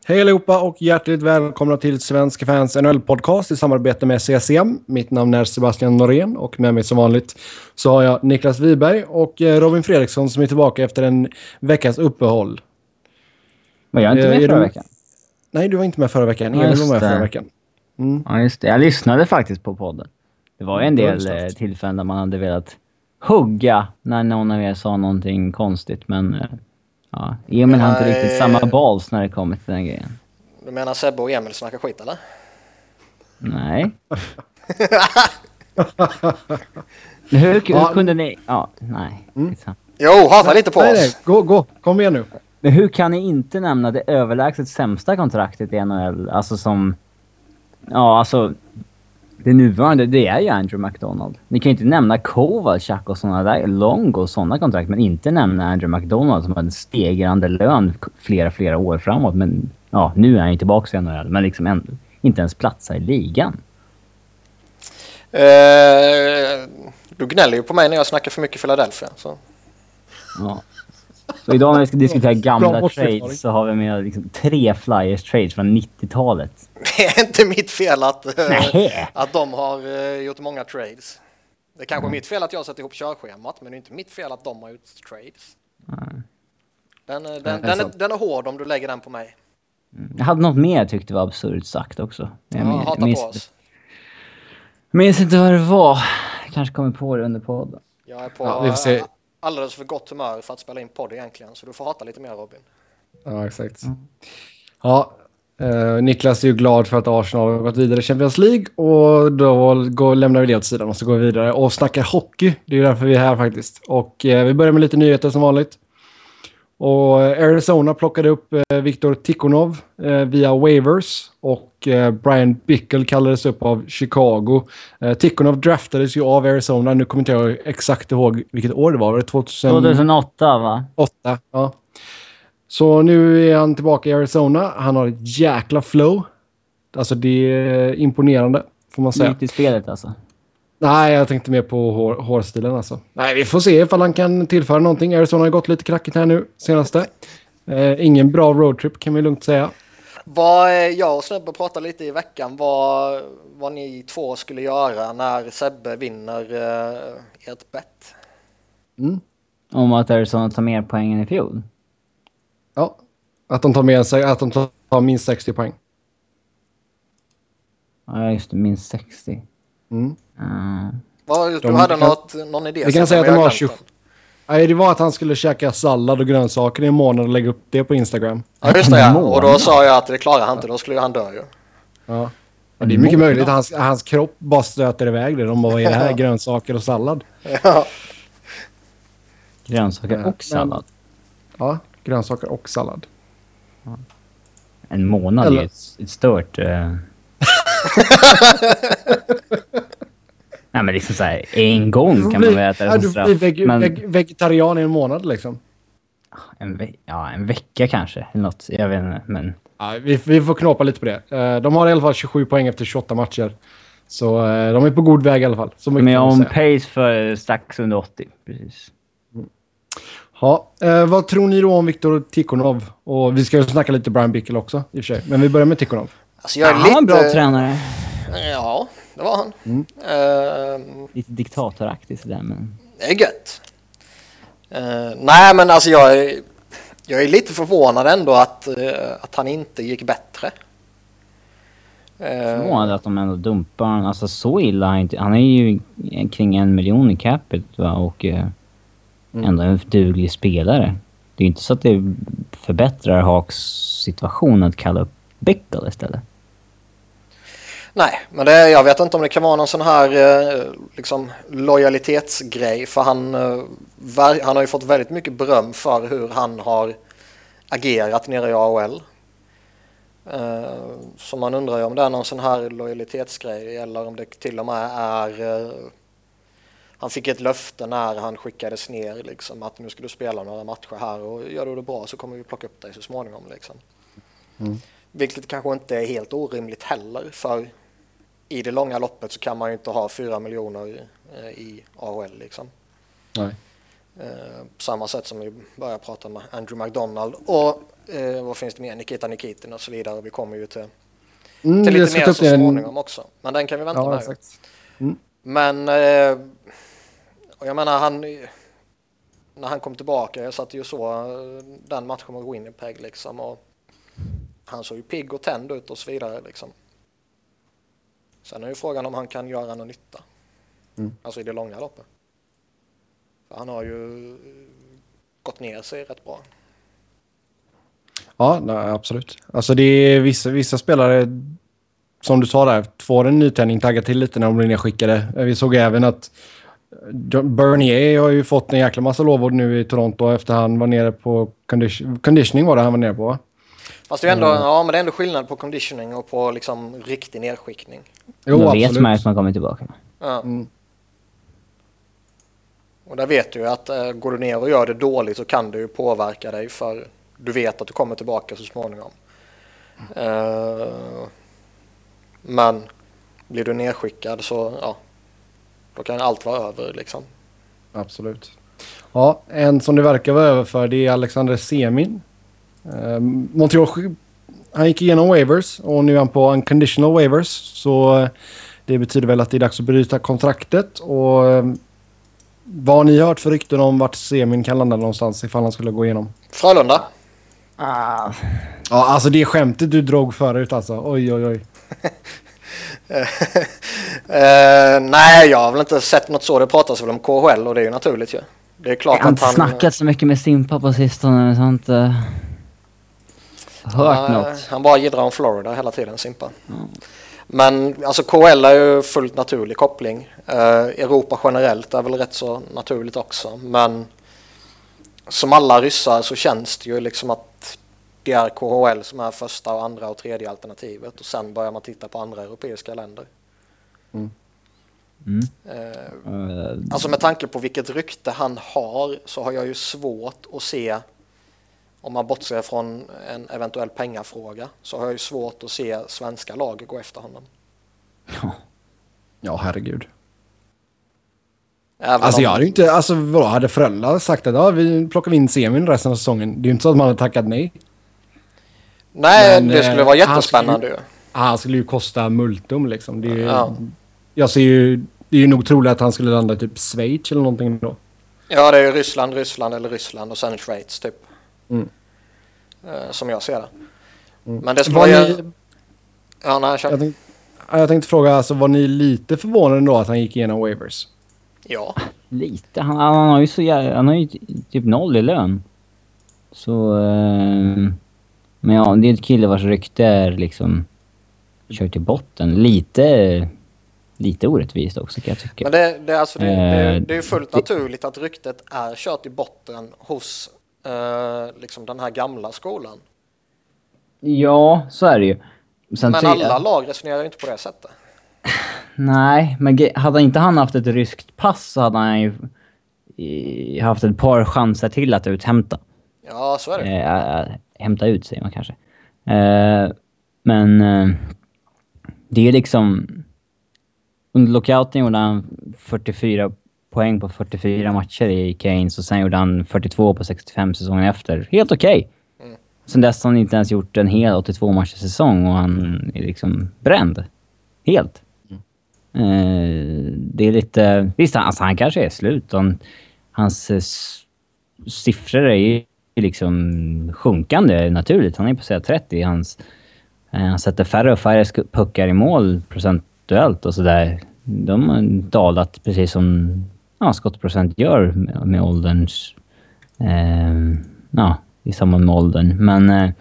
Hej allihopa och hjärtligt välkomna till Svenska Fans NHL-podcast i samarbete med CCM. Mitt namn är Sebastian Norén och med mig som vanligt så har jag Niklas Wiberg och Robin Fredriksson som är tillbaka efter en veckas uppehåll. Var jag inte med förra veckan? Nej, du var inte med förra veckan. Emil var med förra veckan. Mm. Ja, just det. Jag lyssnade faktiskt på podden. Det var en del tillfällen där man hade velat hugga när någon av er sa någonting konstigt, men ja, Emil har inte riktigt samma balls när det kommer till den grejen. Du menar Sebbe och Emil snackar skit, eller? Nej. hur kunde ni... Ja, nej. Jo, hata lite på oss. Nej, gå. Kom igen nu. Men hur kan ni inte nämna det överlägset sämsta kontraktet i NHL? Alltså som... Ja, alltså... Det nuvarande, det är ju Andrew McDonald. Ni kan ju inte nämna Kovalchuk och sådana där, Longo och sådana kontrakt, men inte nämna Andrew McDonald som har en stegrande lön flera år framåt. Men ja, nu är han ju tillbaka i NHL, men liksom inte ens platsa i ligan. Du gnäller ju på mig när jag snackar för mycket Philadelphia. Så. Ja. Så idag när vi ska diskutera gamla trades så har vi med liksom 3 Flyers trades från 90-talet. Det är inte mitt fel att de har gjort många trades. Det är kanske mitt fel att jag har satt ihop körschemat, men det är inte mitt fel att de har gjort trades. Den är hård om du lägger den på mig. Jag hade något mer jag tyckte var absurt sagt också. Hata på oss. Jag minns inte vad det var. Jag kanske kommer på det under podden. Jag är på alldeles för gott humör för att spela in podd egentligen, så du får hata lite mer, Robin. Ja, exakt. Ja, Niklas är ju glad för att Arsenal har gått vidare i Champions League och då lämnar vi det åt sidan och så går vi vidare och snackar hockey. Det är ju därför vi är här faktiskt. Och vi börjar med lite nyheter som vanligt. Och Arizona plockade upp Viktor Tikhonov via waivers och Brian Bickle kallades upp av Chicago. Tikhonov draftades ju av Arizona. Nu kommer inte jag exakt ihåg vilket år det var. Var det 2008 va? 8, ja. Så nu är han tillbaka i Arizona. Han har ett jäkla flow. Alltså det är imponerande får man säga. Mitt i spelet alltså. Nej, jag tänkte mer på hårstilen alltså. Nej, vi får se ifall han kan tillföra någonting. Arizona har gått lite krackigt här nu senaste. Ingen bra roadtrip kan vi lugnt säga. Jag och Sebbe pratade lite i veckan vad ni två skulle göra när Sebbe vinner ert bett. Om att Arizona tar mer poäng än i fjol. Ja, att de tar minst 60 poäng. Ja, just det, minst 60. Du hade någon idé? Vi kan säga att de har 20. Nej, det var att han skulle käka sallad och grönsaker i en månad och lägga upp det på Instagram. Ja, just det. Och då sa jag att det klarar han inte, då skulle han dö ju. Ja. Och det är mycket möjligt att hans kropp bara stöter iväg det. De bara, vad är det här? Grönsaker och sallad? Ja. Grönsaker och sallad? Ja, grönsaker och sallad. En månad är ett stört... Nej, men liksom så här, en gång kan man väl äta det som straff. Du blir vegetarian i en månad liksom. En vecka kanske. Eller något, jag vet inte, men... Ja, vi får knåpa lite på det. De har i alla fall 27 poäng efter 28 matcher. Så de är på god väg i alla fall. Så men om pace för strax under 80, precis. Ja, vad tror ni då om Viktor Tikhonov? Och vi ska ju snacka lite Brian Bickle också, i och för sig. Men vi börjar med Tikhonov. Alltså han var en bra tränare. Ja, det var han. Lite diktatoraktigt sådär, men... Det är gött. Nej, men alltså jag är lite förvånad ändå att han inte gick bättre. Förvånad att de ändå dumpar han. Alltså så illa han är ju kring 1 miljon i capita, va? Och ändå en duglig spelare. Det är ju inte så att det förbättrar Hawks situation att kalla upp Bickle istället. Nej, men jag vet inte om det kan vara någon sån här liksom lojalitetsgrej, för han har ju fått väldigt mycket beröm för hur han har agerat nere i AHL. Så man undrar ju om det är någon sån här lojalitetsgrej eller om det till och med är han fick ett löfte när han skickades ner liksom, att nu ska du spela några matcher här och gör du det bra så kommer vi plocka upp dig så småningom liksom. Vilket kanske inte är helt orimligt heller, för i det långa loppet så kan man ju inte ha 4 miljoner i AHL liksom. Nej. På samma sätt som vi börjar prata med Andrew McDonald. Och vad finns det mer? Nikita Nikitin och så vidare. Vi kommer ju till det lite mer så småningom också. Men den kan vi vänta med. Exakt. Men och jag menar när han kom tillbaka, jag satt ju så den matchen med Winnipeg liksom, och han såg ju pigg och tänd ut och så vidare liksom. Sen är ju frågan om han kan göra någon nytta. Alltså i det långa loppet. För han har ju gått ner sig rätt bra. Ja, nej, absolut. Alltså det är vissa spelare, som du sa där, får en nytändning, taggar till lite när de blir nedskickade. Vi såg även att Bernier har ju fått en jäkla massa lovord nu i Toronto efter han var nere på conditioning var det han var nere på. Fast det är ändå, ja, men det är ändå skillnad på conditioning och på liksom riktig nedskickning. Jo, då vet man att man kommer tillbaka. Ja. Och där vet du ju att går du ner och gör det dåligt så kan det ju påverka dig, för du vet att du kommer tillbaka så småningom. Men blir du nedskickad så då kan allt vara över liksom. Absolut. Ja, en som det verkar vara över för, det är Alexander Semin. Montreal, han gick igenom waivers och nu är han på unconditional waivers, så det betyder väl att det är dags att bryta kontraktet. Och vad har ni hört för rykten om vart Semin kan landa någonstans ifall han skulle gå igenom? Frölunda. Ja, alltså det skämtet du drog förut alltså. Oj. Nej, jag har väl inte sett något så. Det pratas väl om KHL och det är ju naturligt ju. Det är klart jag har inte snackat så mycket med Simpa på sistone, så inte hört något. Han bara gidrar om Florida hela tiden, Simpa. Men alltså KHL är ju fullt naturlig koppling. Europa generellt är väl rätt så naturligt också. Men som alla ryssar så känns det ju liksom att det är KHL som är första och andra och tredje alternativet. Och sen börjar man titta på andra europeiska länder. Alltså med tanke på vilket rykte han har så har jag ju svårt att se, om man bortser från en eventuell pengafråga, så har jag ju svårt att se svenska lag gå efter honom. Ja, herregud. Även alltså jag hade inte, alltså vad hade Frölunda sagt att vi plockar in Semin resten av säsongen? Det är ju inte så att man hade tackat nej. Nej, men det skulle vara jättespännande ju. Han skulle ju kosta multum liksom. Det är ju, jag ser ju, det är ju nog troligt att han skulle landa typ Schweiz eller någonting då. Ja, det är ju Ryssland och sen Schweiz typ. Som jag ser det. Men det skulle vara... Jag tänkte fråga, alltså, var ni lite förvånade då att han gick igenom waivers? Ja. Lite. Han har ju han har ju typ 0 i lön. Så... men ja, det är ett kille vars rykte är liksom kört i botten. Lite orättvist också, kan jag tycka. Men det är ju fullt naturligt att ryktet är kört i botten hos liksom den här gamla skolan. Ja, så är det ju. Men alla lag resonerar ju inte på det sättet. Nej, men hade inte han haft ett ryskt pass så hade han ju haft ett par chanser till att uthämta. Ja, så är det. Hämta ut, säger man kanske. Men det är liksom... Under lockouten gjorde han 44 poäng på 44 matcher i Keynes, och sen gjorde han 42 på 65 säsongen efter. Helt okej. Sen dess har han inte ens gjort en hel 82 matcher säsong och han är liksom bränd. Helt. Det är lite... Visst, alltså han kanske är slut. Hans siffror är ju liksom sjunkande naturligt. Han är på säga 30. Han sätter färre och färre puckar i mål procentuellt och sådär. De har dalat precis som skottprocent gör med ålderns... i samband med åldern. Men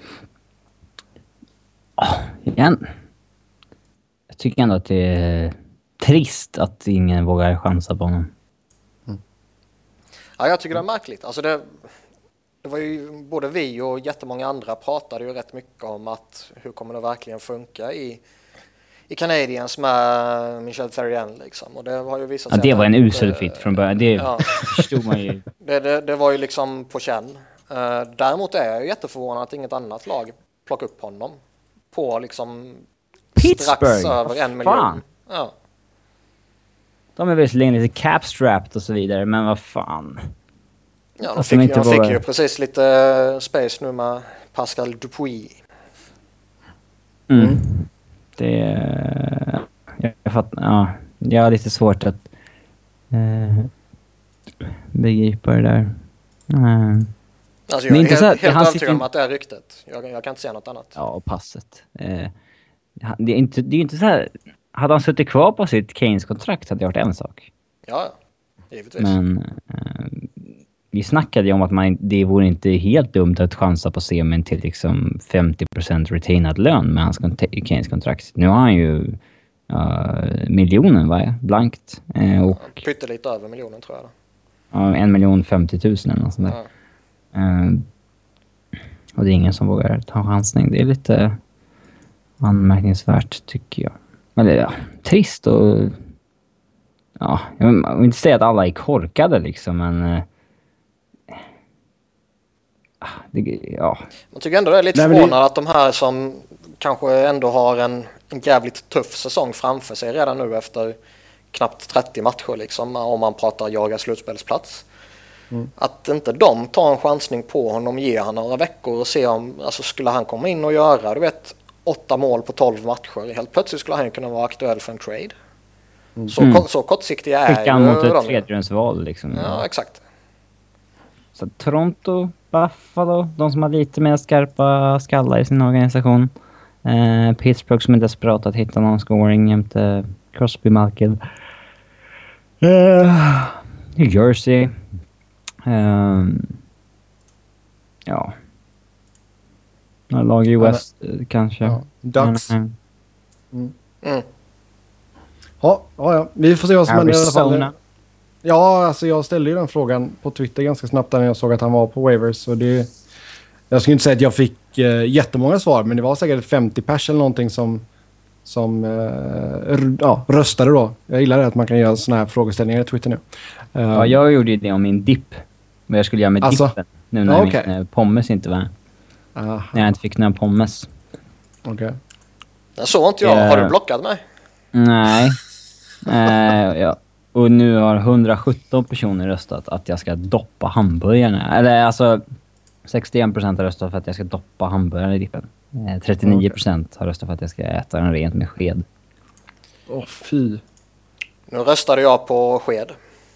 igen. Jag tycker ändå att det är trist att ingen vågar chansa på honom. Ja, jag tycker det är märkligt. Alltså det var ju både vi och jättemånga andra pratade ju rätt mycket om att hur kommer det verkligen funka i Canadiens med Michel Therrien liksom. Och det har ju visat sig det var en usel fit från början. Det förstod man ju. Det var ju liksom på känn. Däremot är jag ju jätteförvånad att inget annat lag plockar upp honom på liksom Pittsburgh. Strax över 1 miljon. Ja. De är visserligen lite capstrapped och så vidare, men vad fan. Ja, de fick ju precis lite space nu med Pascal Dupuis. Det... Jag fattar... Ja, jag har lite svårt att begripa det där. Alltså jag är helt övertygad om att det är ryktet. Jag kan inte säga något annat. Ja, och passet. Det är inte så här... Hade han suttit kvar på sitt Keynes-kontrakt hade det varit en sak. Ja, givetvis. Men vi snackade ju om att det vore inte helt dumt att chansa på semin till liksom 50% retainad lön med hans Keynes-kontrakt. Nu har han ju miljonen, blankt. Och pyttelite över miljonen tror jag. Ja, 1 050 000 eller något sånt där. Och det är ingen som vågar ta chansning. Det är lite anmärkningsvärt tycker jag. Eller ja, trist och... Ja, jag vill inte säga att alla är korkade liksom, men... Ja. Man tycker ändå det är lite förvånande att de här som kanske ändå har en jävligt tuff säsong framför sig redan nu efter knappt 30 matcher liksom, om man pratar jaga slutspelsplats. Att inte de tar en chansning på honom, ger han några veckor och se om, alltså skulle han komma in och göra, du vet, 8 mål på 12 matcher, helt plötsligt skulle han ju kunna vara aktuell för en trade. Så kortsiktiga är ju mot ett tredjedelsval liksom. Ja, exakt. Så Toronto, Buffalo, de som har lite mer skarpa skallar i sin organisation. Pittsburgh som är desperat att hitta någon scoring jämte Crosby, Malkin. New Jersey. Ja. Några lag i West kanske. Ja. Ducks. Ja. Vi får se vad som händer i alla fall. Ja, alltså jag ställde ju den frågan på Twitter ganska snabbt när jag såg att han var på waivers. Och jag skulle inte säga att jag fick jättemånga svar, men det var säkert 50 pers eller någonting som röstade då. Jag gillar det att man kan göra såna här frågeställningar i Twitter nu. Ja, jag gjorde det om min dipp. Vad jag skulle göra med dippen. Nu när min pommes inte var. När jag inte fick några pommes. Okej. Jag såg inte jag. Har du blockat mig? Nej. Ja. Och nu har 117 personer röstat att jag ska doppa hamburgarna. Eller alltså 61% har röstat för att jag ska doppa hamburgarna i dippen. 39% har röstat för att jag ska äta den rent med sked. Fy. Nu röstade jag på sked.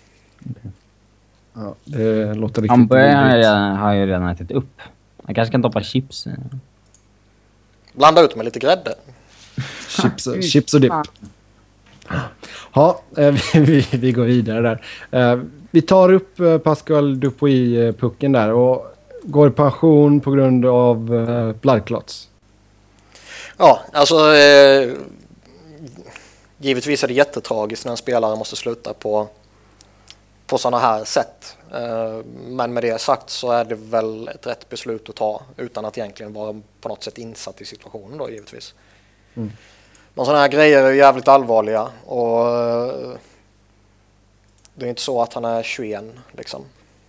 Ja, det låter riktigt. Hamburgarna har jag redan ätit upp. Jag kanske kan doppa chips. Blanda ut med lite grädde. Chips och dipp. Ja, vi går vidare där. Vi tar upp Pascal Dupuis-pucken där och går i pension på grund av blood clots. Ja, alltså givetvis är det jättetragiskt när en spelare måste sluta på sådana här sätt. Men med det sagt så är det väl ett rätt beslut att ta utan att egentligen vara på något sätt insatt i situationen då givetvis. Men sådana här grejer är ju jävligt allvarliga och det är inte så att han är 21 liksom.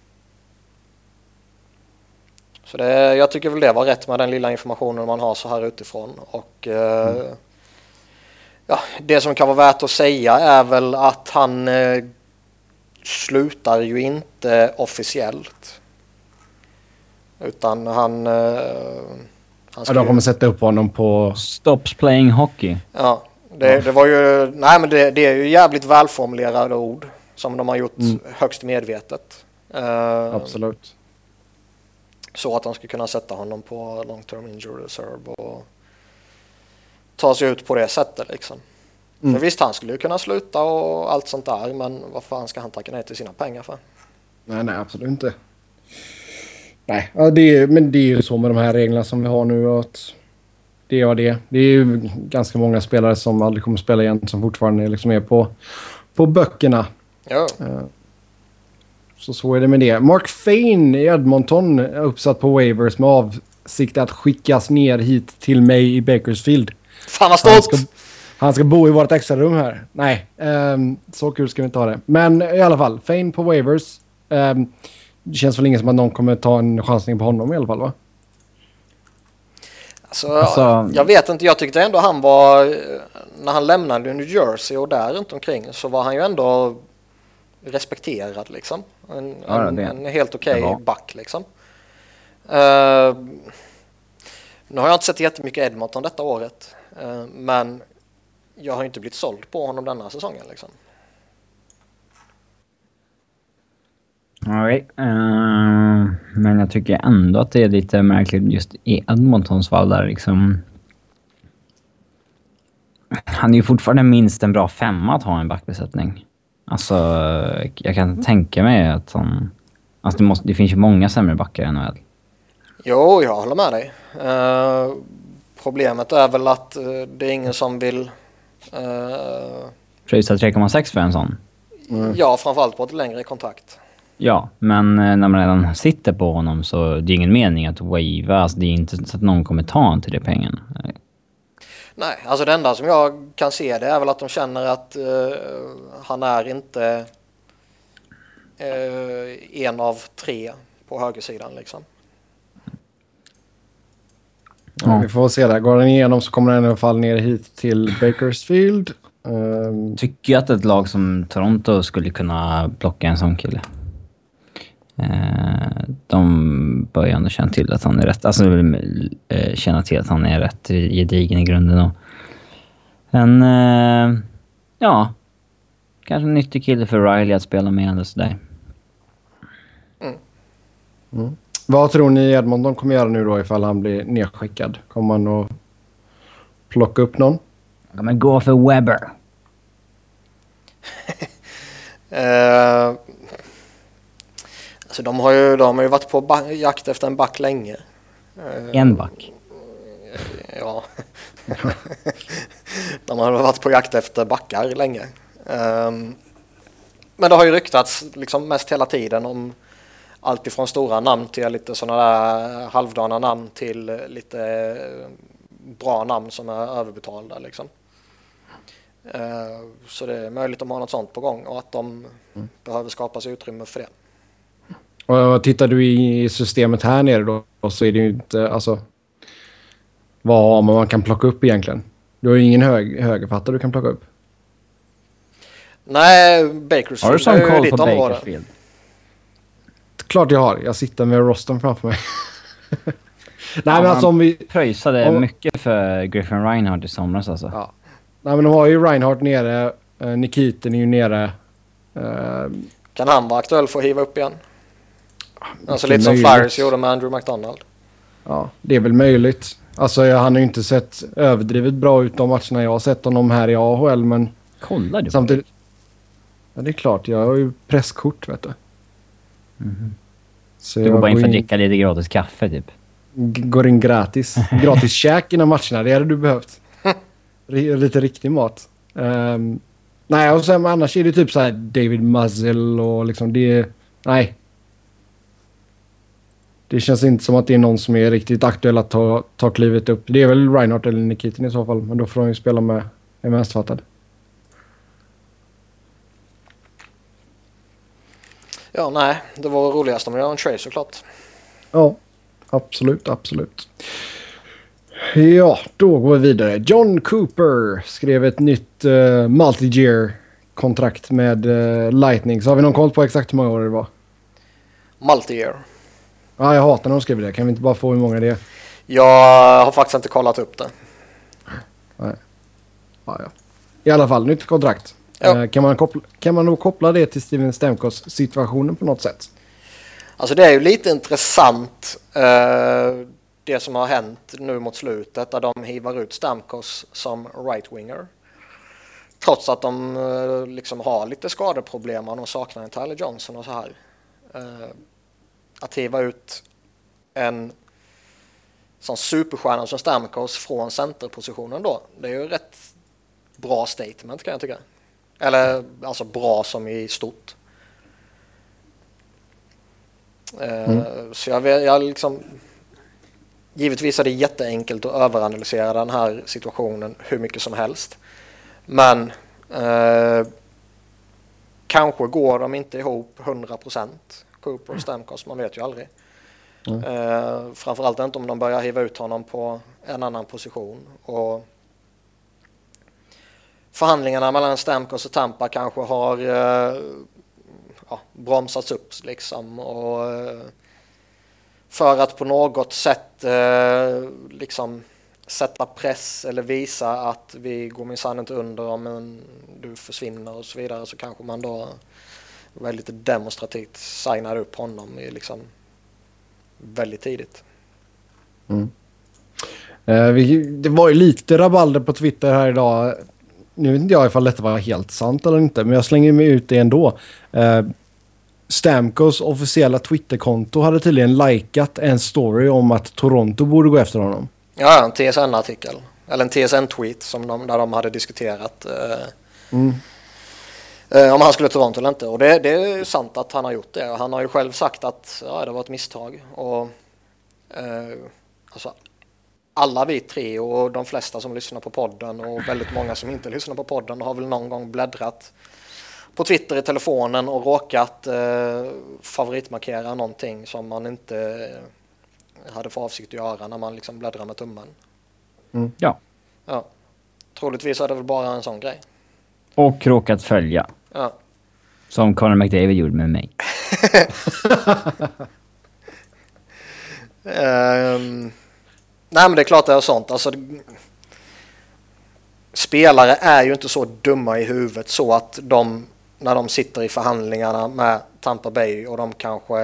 Så jag tycker väl det var rätt med den lilla informationen man har så här utifrån. Och det som kan vara värt att säga är väl att han slutar ju inte officiellt. Utan han de kommer sätta upp honom på... Stops playing hockey. Ja, det var ju... Nej, men det är ju jävligt välformulerade ord som de har gjort högst medvetet. Absolut. Så att de ska kunna sätta honom på long term injury reserve och ta sig ut på det sättet liksom. För visst, han skulle ju kunna sluta och allt sånt där, men vad fan ska han tacka nej till sina pengar för? Nej, absolut inte. Nej, ja, men det är ju så med de här reglerna som vi har nu att det är det. Det är ju ganska många spelare som aldrig kommer spela igen som fortfarande liksom är på böckerna. Ja. Så är det med det. Mark Fane i Edmonton är uppsatt på waivers med avsikt att skickas ner hit till mig i Bakersfield. Fan vad stort! Han ska bo i vårt extra rum här. Nej, så kul ska vi inte ha det. Men i alla fall, Fane på waivers. Det känns väl ingen som att någon kommer ta en chansning på honom i alla fall, va? Alltså, jag vet inte, jag tyckte ändå han var, när han lämnade New Jersey och där runt omkring så var han ju ändå respekterad liksom. En helt okej back liksom. Nu har jag inte sett jättemycket Edmonton detta året, men jag har inte blivit såld på honom denna säsongen liksom. All right. Men jag tycker ändå att det är lite märkligt just i Edmontons fall där liksom. Han är ju fortfarande minst en bra 5 att ha en backbesättning. Alltså, jag kan tänka mig att han... Alltså det finns ju många sämre backar i NHL. Jo, jag håller med dig. Problemet är väl att det är ingen som vill... Pröjsa 3,6 för en sån. Ja, framförallt på ett längre kontrakt. Ja, men när man redan sitter på honom så det är ingen mening att waiva. Alltså det är inte så att någon kommer ta honom till det pengarna. Nej, alltså det enda som jag kan se det är väl att de känner att han är inte en av 3 på högersidan liksom. Ja, vi får se där. Går den igenom så kommer den i alla fall ner hit till Bakersfield. Tycker jag att ett lag som Toronto skulle kunna plocka en sån kille. De börjar ändå känna till att han är rätt. Alltså känna till att han är rätt gedigen i grunden. Och ja, kanske en nyttig kille för Riley att spela med eller sådär. Vad tror ni Edmonton kommer göra nu då ifall han blir nedskickad? Kommer man att plocka upp någon? Ja, men gå för Weber. Alltså de har ju varit på jakt efter en back länge. En back. Ja. De har varit på jakt efter backar länge. Men det har ju ryktats liksom mest hela tiden om allt ifrån stora namn till lite sådana där halvdana namn till lite bra namn som är överbetalda liksom. Så det är möjligt att de har något sånt på gång och att de behöver skapa sig utrymme för det. Och tittar du i systemet här nere då så är det ju inte, alltså vad har man kan plocka upp egentligen? Du har ju ingen högerfattare du kan plocka upp. Nej, Bakersfield har du sån koll ditt på område. Bakersfield? Klart jag har. Jag sitter med rosten framför mig. Nej, men alltså om vi... pröjsade mycket för Griffin Reinhardt i somras alltså. Ja. Nej, men de har ju Reinhardt nere. Nikitin är ju nere. Kan han vara aktuell för att hiva upp igen? Alltså Mycket lite som möjligt. Flyers gjorde med Andrew McDonald. Ja, det är väl möjligt. Alltså han har ju inte sett överdrivet bra ut de matcherna jag har sett honom här i AHL, men... Kollar du samtidigt... Ja, det är klart. Jag har ju presskort, vet du. Så Du går bara in för att dricka lite gratis kaffe typ. Går in gratis. Gratis käk innan matcherna, det hade du behövt. Lite riktig mat. Nej, och sen annars är det typ så här David Muzzle och liksom det... Nej. Det känns inte som att det är någon som är riktigt aktuell att ta klivet upp. Det är väl Reinhardt eller Nikitin i så fall, men då får de ju spela med en vänsterfattad. Ja, nej. Det var roligast om jag gör en trade såklart. Ja, absolut, absolut. Ja, då går vi vidare. John Cooper skrev ett nytt multi-year-kontrakt med Lightning. Så har vi någon koll på exakt hur många år det var? Multi-year. Ja, jag hatar när de skriver det. Kan vi inte bara få hur många det är? Jag har faktiskt inte kollat upp det. Nej. Ja. I alla fall, nytt kontrakt. Ja. Kan man nog koppla det till Steven Stamkos situationen på något sätt? Alltså det är ju lite intressant det som har hänt nu mot slutet där de hivar ut Stamkos som right-winger. Trots att de liksom har lite skadeproblem och de saknar en Tyler Johnson och så här. Att hiva ut en sån superstjärna som Stamkos från centerpositionen då, det är ju rätt bra statement kan jag tycka. Eller alltså bra som i stort. Så jag liksom givetvis är det jätteenkelt att överanalysera den här situationen hur mycket som helst. Men kanske går de inte ihop 100%, Cooper och Stamkos, man vet ju aldrig. Framförallt inte om de börjar hiva ut honom på en annan position. Och förhandlingarna mellan Stamkos och Tampa kanske har bromsats upp liksom, och för att på något sätt liksom sätta press eller visa att vi går minsann inte under om du försvinner och så vidare, så kanske man då väldigt demonstrativt signar upp honom i liksom väldigt tidigt. Det var ju lite rabalder på Twitter här idag. Nu vet inte jag ifall detta var helt sant eller inte, men jag slänger mig ut det ändå. Stamkos officiella Twitterkonto hade tydligen likat en story om att Toronto borde gå efter honom. Ja, en TSN-artikel. Eller en TSN-tweet där de hade diskuterat om han skulle till Toronto eller inte. Och det är ju sant att han har gjort det. Han har ju själv sagt att det var ett misstag. Och alltså, alla vi tre och de flesta som lyssnar på podden och väldigt många som inte lyssnar på podden har väl någon gång bläddrat på Twitter i telefonen och råkat favoritmarkera någonting som man inte hade för avsikt att göra när man liksom bläddrar med tummen. Ja. Troligtvis är det väl bara en sån grej. Och råkat följa. Ja. Som Conor McDavid gjorde med mig. Nej, men det är klart det är sånt. Alltså, spelare är ju inte så dumma i huvudet så att de, när de sitter i förhandlingarna med Tampa Bay och de kanske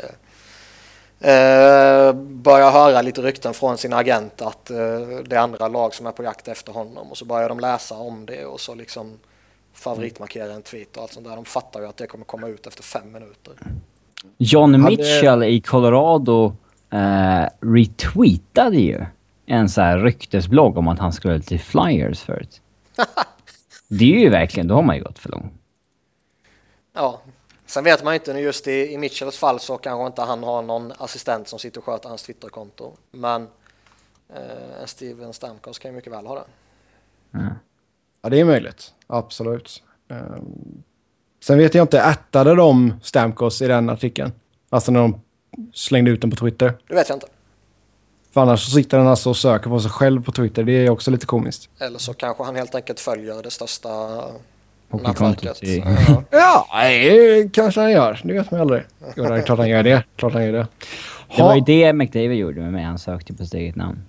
börjar höra lite rykten från sin agent att det är andra lag som är på jakt efter honom, och så börjar de läsa om det och så liksom favoritmarkera en tweet och allt sånt där. De fattar ju att det kommer komma ut efter 5 minuter. John Mitchell i Colorado retweetade ju en så här ryktesblogg om att han skulle till Flyers förut. Det är ju verkligen, då har man ju gått för långt. Ja, sen vet man ju inte, just i Mitchells fall så kanske inte han har någon assistent som sitter och sköter hans Twitterkonto. Men Steven Stamkos kan ju mycket väl ha det. Ja, det är möjligt. Absolut. Sen vet jag inte, ättade de Stamkos i den artikeln? Alltså när de slängde ut den på Twitter? Det vet jag inte. För annars så sitter han alltså och söker på sig själv på Twitter. Det är också lite komiskt. Eller så kanske han helt enkelt följer det största nätverket. Ja, nej, kanske han gör. Det vet man aldrig. Jo, det är klart han gör det. Klart han gör det. Det var ju det McDavid gjorde med mig. Han sökte på sitt eget namn.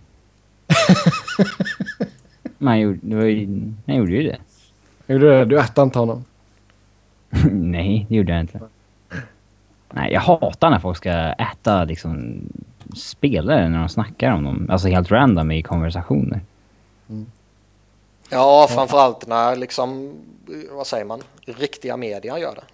Men han gjorde ju det. Du ättade inte honom. Nej, det gjorde jag inte. Nej, jag hatar när folk ska äta liksom spelare när de snackar om dem. Alltså helt random i konversationer. Ja, framförallt när liksom, vad säger man, riktiga media gör det.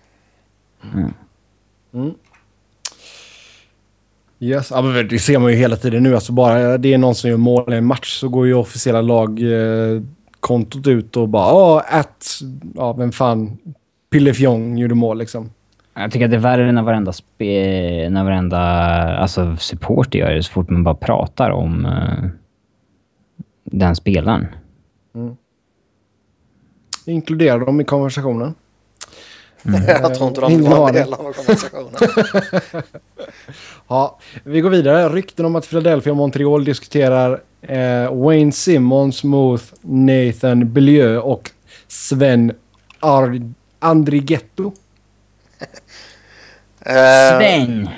Yes, ja, men det ser man ju hela tiden nu. Alltså bara det är någon som gör mål i en match så går ju officiella lagkontot ut och bara vem fan Pillefjong gjorde mål liksom. Jag tycker att det är värre när varenda alltså supporter gör det så fort man bara pratar om den spelaren. Inkludera dem i konversationen. Jag tror inte de var en del av konversationen. Ja, vi går vidare. Rykten om att Philadelphia och Montreal diskuterar Wayne Simmons mot Nathan Beaulieu och Sven Andrighetto. Sven!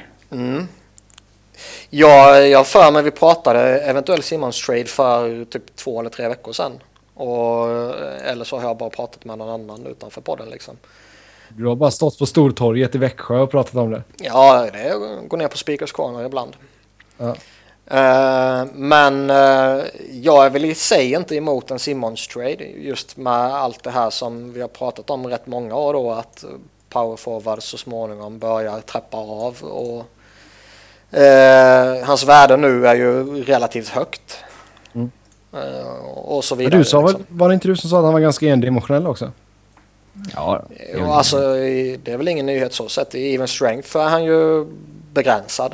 Jag för mig vi pratade eventuell Simmons trade för typ 2 eller 3 veckor sedan. Eller så har jag bara pratat med någon annan utanför podden liksom. Du har bara stått på Stortorget i Växjö och pratat om det. Ja, det går ner på Speakers Corner ibland. Ja. Men jag är väl i sig inte emot en Simmons trade, just med allt det här som vi har pratat om rätt många år då, att power forward så småningom börjar trappa av och hans värde nu är ju relativt högt. Och så vidare. Du sa liksom. var det inte du som sa att han var ganska endimensionell också? Ja, alltså det är väl ingen nyhet så sett. I even strength är han ju begränsad.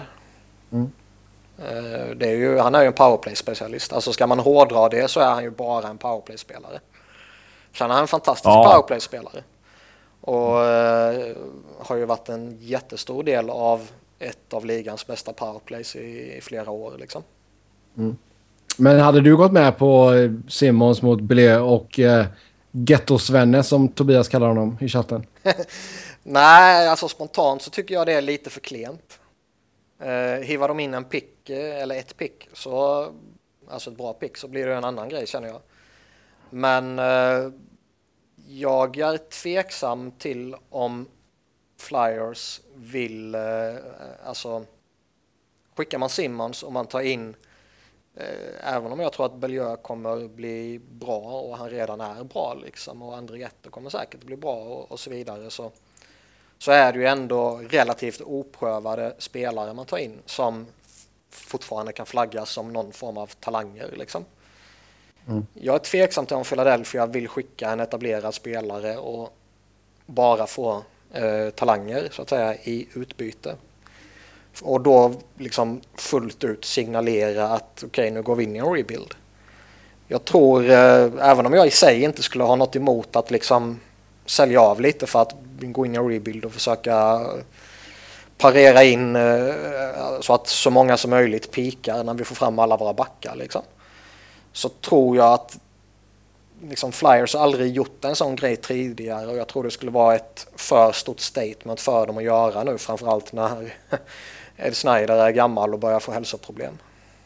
Han är ju en powerplay-specialist. Alltså ska man hårdra det så är han ju bara en powerplay-spelare. Sen är han en fantastisk powerplay-spelare. Och har ju varit en jättestor del av ett av ligans bästa powerplays i flera år liksom. Men hade du gått med på Simmons mot Belé och Ghetto-Svenne som Tobias kallar honom i chatten? Nej, alltså spontant så tycker jag det är lite för klent. Hivar de in en pick eller ett pick, så, alltså ett bra pick, så blir det en annan grej känner jag. Men jag är tveksam till om Flyers vill, alltså skickar man Simmons och man tar in, även om jag tror att Bellieu kommer bli bra och han redan är bra liksom, och Andriette kommer säkert bli bra och så vidare, så är det ju ändå relativt oprövade spelare man tar in som fortfarande kan flaggas som någon form av talanger liksom. Jag är tveksam till om Philadelphia vill skicka en etablerad spelare och bara få talanger så att säga i utbyte. Och då liksom fullt ut signalera att okej, nu går vi in i en rebuild. Jag tror, även om jag i sig inte skulle ha något emot att liksom sälja av lite för att gå in i en rebuild och försöka parera in så att så många som möjligt pikar när vi får fram alla våra backar liksom. Så tror jag att liksom Flyers har aldrig gjort en sån grej tidigare, och jag tror det skulle vara ett för stort statement för dem att göra nu, framförallt när Ed Snyder är gammal och börjar få hälsoproblem.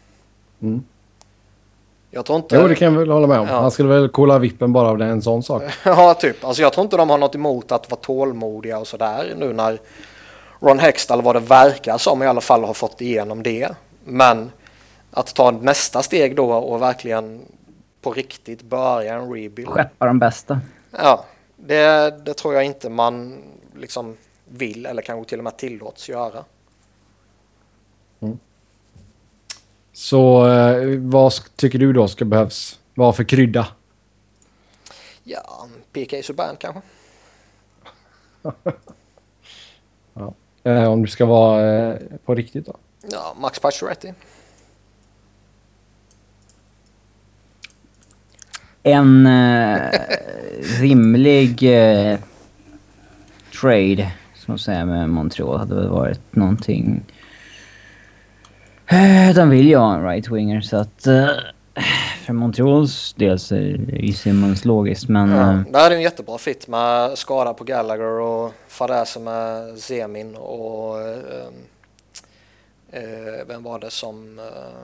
Jag tror inte... Jo, det kan jag väl hålla med om. Ja. Han skulle väl kolla vippen bara av det, en sån sak. Ja, typ. Alltså jag tror inte de har något emot att vara tålmodiga och sådär nu när Ron Hextall, vad det verkar som, i alla fall har fått igenom det. Men att ta nästa steg då och verkligen på riktigt börja en rebuild. Skeppa de bästa. Ja, det tror jag inte man liksom vill eller kanske till och med tillåts göra. Så vad tycker du då ska behövs? Vad för krydda? Ja, PK Subban kanske. Ja. Om det ska vara på riktigt då? Ja, Max Pacioretty. En rimlig trade, som att säga, med Montreal hade väl varit någonting. De vill ju ha en right-winger, så att för Montreals del så är ju Simmons logiskt, men... Ja, det här är en jättebra fit med skada på Gallagher och fadäser med Zemin och vem var det som...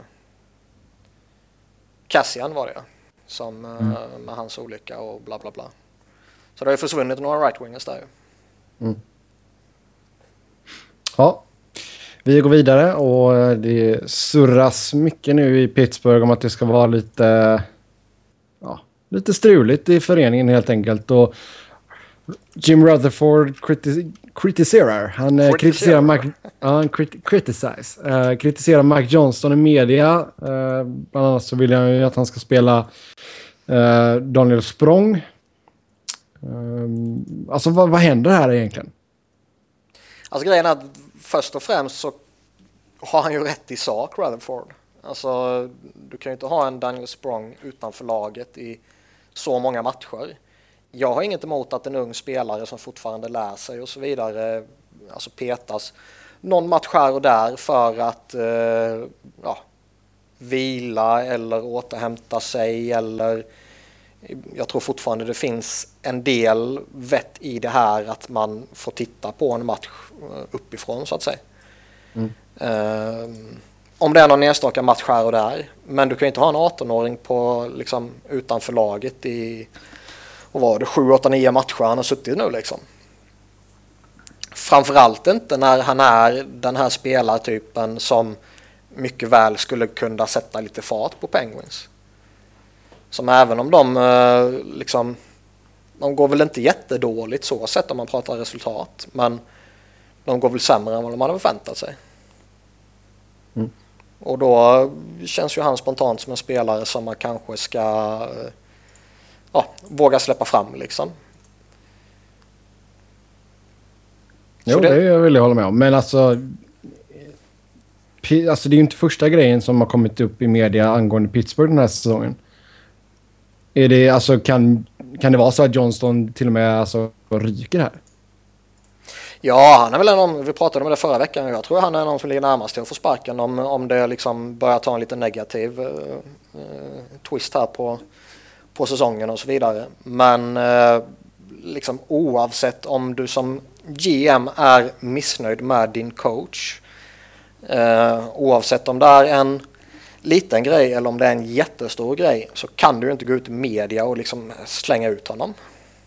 Cassian var det, som med hans olycka och bla bla bla. Så det har ju försvunnit några right-wingers där ju. Ja. Vi går vidare, och det surras mycket nu i Pittsburgh om att det ska vara lite struligt i föreningen helt enkelt. Och Jim Rutherford kritiserar. Han kritiserar kritiserar Mike Johnston i media. Bland annat så vill han ju att han ska spela Daniel Sprong. Alltså vad händer här egentligen? Alltså grejen är att först och främst så har han ju rätt i sak, Rutherford. Alltså, du kan ju inte ha en Daniel Sprong utanför laget i så många matcher. Jag har inget emot att en ung spelare som fortfarande lär sig och så vidare, alltså petas någon match här och där för att vila eller återhämta sig, eller jag tror fortfarande det finns en del vett i det här att man får titta på en match uppifrån så att säga. Om det är någon enstaka match här och där, men du kan ju inte ha en 18-åring på liksom utanför laget i, vad var det, 7, 8, 9 matcher han har suttit nu liksom. Framförallt inte när han är den här spelartypen som mycket väl skulle kunna sätta lite fart på Penguins. Som även om de går väl inte jättedåligt så sett om man pratar resultat, men de går väl sämre än vad man hade förväntat sig. Och då känns ju han spontant som en spelare som man kanske ska våga släppa fram liksom. Jo, det vill jag hålla med om. Men alltså det är ju inte första grejen som har kommit upp i media angående Pittsburgh den här säsongen. Är det, alltså, kan det vara så att Johnston till och med ryker här? Ja, han är väl någon, vi pratade om det förra veckan, jag tror han är någon som ligger närmast till att få sparken om det liksom börjar ta en lite negativ twist här på säsongen och så vidare. Men liksom oavsett om du som GM är missnöjd med din coach, Oavsett om det är en liten grej eller om det är en jättestor grej, så kan du inte gå ut i media och liksom slänga ut honom.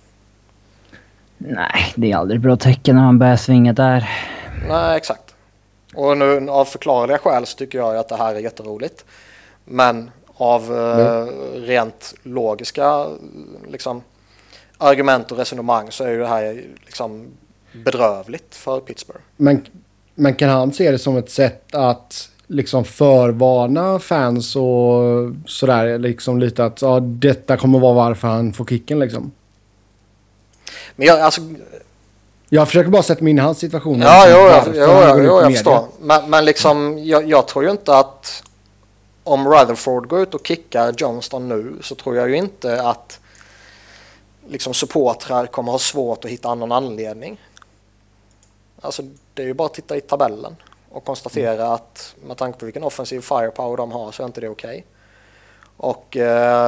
Nej, det är aldrig bra tecken när man börjar svinga där. Nej, exakt. Och nu av förklarliga skäl så tycker jag att det här är jätteroligt. Men av rent logiska liksom, argument och resonemang så är ju det här liksom bedrövligt för Pittsburgh. Men kan han se det som ett sätt att liksom förvarna fans och sådär, liksom lite att ja, detta kommer vara varför han får kicken liksom? Men jag försöker bara sätta mig in i hans situation. Jag förstår. Men liksom, jag tror ju inte att om Rutherford går ut och kickar Johnston nu, så tror jag ju inte att liksom supportrar kommer ha svårt att hitta annan anledning. Alltså det är ju bara att titta i tabellen och konstatera att med tanke på vilken offensiv firepower de har så är inte det okej. Och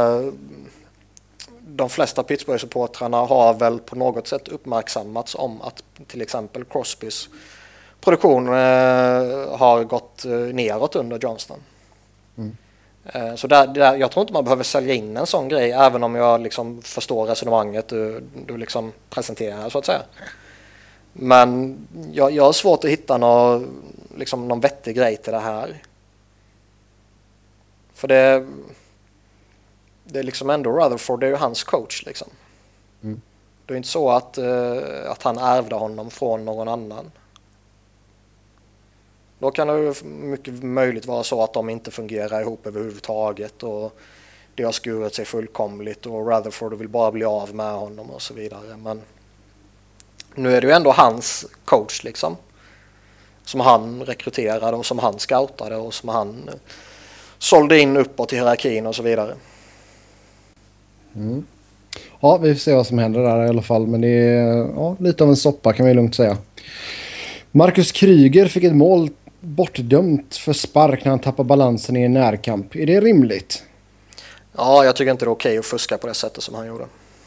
de flesta Pittsburgh-supportrarna har väl på något sätt uppmärksammats om att till exempel Crosbys produktion har gått neråt under Johnston. Så jag tror inte man behöver sälja in en sån grej, även om jag liksom förstår resonemanget du liksom presenterar så att säga. Men jag har svårt att hitta någon vettig grej till det här. För det är liksom ändå Rutherford, det är ju hans coach liksom. Det är inte så att han ärvde honom från någon annan. Då kan det ju mycket möjligt vara så att de inte fungerar ihop överhuvudtaget och det har skurit sig fullkomligt och Rutherford vill bara bli av med honom och så vidare. Men nu är det ju ändå hans coach liksom, som han rekryterade och som han scoutade och som han sålde in uppåt i hierarkin och så vidare. Ja, vi får se vad som händer där i alla fall, men det är lite av en soppa kan vi lugnt säga. Marcus Kryger fick ett mål bortdömt för spark när han tappar balansen i en närkamp. Är det rimligt? Ja, jag tycker inte det är okej att fuska på det sättet som han gjorde.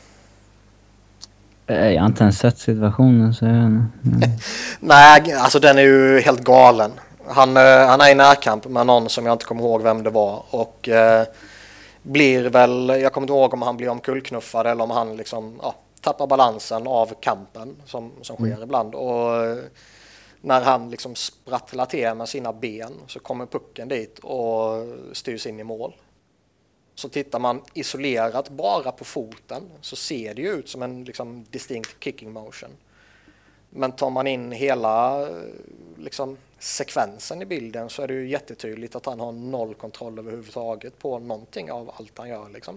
Jag har inte ens sett situationen så Nej, alltså den är ju helt galen. Han är i närkamp med någon som jag inte kommer ihåg vem det var och blir väl, jag kommer inte ihåg om han blir omkullknuffad eller om han liksom tappar balansen av kampen som sker ibland, och när han liksom sprattlar till med sina ben så kommer pucken dit och styrs in i mål. Så tittar man isolerat bara på foten så ser det ju ut som en liksom distinct kicking motion. Men tar man in hela liksom sekvensen i bilden så är det ju jättetydligt att han har noll kontroll överhuvudtaget på någonting av allt han gör liksom.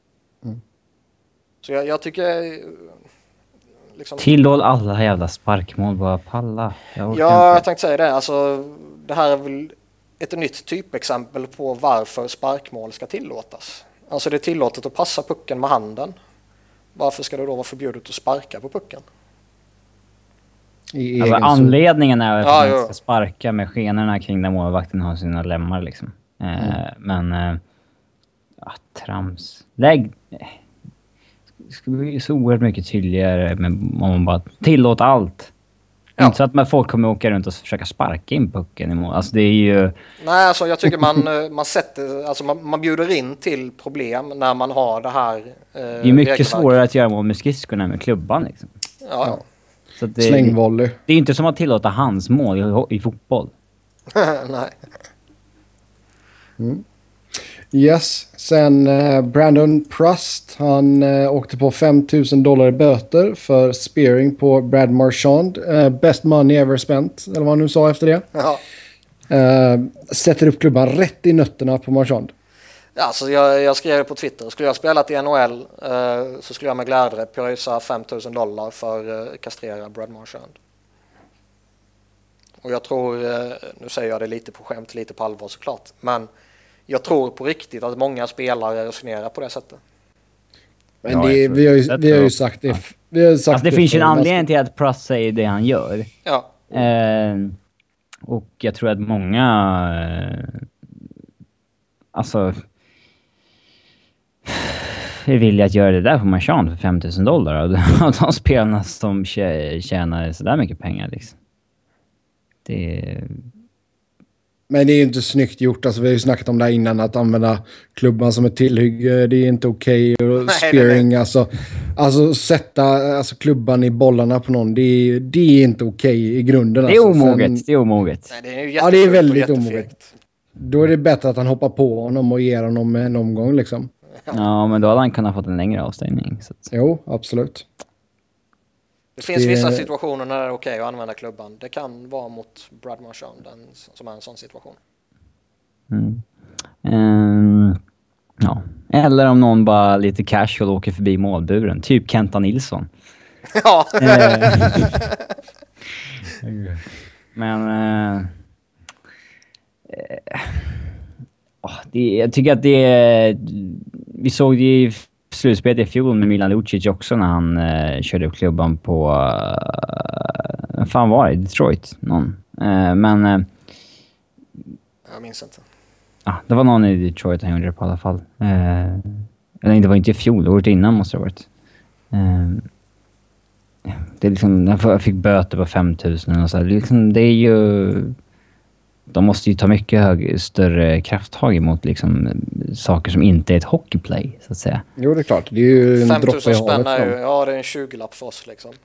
Så jag tycker liksom, tillåt alla jävla sparkmål, bara palla. Jag tänkte säga det, alltså det här är väl ett nytt typexempel på varför sparkmål ska tillåtas. Alltså det är tillåtet att passa pucken med handen. Varför ska det då vara förbjudet att sparka på pucken? Alltså, anledningen är att man ska sparka med skenorna kring där målvakten har sina lemmar liksom. Men trams. Det skulle bli så oerhört mycket tydligare om man bara tillåt allt. Inte så att man folk kommer åka runt och försöka sparka in pucken i mål. Alltså det är ju... Nej, alltså jag tycker man sätter, alltså man bjuder in till problem när man har det här det är mycket svårare att göra mål med skridskorna med klubban liksom. Ja. Så slängvolley. Det är inte som att tillåta hans mål i fotboll. Nej. Yes, sen Brandon Prust, han åkte på $5,000 i böter för spearing på Brad Marchand. Best money ever spent, eller vad han nu sa efter det. Ja. Sätter upp klubban rätt i nötterna på Marchand. Alltså jag skrev på Twitter, skulle jag spelat i NHL så skulle jag med glädje pröjsa $5,000 för kastrera Brad Marchand. Och jag tror, nu säger jag det lite på skämt, lite på allvar såklart, men jag tror på riktigt att många spelare resonerar på det sättet. Men vi har ju sagt det. Vi har sagt alltså, det finns ju en anledning till att Prust säger det han gör. Ja. Och jag tror att många alltså är villiga att göra det där på Marchand för $5,000 av de spelarna som tjänar så där mycket pengar liksom. Det Men det är ju inte snyggt gjort. Alltså, vi har ju snackat om det här innan. Att använda klubban som ett tillhygge. Det är inte okej. Och spearing. Nej. Alltså sätta klubban i bollarna på någon. Det är inte okej i grunden. Det är omoget. Det är omoget. Nej, det är ju det är väldigt omoget. Då är det bättre att han hoppar på honom och ger honom en omgång liksom. Ja, men då hade han kunnat fått en längre avstängning. Så att... Jo, absolut. Det finns vissa situationer när det är okej att använda klubban. Det kan vara mot Brad Marchand som är en sån situation. Ja. Eller om någon bara lite casual åker förbi målburen. Typ Kenta Nilsson. Ja. Men... jag tycker att det är... Vi såg det i slutspelet i fjol med Milan Lucic också när han körde upp klubban på... vad fan var det? Detroit? Någon. Men... jag minns inte. Det var någon i Detroit han gjorde det på i alla fall. Eller det var inte i fjol, året innan måste det ha varit. Det är liksom... Jag fick böter på 5 000 och så. Det är ju... De måste ju ta mycket större krafttag emot liksom, saker som inte är ett hockeyplay, så att säga. Jo, det är klart. Det är ju en 5 000 droppe i havet. Spänn är ju, ja, det är en 20-lapp för oss liksom.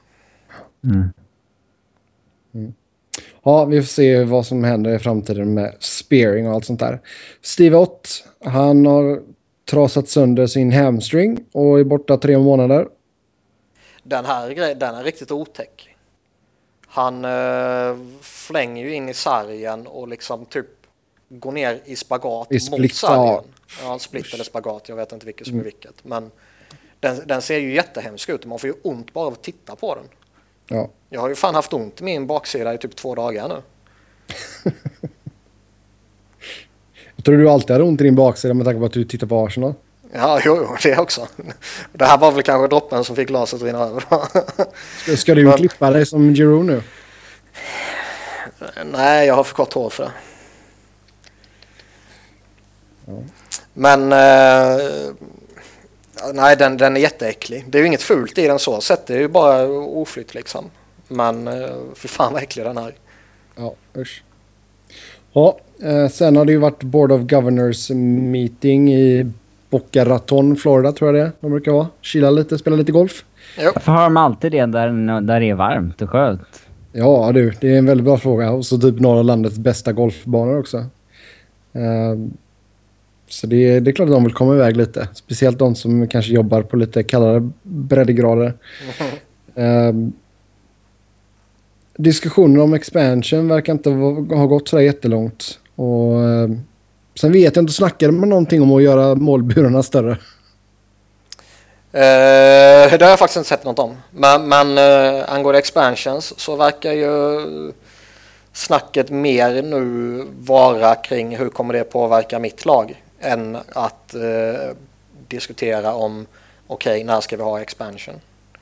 Ja, vi får se vad som händer i framtiden med spearing och allt sånt där. Steve Ott, han har trasat sönder sin hamstring och är borta 3 månader. Den här grejen, den är riktigt otäck. Han flänger ju in i sargen och liksom typ går ner i spagat mot sargen. Ja, split eller spagat, jag vet inte vilket som är vilket. Men den ser ju jättehemsk ut och man får ju ont bara av att titta på den. Ja. Jag har ju fan haft ont i min baksida i typ 2 dagar nu. Jag tror du alltid hade ont i din baksida med tanke på att du tittar på Arsenal. Ja, jo, det också. Det här var väl kanske droppen som fick glaset rinna över. Ska du klippa dig som Giroud nu? Nej, jag har för kort hår för det. Ja. Men nej, den är jätteäcklig. Det är ju inget fult i den så sett. Det är ju bara oflytt liksom. Men för fan vad äcklig den här. Ja, usch. Ja, sen har det ju varit Board of Governors meeting i Boca Raton, Florida tror jag det är. De brukar vara. Chilla lite, spela lite golf. Jo. Varför har de alltid det där det är varmt och skönt? Ja du, det är en väldigt bra fråga. Och så typ några av landets bästa golfbanor också. Så det är klart att de vill komma iväg lite. Speciellt de som kanske jobbar på lite kallare breddgrader. Diskussionen om expansion verkar inte ha gått så där jättelångt. Och sen vet jag inte, snackade man någonting om att göra målburarna större? Det har jag faktiskt inte sett något om. Men angående expansions så verkar ju snacket mer nu vara kring hur kommer det påverka mitt lag än att diskutera om okej, när ska vi ha expansion.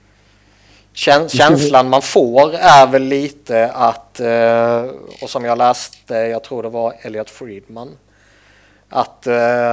Känslan man får är väl lite att, och som jag läste, jag tror det var Elliot Friedman, att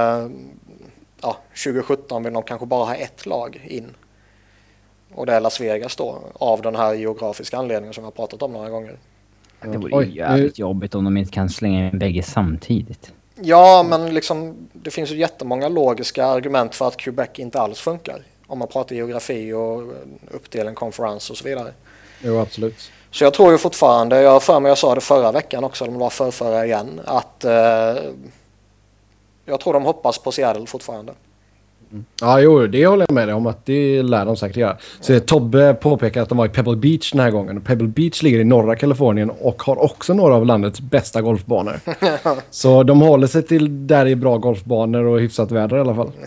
2017 vill de kanske bara ha ett lag in. Och det är Las Vegas då, av den här geografiska anledningen som jag har pratat om några gånger. Det vore ju jävligt jobbigt om de inte kan slänga in bägge samtidigt. Ja, men liksom, det finns ju jättemånga logiska argument för att Quebec inte alls funkar. Om man pratar geografi och uppdelning, konferens och så vidare. Jo, absolut. Så jag tror ju fortfarande, jag sa det förra veckan också, eller om det var förra igen, att jag tror de hoppas på Seattle fortfarande. Ja, jo, det håller jag med dig om att det lär de säkert göra. Så Tobbe påpekar att de var i Pebble Beach den här gången. Och Pebble Beach ligger i norra Kalifornien och har också några av landets bästa golfbanor. Så de håller sig till där det är bra golfbanor och hyfsat väder i alla fall.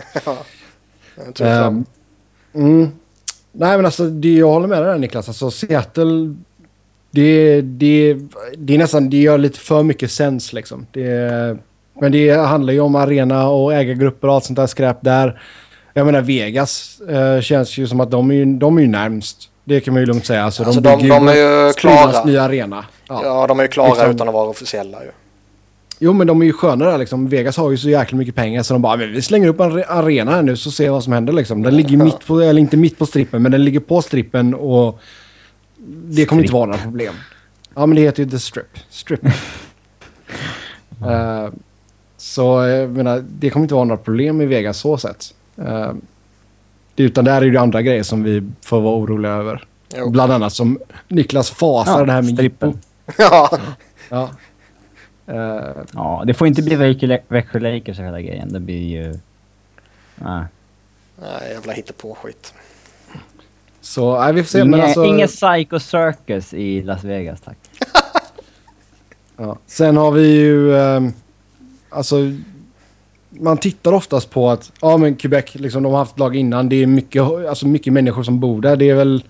Nej, men alltså, jag håller med dig där, Niklas. Alltså, Seattle, det är nästan, det gör lite för mycket sens liksom. Men det handlar ju om arena och ägargrupper och allt sånt där skräp där. Jag menar, Vegas känns ju som att de är ju närmst. Det kan man ju lugnt säga. Alltså, de är ju klara. Ny arena. Ja, de är ju klara liksom, utan att vara officiella ju. Jo, men de är ju skönare liksom. Vegas har ju så jäkla mycket pengar så de bara, vi slänger upp en arena här nu så ser vad som händer liksom. Den ligger mitt på, eller inte mitt på strippen, men den ligger på strippen och det kommer inte vara några problem. Ja, men det heter ju The Strip. Så jag menar, det kommer inte vara några problem i Vegas så sett. Utan där är det andra grejer som vi får vara oroliga över. Jo. Bland annat som Niklas fasar det här med strippen. jippo. Ja. Ja. Ja, det får inte bli Växjö Lakers och hela grejen. Det blir ju... Nej. Nej, jävla hittepå-skit. Så vi får se. Men alltså, Inget Psycho Circus i Las Vegas, tack. ja. Sen har vi ju... alltså... Man tittar oftast på att men Quebec, liksom, de har haft lag innan. Det är mycket människor som bor där. Det är väl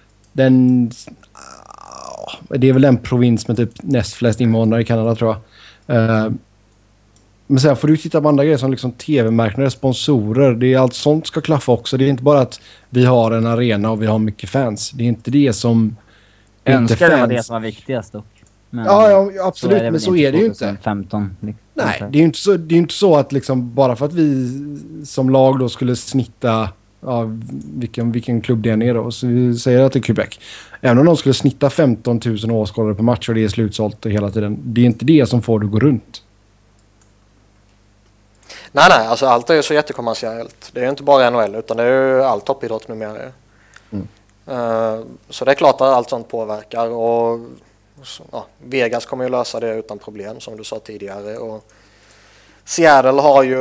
den provins med typ näst flest invånare i Kanada, tror jag. Men sen får du titta på andra grejer som liksom tv-marknader, sponsorer. Det är allt sånt ska klaffa också. Det är inte bara att vi har en arena och vi har mycket fans. Det är inte det som... Önskar det var det som var viktigast dock. Men ja, absolut. Men så är det ju inte. 2015, Nej, det är ju inte så att liksom, bara för att vi som lag då skulle snitta vilken klubb det är då. Så vi säger att det är Quebec. Även om de skulle snitta 15 000 åskådare per match och det är slutsålt hela tiden. Det är inte det som får det att gå runt. Nej, alltså allt är ju så jättekommersiellt. Det är ju inte bara NHL utan det är ju all toppidrott numera. Så det är klart att allt sånt påverkar och Vegas kommer ju lösa det utan problem som du sa tidigare. Och Seattle har ju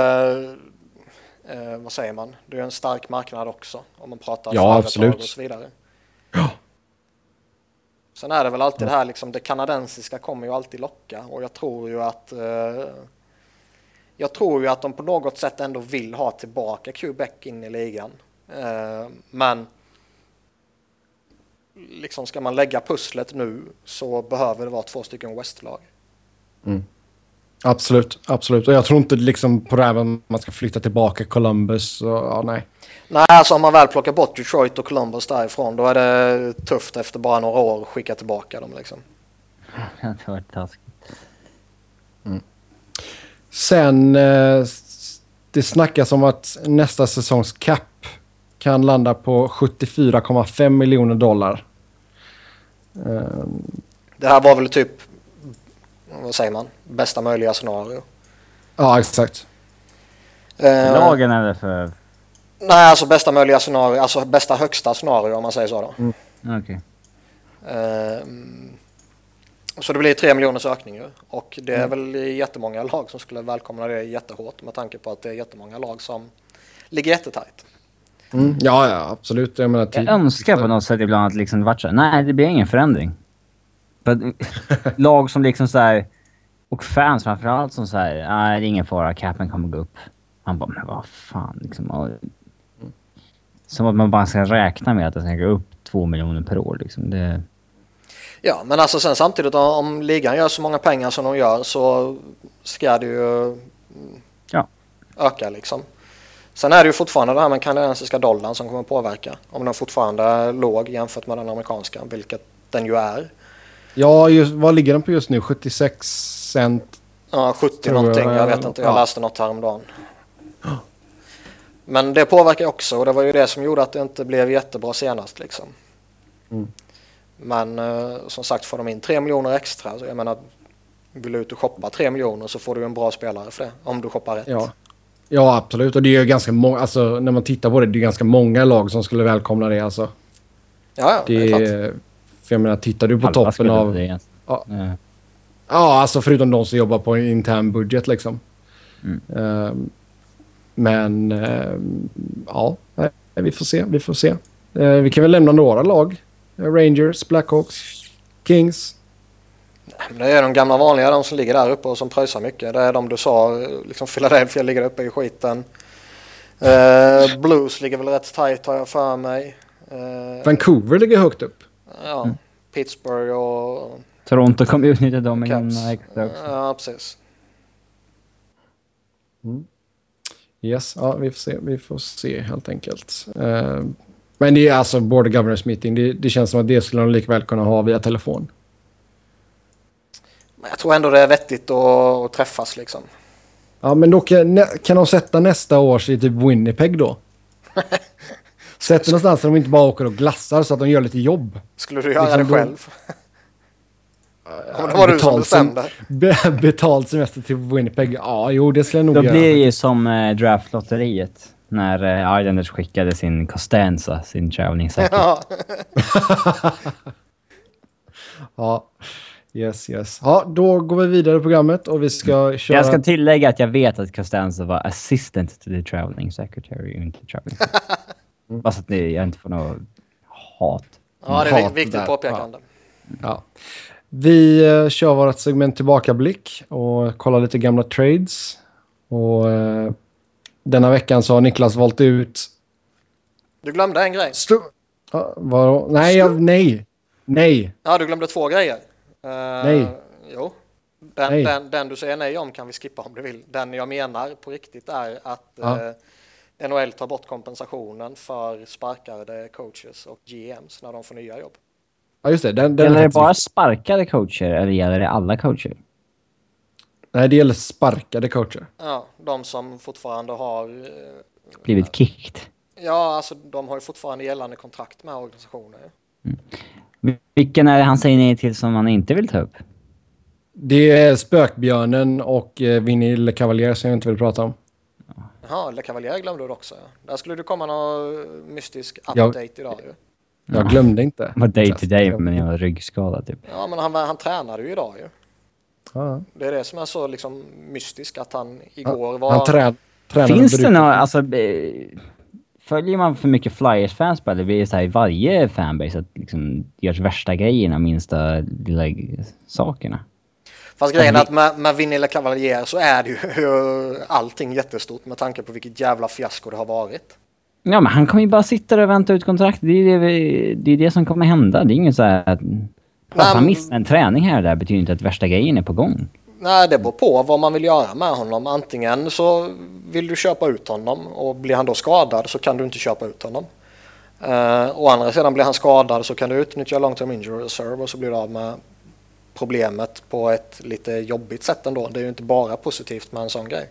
vad säger man? Det är en stark marknad också om man pratar företag absolut. och så vidare. Ja. Sen är det väl alltid det här liksom, det kanadensiska kommer ju alltid locka och jag tror ju att de på något sätt ändå vill ha tillbaka Quebec in i ligan. Men liksom ska man lägga pusslet nu så behöver det vara 2 stycken Westlag. Absolut. Och jag tror inte liksom på det här att man ska flytta tillbaka Columbus och nej. Nej, alltså om man väl plockar bort Detroit och Columbus därifrån då är det tufft efter bara några år att skicka tillbaka dem liksom. Det har varit taskigt. Sen det snackas om att nästa säsongs cap kan landa på $74,5 miljoner. Det här var väl typ, vad säger man, bästa möjliga scenario. Ja, exakt. Lagen är det för... Nej, alltså bästa möjliga scenario, alltså bästa högsta scenario om man säger så då. Okej. Så det blir 3 miljoners ökning ju. Och det är väl jättemånga lag som skulle välkomna det jättehårt med tanke på att det är jättemånga lag som ligger jättetajt. Ja, absolut. Jag önskar på något sätt ibland att liksom vart så här, nej, det blir ingen förändring. Lag som liksom så här, och fans framförallt som så här, nej, det är ingen fara, capen kommer gå upp. Man bara, men vad fan liksom. Som att man bara ska räkna med att det ska gå upp 2 miljoner per år liksom. Det... Ja, men alltså sen samtidigt om ligan gör så många pengar som de gör så ska det ju öka liksom. Sen är det ju fortfarande det här med kanadensiska dollarn som kommer påverka. Om den fortfarande är låg jämfört med den amerikanska, vilket den ju är. Ja, vad ligger den på just nu? 76 cent? Ja, 70 någonting. Jag vet inte, jag läste något häromdagen. Men det påverkar också och det var ju det som gjorde att det inte blev jättebra senast liksom. Men som sagt, får de in 3 miljoner extra, så jag menar, vill du ut och shoppa 3 miljoner så får du en bra spelare för det, om du shoppar rätt. Ja, absolut. Och det är ju ganska många, alltså när man tittar på det, det är ganska många lag som skulle välkomna det alltså. Ja, det är klart. För jag menar, tittar du på toppen av... Ja, alltså förutom de som jobbar på en intern budget liksom. Men ja, vi får se. Vi kan väl lämna några lag. Rangers, Blackhawks, Kings. Det är de gamla vanliga, de som ligger där uppe och som pröjsar mycket. Det är de du sa, liksom Philadelphia ligger uppe i skiten. Blues ligger väl rätt tajt har jag för mig. Vancouver ligger högt upp. Ja, Pittsburgh och... Toronto kommer utnyttja dem en extra också. Ja, precis. Yes, ja, vi får se helt enkelt. Men det är alltså Board of Governors meeting. Det känns som att det skulle de lika väl kunna ha via telefon. Men jag tror ändå det är vettigt att träffas liksom. Ja, men då kan de sätta nästa års i typ Winnipeg då? Sätter någonstans där de inte bara åker och glassar så att de gör lite jobb. Skulle du göra liksom det själv? Om det var du som bestämde. Betalt semester till Winnipeg. Ja, jo, det skulle jag nog Då göra. blir det ju som draftlotteriet. När Islanders skickade sin Costanza, sin traveling second. Ja. Ja, yes. Ja, då går vi vidare i programmet och vi ska köra... Jag ska tillägga att jag vet att Costanza var assistant to the traveling secretary och inte traveling secretary. Bara så att jag inte får något hat. Ja, det är Hat viktigt där. påpekande. Ja. Vi kör vårt segment tillbakablick och kollar lite gamla trades. Och denna veckan så har Niklas valt ut... Du glömde en grej. Vadå? Nej. Ja, du glömde 2 grejer. Nej. Jo. Nej. Den du säger nej om kan vi skippa om du vill. Den jag menar på riktigt är att NHL tar bort kompensationen för sparkade coaches och GMs när de får nya jobb. Ja, just det. Den Gäller det faktiskt... bara sparkade coacher eller gäller det alla coacher? Nej, det gäller sparkade coacher. Ja, de som fortfarande har... Blivit kicked. Ja, alltså de har ju fortfarande gällande kontrakt med organisationer. Vilken är det han säger nej till som han inte vill ta upp? Det är Spökbjörnen och Vinny Le Cavalier som jag inte vill prata om. Jaha, Le Cavalier glömde du också. Där skulle du komma någon mystisk update idag ju. Jag glömde inte. Var day to day, men jag var ryggskadad typ. Ja, men han tränade ju idag ju. Ja. Det är det som är så liksom mystiskt att han igår var... Han tränade. Finns det något, alltså... Följer man för mycket Flyers-fans på det blir det så här i varje fanbase att liksom görs värsta grejerna, minsta lilla sakerna. Fast grejen är att med Vinny Le Cavalier så är det ju allting jättestort med tanke på vilket jävla fiasko det har varit. Ja, men han kommer ju bara sitta där och vänta ut kontrakt. Det är det som kommer hända. Det är inget så här att han missar en träning här och där betyder inte att värsta grejen är på gång. Nej, det beror på vad man vill göra med honom. Antingen så vill du köpa ut honom och blir han då skadad så kan du inte köpa ut honom. Å andra sidan blir han skadad så kan du utnyttja long term injury reserve och så blir du av med problemet på ett lite jobbigt sätt ändå. Det är ju inte bara positivt med en sån grej.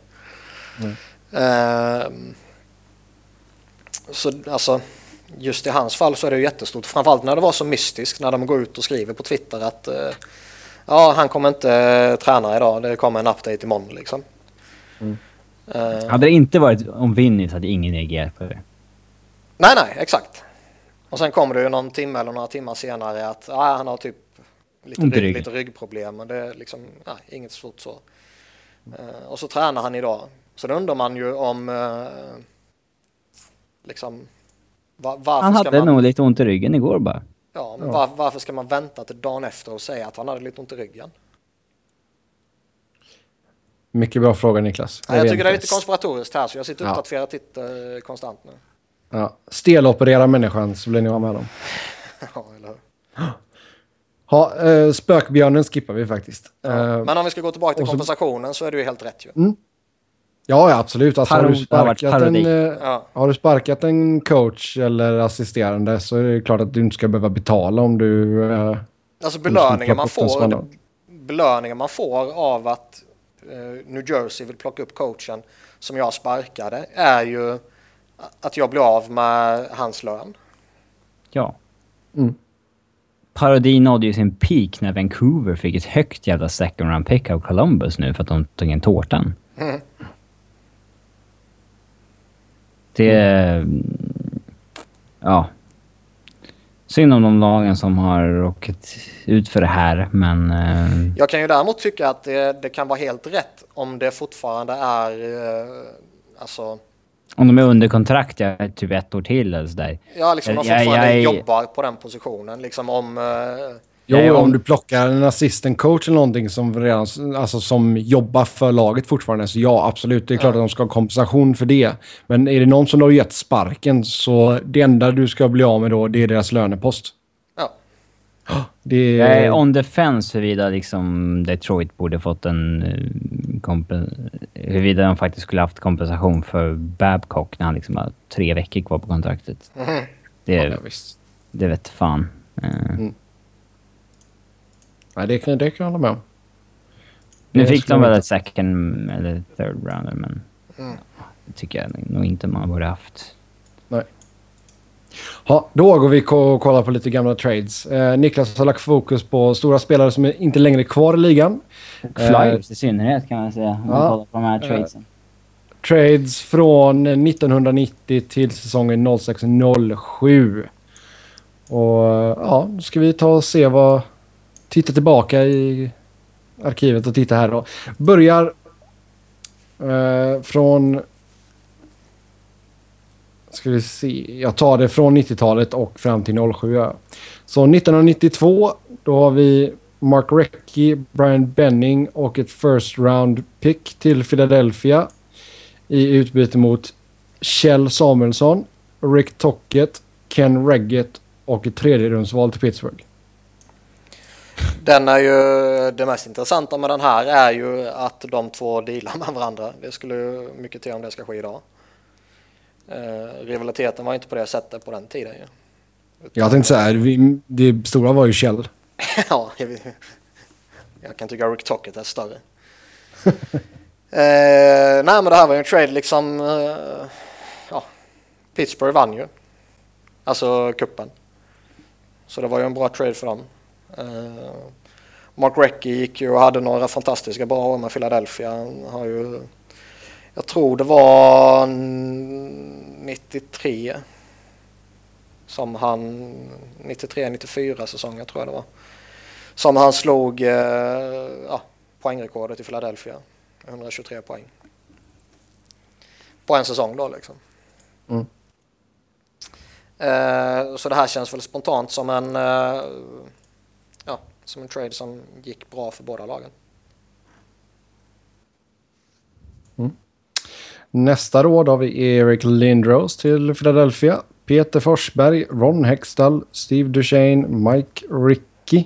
Så alltså just i hans fall så är det ju jättestort. Framförallt när det var så mystiskt när de går ut och skriver på Twitter att ja, han kommer inte träna idag. Det kommer en update imorgon liksom. Hade det inte varit om Vinny så hade ingen reagerat på det. Nej, exakt. Och sen kommer det ju någon timme eller några timmar senare att han har typ lite ryggproblem. Och det är liksom inget stort så. Och så tränar han idag. Så då undrar man ju om liksom varför han hade ska man... nog lite ont i ryggen igår bara. Ja, men varför ska man vänta till dagen efter och säga att han hade lite ont i ryggen? Mycket bra fråga, Niklas. Jag tycker det är lite konspiratoriskt här så jag sitter och uppdaterar Twitter konstant nu. Ja, steloperera människan så blir ni av med dem. Ja, eller hur? Ja, spökbjörnen skippar vi faktiskt. Men om vi ska gå tillbaka till kompensationen så är det ju helt rätt ju. Ja, absolut. Alltså, har du sparkat en coach eller assisterande så är det klart att du inte ska behöva betala om du... Alltså belöningen man får av att New Jersey vill plocka upp coachen som jag sparkade är ju att jag blir av med hans lön. Ja. Parodin nådde ju sin peak när Vancouver fick ett högt jävla second round pick av Columbus nu för att de tog in tårtan. Det... Ja. Synd om de lagen som har råkat ut för det här, men... Jag kan ju däremot tycka att det kan vara helt rätt om det fortfarande är... alltså... Om de är under kontrakt, typ 1 år till eller sådär. Ja, liksom de fortfarande jobbar på den positionen. Liksom om... om du plockar en assistant coach eller någonting som redan, alltså som jobbar för laget fortfarande, så ja, absolut. Det är klart att de ska ha kompensation för det. Men är det någon som har gett sparken så det enda du ska bli av med då, det är deras lönepost. Ja. Jag är on defense huruvida liksom Detroit borde fått en huruvida de faktiskt skulle haft kompensation för Babcock när han liksom har 3 veckor kvar på kontraktet. Det vet fan. Nej, det kan jag hålla med om. Nu fick de väl ett second eller third rounder, men det tycker jag nog inte man borde haft. Nej. Ja, då går vi och kollar på lite gamla trades. Niklas har lagt fokus på stora spelare som inte längre är kvar i ligan. Flyers i synnerhet kan man säga. Om man kollar på de här tradesen. Trades från 1990 till säsongen 06-07. Och ja, då ska vi ta och se titta tillbaka i arkivet och titta här då. Börjar från... Ska vi se. Jag tar det från 90-talet och fram till 07. Ja. Så 1992 då har vi Mark Recchi, Brian Benning och ett first round pick till Philadelphia i utbyte mot Kjell Samuelsson, Rick Tocchet, Ken Reggett och ett tredjerumsval till Pittsburgh. Den är ju det mest intressanta med den här är ju att de två dealar med varandra. Det skulle ju mycket till om det ska ske idag. Rivaliteten var inte på det sättet på den tiden. Ja. Jag tänkte så här, det stora var ju Kjell. Ja, jag kan tycka Rick Tocchet är större. Nej, men det här var ju en trade liksom. Pittsburgh vann ju. Alltså kuppen. Så det var ju en bra trade för dem. Mark Recchi gick ju och hade några fantastiska bra år med Philadelphia. Han har ju, jag tror det var 93 som han 93-94 säsongen tror jag det var. Som han slog poängrekordet i Philadelphia. 123 poäng. På en säsong då liksom. Mm. Så det här känns väl spontant som en trade som gick bra för båda lagen. Mm. Nästa råd har vi Eric Lindros till Philadelphia, Peter Forsberg, Ron Hextall, Steve Duchesne, Mike Rickey,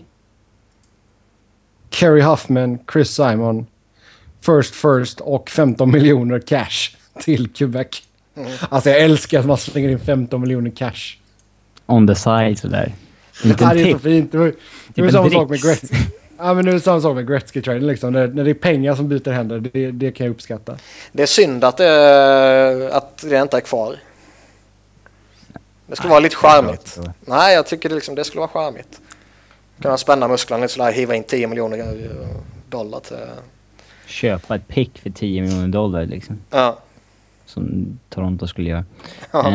Kerry Huffman, Chris Simon, first och 15 miljoner cash till Quebec. Mm. Alltså jag älskar att man slänger in 15 miljoner cash. On the side sådär. Det är så fint. Det är samma sak med Gretzky. Ja, men nu är det samma sak med Gretzky-traden liksom. När det är pengar som byter händer, det kan jag uppskatta. Det är synd att det inte är kvar. Det skulle vara lite charmigt. Nej, jag tycker det skulle vara charmigt. Kunna spänna musklerna lite sådär, hiva in 10 miljoner dollar till... Köpa ett pick för 10 miljoner dollar liksom. Ja. Som Toronto skulle göra. Ja.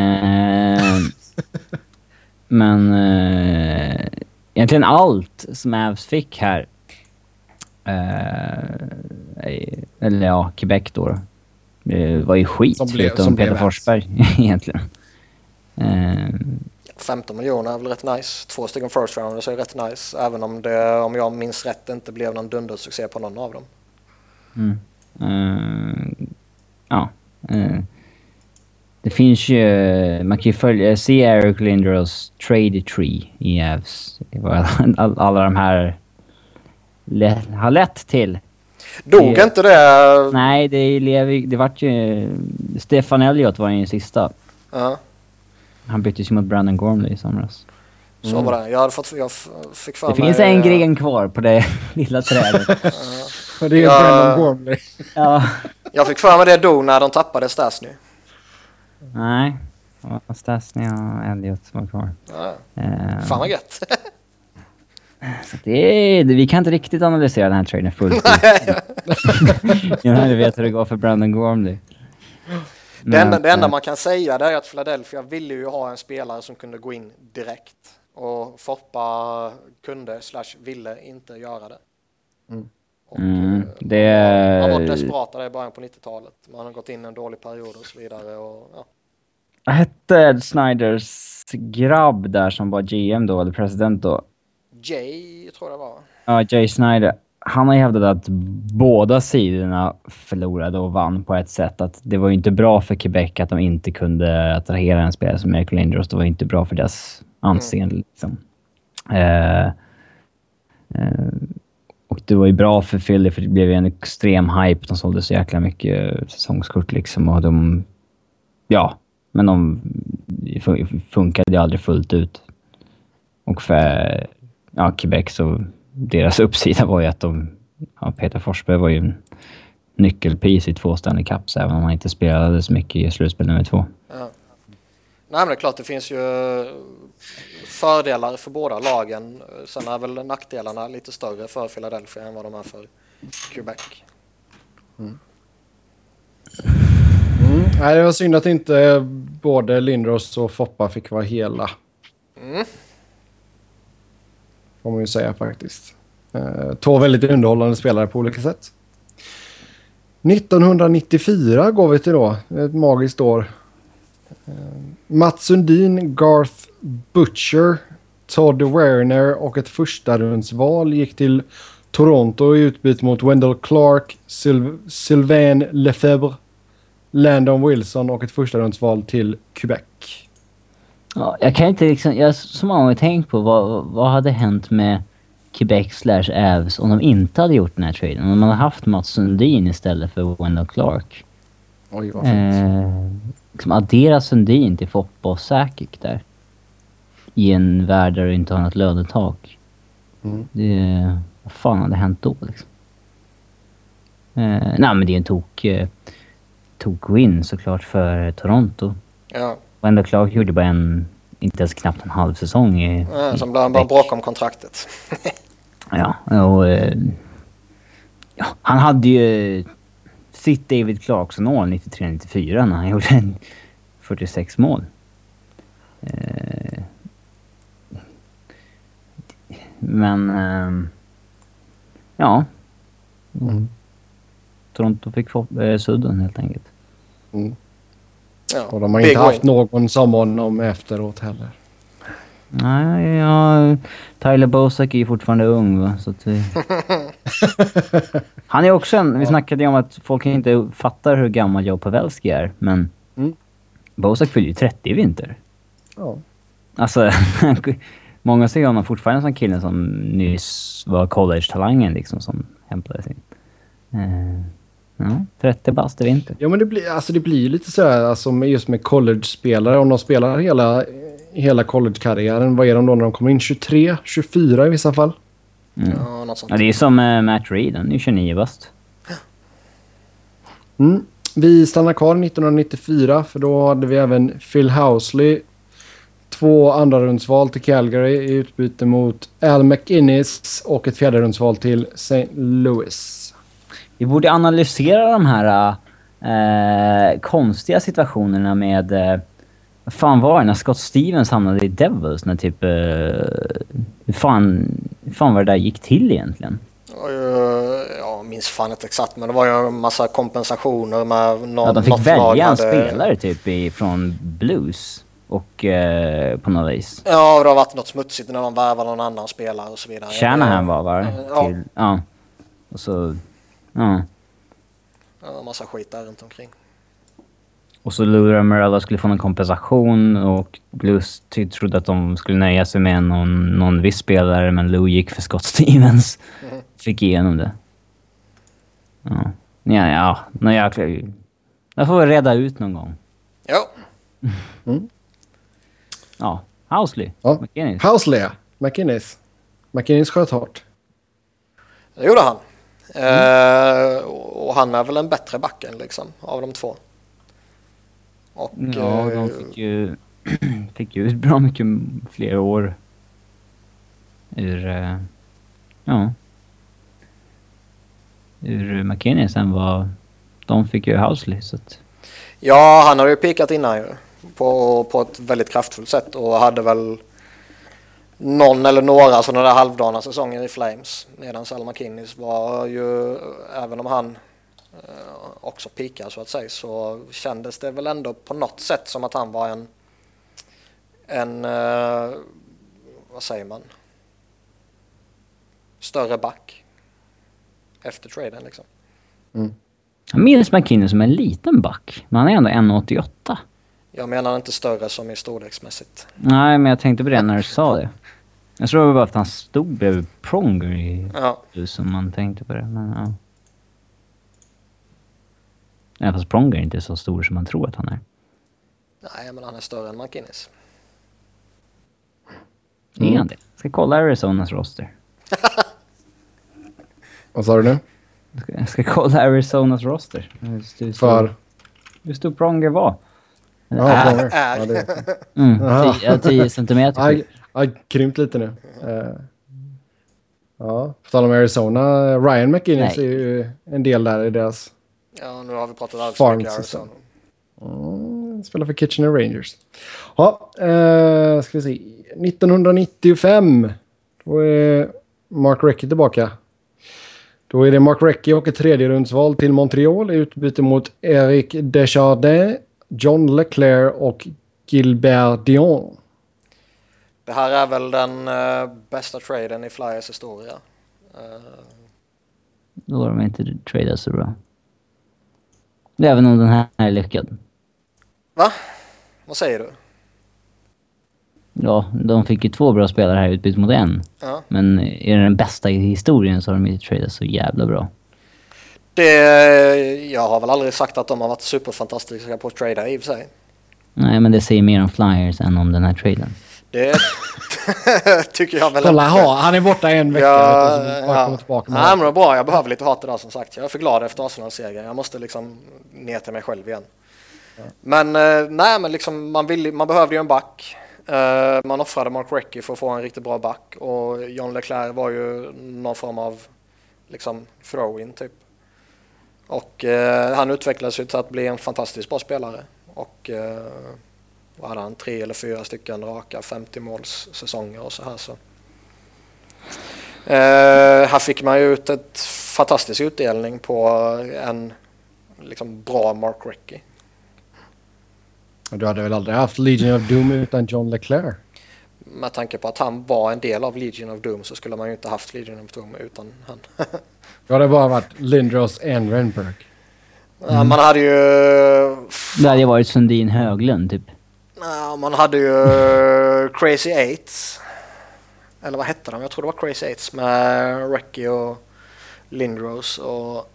Men egentligen allt som Avs fick här eller ja, Quebec då. Det var ju skit förutom Peter Forsberg egentligen. 15 miljoner är väl rätt nice. 2 stycken first rounders är rätt nice. Även om det, om jag minns rätt, inte blev någon dundersuccé på någon av dem. Det finns ju, man kan ju se Eric Lindros trade tree i Avs. Alla de här har lett till. Dog inte det? Nej, det vart ju... Stefan Elliott var ju den sista. Han byttes ju mot Brandon Gormley i somras. Så var det. Jag fick för det finns en gren kvar på det lilla trädet. Och det är Brandon Gormley. Ja. Jag fick för mig det dog när de tappade Stastny. Nej, Stastny och Elliott som var kvar. Fan vad gött. Så vi kan inte riktigt analysera den här traden fullt. Jag vet hur det går för Brandon Gormley. Det enda man kan säga är att Philadelphia ville ju ha en spelare som kunde gå in direkt. Och Foppa ville inte göra det. Och, man var desperat där i början på 90-talet. Man har gått in en dålig period och så vidare. Och, Vad hette Ed Snyders grabb där som var GM då, eller president då? Jay tror jag det var. Ja, Jay Snyder. Han har hävdat att båda sidorna förlorade och vann på ett sätt. Att det var ju inte bra för Quebec att de inte kunde attrahera en spelare som Eric Lindros. Det var inte bra för deras anseende. Liksom. Och det var ju bra för Philly för det blev ju en extrem hype. De sålde så jäkla mycket säsongskort liksom. Och de funkade ju aldrig fullt ut. Och för Quebec så deras uppsida var ju att Peter Forsberg var ju en nyckelpiece i 2 Stanley Cups även om han inte spelade så mycket i slutspel nummer 2. Ja. men det är klart det finns ju fördelar för båda lagen. Sen är väl nackdelarna lite större för Philadelphia än vad de är för Quebec. Nej, det var synd att inte både Lindros och Foppa fick vara hela. Får man ju säga faktiskt. Två väldigt underhållande spelare på olika sätt. 1994 går vi till då. Ett magiskt år. Mats Sundin, Garth Butcher, Todd Werner och ett första rundsval gick till Toronto i utbyte mot Wendell Clark, Sylvain Lefebvre, Landon Wilson och ett första rundsval till Quebec. Ja, jag kan inte liksom... Jag har så många gånger tänkt på vad hade hänt med Quebec/Avs om de inte hade gjort den här traden. Om man hade haft Mats Sundin istället för Wendell Clark. Oj, vad fint. Liksom addera Sundin till Foppa och Sakic där. I en värld där du inte har något lönetak. Vad fan hade hänt då liksom? Nej, men det är en tok-win såklart för Toronto. Ja. Wendell Clark gjorde bara inte ens knappt en halv säsong i som blev bara bråk om kontraktet. Ja, och han hade ju sitt David Clarkson-år 93-94 när han gjorde 46 mål. Men ja. Toronto fick sudden helt enkelt. Ja. Och de har inte haft någon som honom efteråt heller. Nej, ja, Tyler Bozak är ju fortfarande ung, va? Så att han är också vi snackade ju om att folk inte fattar hur gammal Joe Pavelski är, men Bozak fyller ju 30 i vinter. Ja. Alltså, många ser honom fortfarande som killen som nyss var college-talangen liksom, som hämtade sin. 30 bast i vinter. Ja, men det blir ju lite så här alltså, just med college-spelare. Om de spelar hela college-karriären, vad är de då när de kommer in? 23, 24 i vissa fall? Ja, något sånt. Ja, det är som Matt Reed, han är 29 bast. Vi stannar kvar 1994 för då hade vi även Phil Housley. 2 andra rundsval till Calgary i utbyte mot Al McInnes och ett fjärde rundsval till St. Louis. Vi borde analysera de här konstiga situationerna med... vad fan var det när Scott Stevens hamnade i Devils? När typ... hur fan var det där gick till egentligen? Jag minns fan inte exakt, men det var ju en massa kompensationer med någon... de fick välja en spelare typ från Blues och på något vis. Ja, det har varit något smutsigt när de värvar någon annan spelare och så vidare. Shanahan var Ja. Ja. Och så... Ja. Ja, massa skit där runt omkring. Och så Lou Lamoriello skulle få en kompensation och Blues trodde att de skulle nöja sig med någon viss spelare, men Lou gick för Scott Stevens. Fick igenom det. Ja. Jag får reda ut någon gång. Ja. Ja, Housley. Ja. McInnes. Housley, McInnes. McInnes sköt hårt. Det gjorde han. Och han är väl en bättre backen liksom, av de två. Och, ja, de fick ju ut bra mycket fler år ur McInnes än vad de fick ju Housley. Så att... Ja, han har ju pikat innan ju på ett väldigt kraftfullt sätt och hade väl någon eller några sådana där halvdana säsonger i Flames, medan Al McInnes var ju, även om han också pikar så att säga, så kändes det väl ändå på något sätt som att han var en vad säger man, större back efter traden liksom. Jag minns McInnes som en liten back, men han är ändå 1,88. Jag menar inte större som i storleksmässigt. Nej, men jag tänkte på det när du sa det. Jag tror bara att han stod bredvid Pronger i som man tänkte på det. Men, ja. Ja, fast Pronger är inte så stor som man tror att han är. Nej, men han är större än McInnes. Är han det? Ska kolla Arizonas roster. Vad sa du nu? Jag ska kolla Arizonas roster. För? Hur stor Pronger var. Ja, gånger. Är. 10 centimeter. Jag har krympt lite nu. Ja, på tal om Arizona. Ryan McInnes är ju en del där i deras... Ja, nu har vi pratat allt för mycket Arizona. Spelar för Kitchener Rangers. Ja, ska vi se. 1995. Då är Mark Recchi tillbaka. Då är det Mark Recchi och ett tredje rundsval till Montreal i utbyte mot Eric Desjardins, John Leclerc och Gilbert Dion. Det här är väl den bästa traden i Flyers historia. Då var de inte tradade så bra. Även om den här är lyckad. Va? Vad säger du? Ja, de fick ju 2 bra spelare här utbyte mot en. Ja. Men är det den bästa i historien så har de inte tradat så jävla bra. Jag har väl aldrig sagt att de har varit superfantastiska på att trada i och för sig. Nej, men det säger mer om Flyers än om den här traden. Det tycker jag väl. Kolla, han är borta en vecka. Ja. Tillbaka Nej, men det är bra. Jag behöver lite hat idag som sagt. Jag är för glad efter Arsenal-segern. Jag måste liksom ner till mig själv igen. Ja. Men nej, men liksom man behövde ju en back. Man offrade Mark Recchi för att få en riktigt bra back. Och John Leclerc var ju någon form av liksom throw-in typ. Och han utvecklades ju till att bli en fantastiskt bra spelare. Och vad hade han? 3 eller 4 stycken raka 50-måls säsonger och så här. Så. Här fick man ju ut ett fantastisk utdelning på en liksom bra Mark Recchi. Du hade väl aldrig haft Legion of Doom utan John Leclerc? Med tanke på att han var en del av Legion of Doom så skulle man ju inte haft Legion of Doom utan han. Det hade bara varit Lindros and Renberg. Man hade ju... Det hade ju varit Sundin Höglund typ. Man hade ju Crazy Eights. Eller vad hette de? Jag tror det var Crazy Eights med Recchi och Lindros och...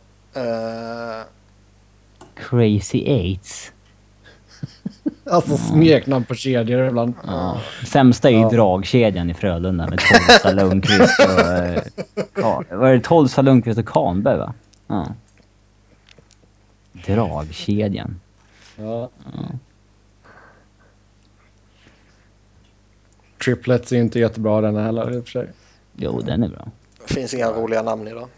Crazy Eights. Alltså smeknamn på kedjor ibland. Ja. Sämsta är ju dragkedjan i Frölunda med Tolsa Lundqvist och... var det Tolsa Lundqvist och Kahnberg va? Ja. Dragkedjan. Ja. Triplets är inte jättebra den heller i och för sig. Jo, den är bra. Det finns inga roliga namn idag.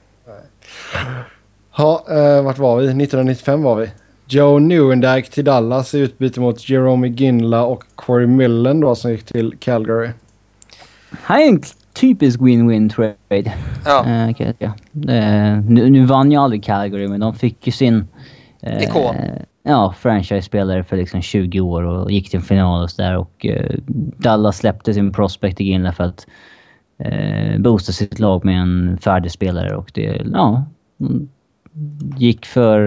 Ja, vart var vi? 1995 var vi. Joe Nieuwendyk till Dallas i utbyte mot Jerome Ginla och Corey Millen då som gick till Calgary. Här är en typisk win-win trade. Ja. Nu vann ju aldrig Calgary, men de fick ju sin... Ikon. franchise-spelare för liksom 20 år och gick till en final och sådär. Och Dallas släppte sin prospect i Ginla för att boosta sitt lag med en färdig spelare. Och det, gick för...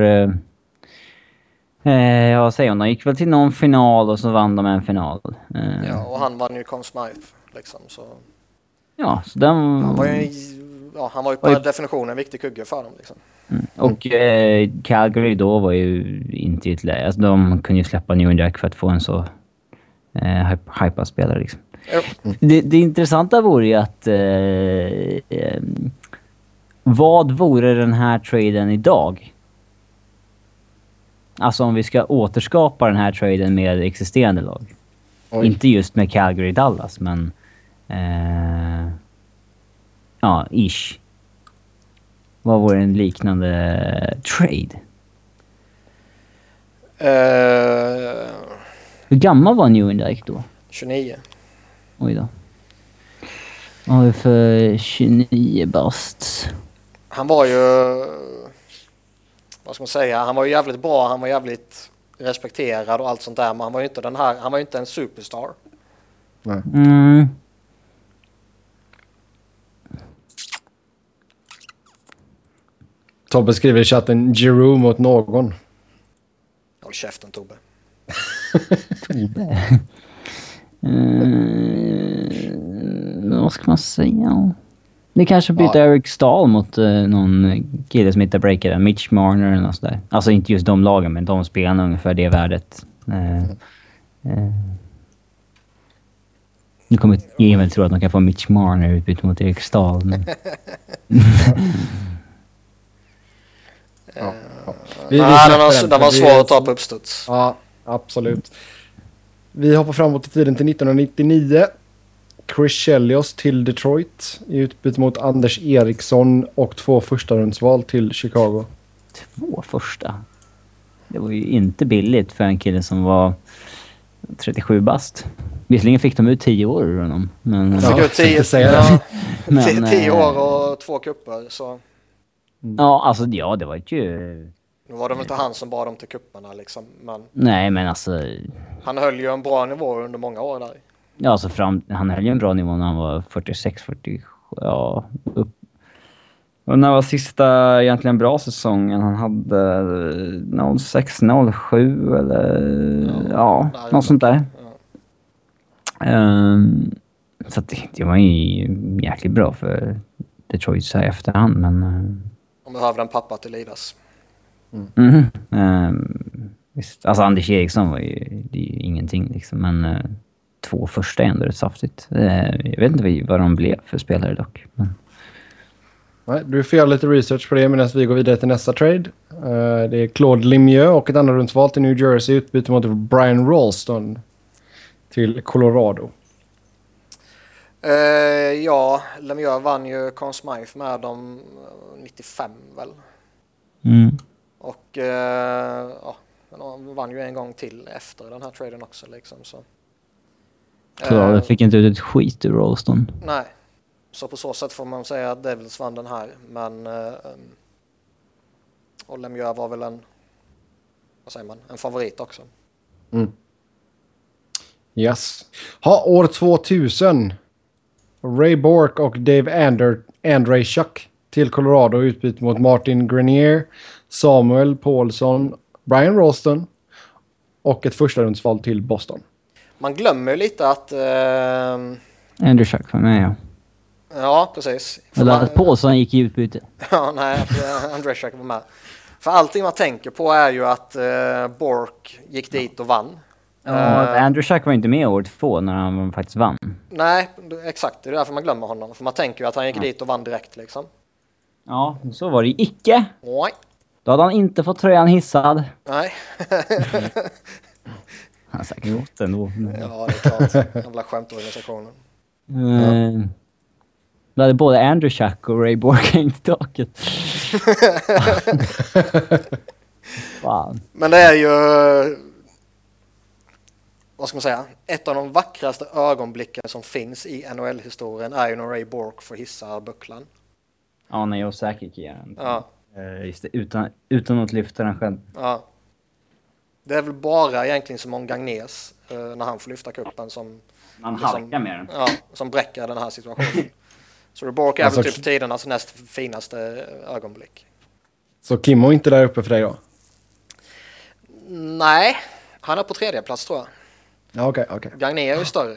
vad säger hon? De gick väl till någon final och så vann de en final. Ja, och han vann ju Conn Smythe liksom, så... Ja, så den... Han var ju på definitionen en viktig kugge för dem liksom. Och Calgary då var ju inte i ett läge. Alltså, de kunde ju släppa Nieuwendyk för att få en så hypad spelare liksom. Det intressanta vore ju att vad vore den här traden idag? Alltså om vi ska återskapa den här traden med existerande lag. Oj. Inte just med Calgary Dallas, men ish. Vad vore en liknande trade? Hur gammal var Nieuwendyk då? 29. Oj då. Vad har vi för 29 bast? Han var ju... Vad ska man säga? Han var ju jävligt bra. Han var jävligt respekterad och allt sånt där. Men han var ju inte den här... Han var ju inte en superstar. Nej. Tobbe skriver i chatten Giroux mot någon. Håll käften, Tobbe. Tobbe? Vad ska man säga? Ni kanske byter Eric Stahl mot någon kille som inte breakar den. Mitch Marner eller något sådär. Alltså inte just de lagen, men de spelar ungefär det värdet. Nu kommer Emil tro att de kan få Mitch Marner utbyte mot Eric Stahl. Men... Den var svår att ta på uppstuds. Ja, Absolut. Vi hoppar framåt i tiden till 1999. Chris Chelios till Detroit i utbyte mot Anders Eriksson och 2 första-rundsval till Chicago. 2 första? Det var ju inte billigt för en kille som var 37 bast. Visserligen fick de ut 10 år ur honom. Men, De fick ut 10 år och 2 kupper. Så. Ja, alltså ja, det var ju... Nu var det väl inte han som bad dem till kupperna liksom. Men Nej, men alltså... han höll ju en bra nivå under många år där. Ja, alltså han höll ju en bra nivå när han var 46, 47, ja, upp. Och när var sista egentligen bra säsongen? Han hade 06, 07 eller ja något sånt där. Ja. Så att det var ju jäkligt bra för Detroit så här i efterhand, men... De behövde en pappa till Lidas. Visst. Alltså Anders Eriksson var ju, det är ju ingenting liksom, men 2 första är ändå rätt saftigt. Jag vet inte vad de blev för spelare dock. Men... Nej, du får göra lite research på det medan vi går vidare till nästa trade. Det är Claude Lemieux och ett andra rundsval till New Jersey utbyte mot Brian Ralston till Colorado. Ja, Lemieux vann ju Conn Smythe med dem 95 väl. Och ja, de vann ju en gång till efter den här traden också liksom, så. Colorado fick inte ut ett skit ur Ralston. Nej. Så på så sätt får man säga att Devils vann den här, men och Lemieux var väl en favorit också. Yes. År 2000. Ray Bourque och Dave Andreychuk till Colorado utbyte mot Martin Grenier, Samuel Paulsson, Brian Ralston och ett första rundsval till Boston. Man glömmer lite att Andreychuk var med, ja. Ja, precis. Eller att Paulsson gick i utbyte. Ja, nej, Andreychuk var med. För allting man tänker på är ju att Bourque gick dit och vann. Ja, Andreychuk var inte med år 2 när han faktiskt vann. Nej, exakt. Det är därför man glömmer honom. För man tänker ju att han gick dit och vann direkt liksom. Ja, så var det ju icke. Nej. Då hade han inte fått tröjan hissad. Nej. Han har säkert gjort ändå. Ja, det är klart. Jävla skämtorganisationen. Då hade både Andreychuk och Ray Bourque hängt i taket. Fan. Men det är ju, vad ska man säga, ett av de vackraste ögonblicken som finns i NHL-historien är ju när Ray Bourque får hissa bucklan. Ja, när jag säkert ger den. Ja. Just det, utan att lyfta den själv. Ja. Det är väl bara egentligen som om Gagnes när han får lyfta kuppen som man halkar med den. Ja, som bräcker den här situationen. Så Ray Bourque är väl typ tidernas näst finaste ögonblick. Så Kimmo är inte där uppe för dig då? Nej, han är på 3:e plats tror jag. Ja, okej. Gagné är ju större.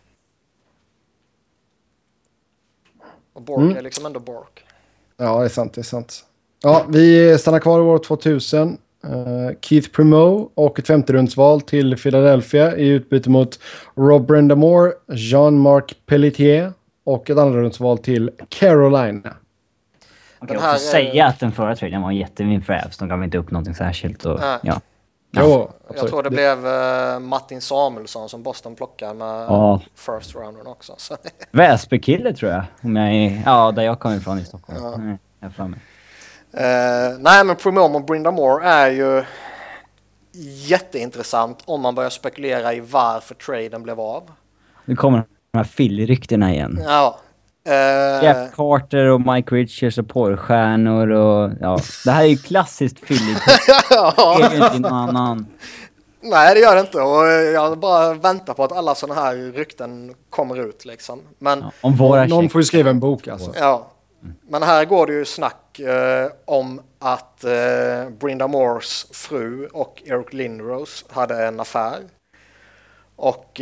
Och Bourque är liksom ändå Bourque. Ja, det är sant. Ja, vi stannar kvar i år 2000. Keith Primeau och ett 5:e-rundsval till Philadelphia i utbyte mot Rob Brind'Amour, Jean-Marc Pelletier och ett andra-rundsval till Carolina. Okej, och säga att den förra traden var jättevin för Avs. De gav inte upp någonting särskilt. Och, ja. Jo, jag tror det blev Martin Samuelsson som Boston plockade med first roundern också. Väsbykille tror jag. Där jag kommer ifrån i Stockholm. Ja. Jag får mig. Nej, men Primeau och Brind'Amour är ju jätteintressant om man börjar spekulera i varför traden blev av. Nu kommer de här Philly-ryktena igen. Ja. Jeff Carter och Mike Richards och porrstjärnor och ja. Det här är ju klassiskt Philly. Ja. Det är ju inte någon annan. Nej, det gör det inte. Och jag bara väntar på att alla sådana här rykten kommer ut liksom. Men om våra någon får ju skriva en bok alltså. Ja. Men här går det ju snack om att Brind'Amours fru och Eric Lindros hade en affär. Och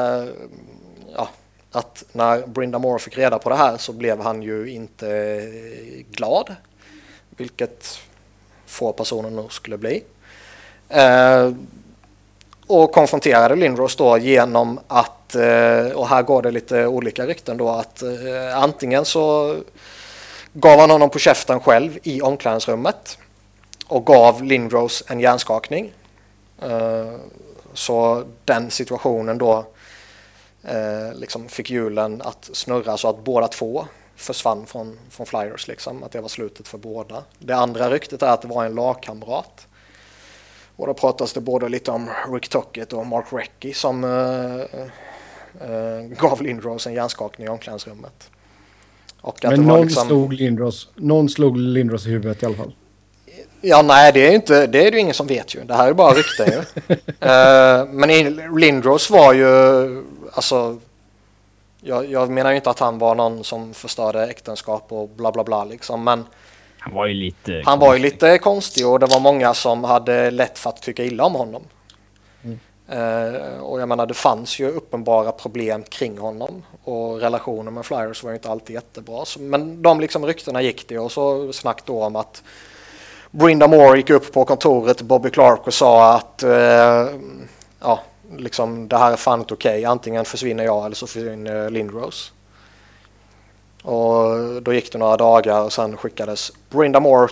att när Brind'Amour fick reda på det här så blev han ju inte glad. Vilket få personer nog skulle bli. Och konfronterade Lindros då genom att, och här går det lite olika rykten då, att antingen så gav han honom på käften själv i omklädningsrummet och gav Lindros en hjärnskakning. Så den situationen då liksom fick hjulen att snurra så att båda två försvann från Flyers liksom, att det var slutet för båda. Det andra ryktet är att det var en lagkamrat. Och då pratas det både lite om Rick Tocchet och Mark Recchi som gav Lindros en hjärnskakning i omklädningsrummet. Och att men det var någon slog Lindros i huvudet i alla fall. Ja, nej, det är det ju ingen som vet ju. Det här är bara rykten ju. Men Lindros var ju, alltså, jag menar ju inte att han var någon som förstörde äktenskap och bla bla bla liksom, men han var ju lite konstig och det var många som hade lätt för att tycka illa om honom. Och jag menar, det fanns ju uppenbara problem kring honom och relationen med Flyers var ju inte alltid jättebra. Men de liksom ryktena gick det, och så snack då om att Brind'Amour Moore gick upp på kontoret till Bobby Clark och sa att ja, liksom, det här är fan inte okej. Antingen försvinner jag eller så försvinner Lindros. Och då gick det några dagar och sen skickades Brind'Amour Moore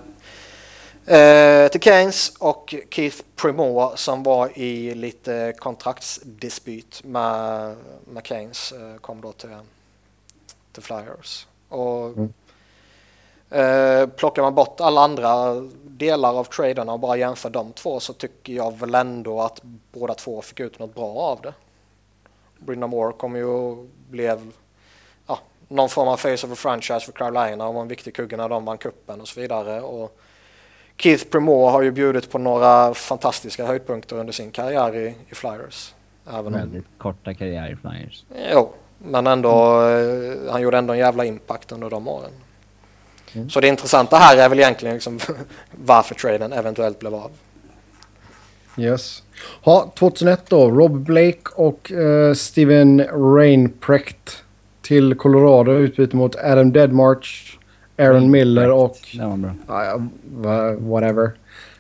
till Keynes, och Keith Primeau som var i lite kontraktsdispyt med Keynes kom då till Flyers. Och plockar man bort alla andra delar av traderna och bara jämför de två, så tycker jag väl ändå att båda två fick ut något bra av det. Brind'Amour Moore kom ju och blev någon form av face of a franchise för Carolina och var en viktig kugge när de vann kuppen och så vidare. Och Keith Primeau har ju bjudit på några fantastiska höjdpunkter under sin karriär i Flyers. Väldigt korta karriär i Flyers. Jo, men ändå han gjorde ändå en jävla impact under de åren. Så det intressanta här är väl egentligen liksom varför traden eventuellt blev av. Yes. 2001 då, Rob Blake och Steven Reinprecht till Colorado, utbyte mot Adam Deadmarch, Aaron Miller och det var bra. Whatever.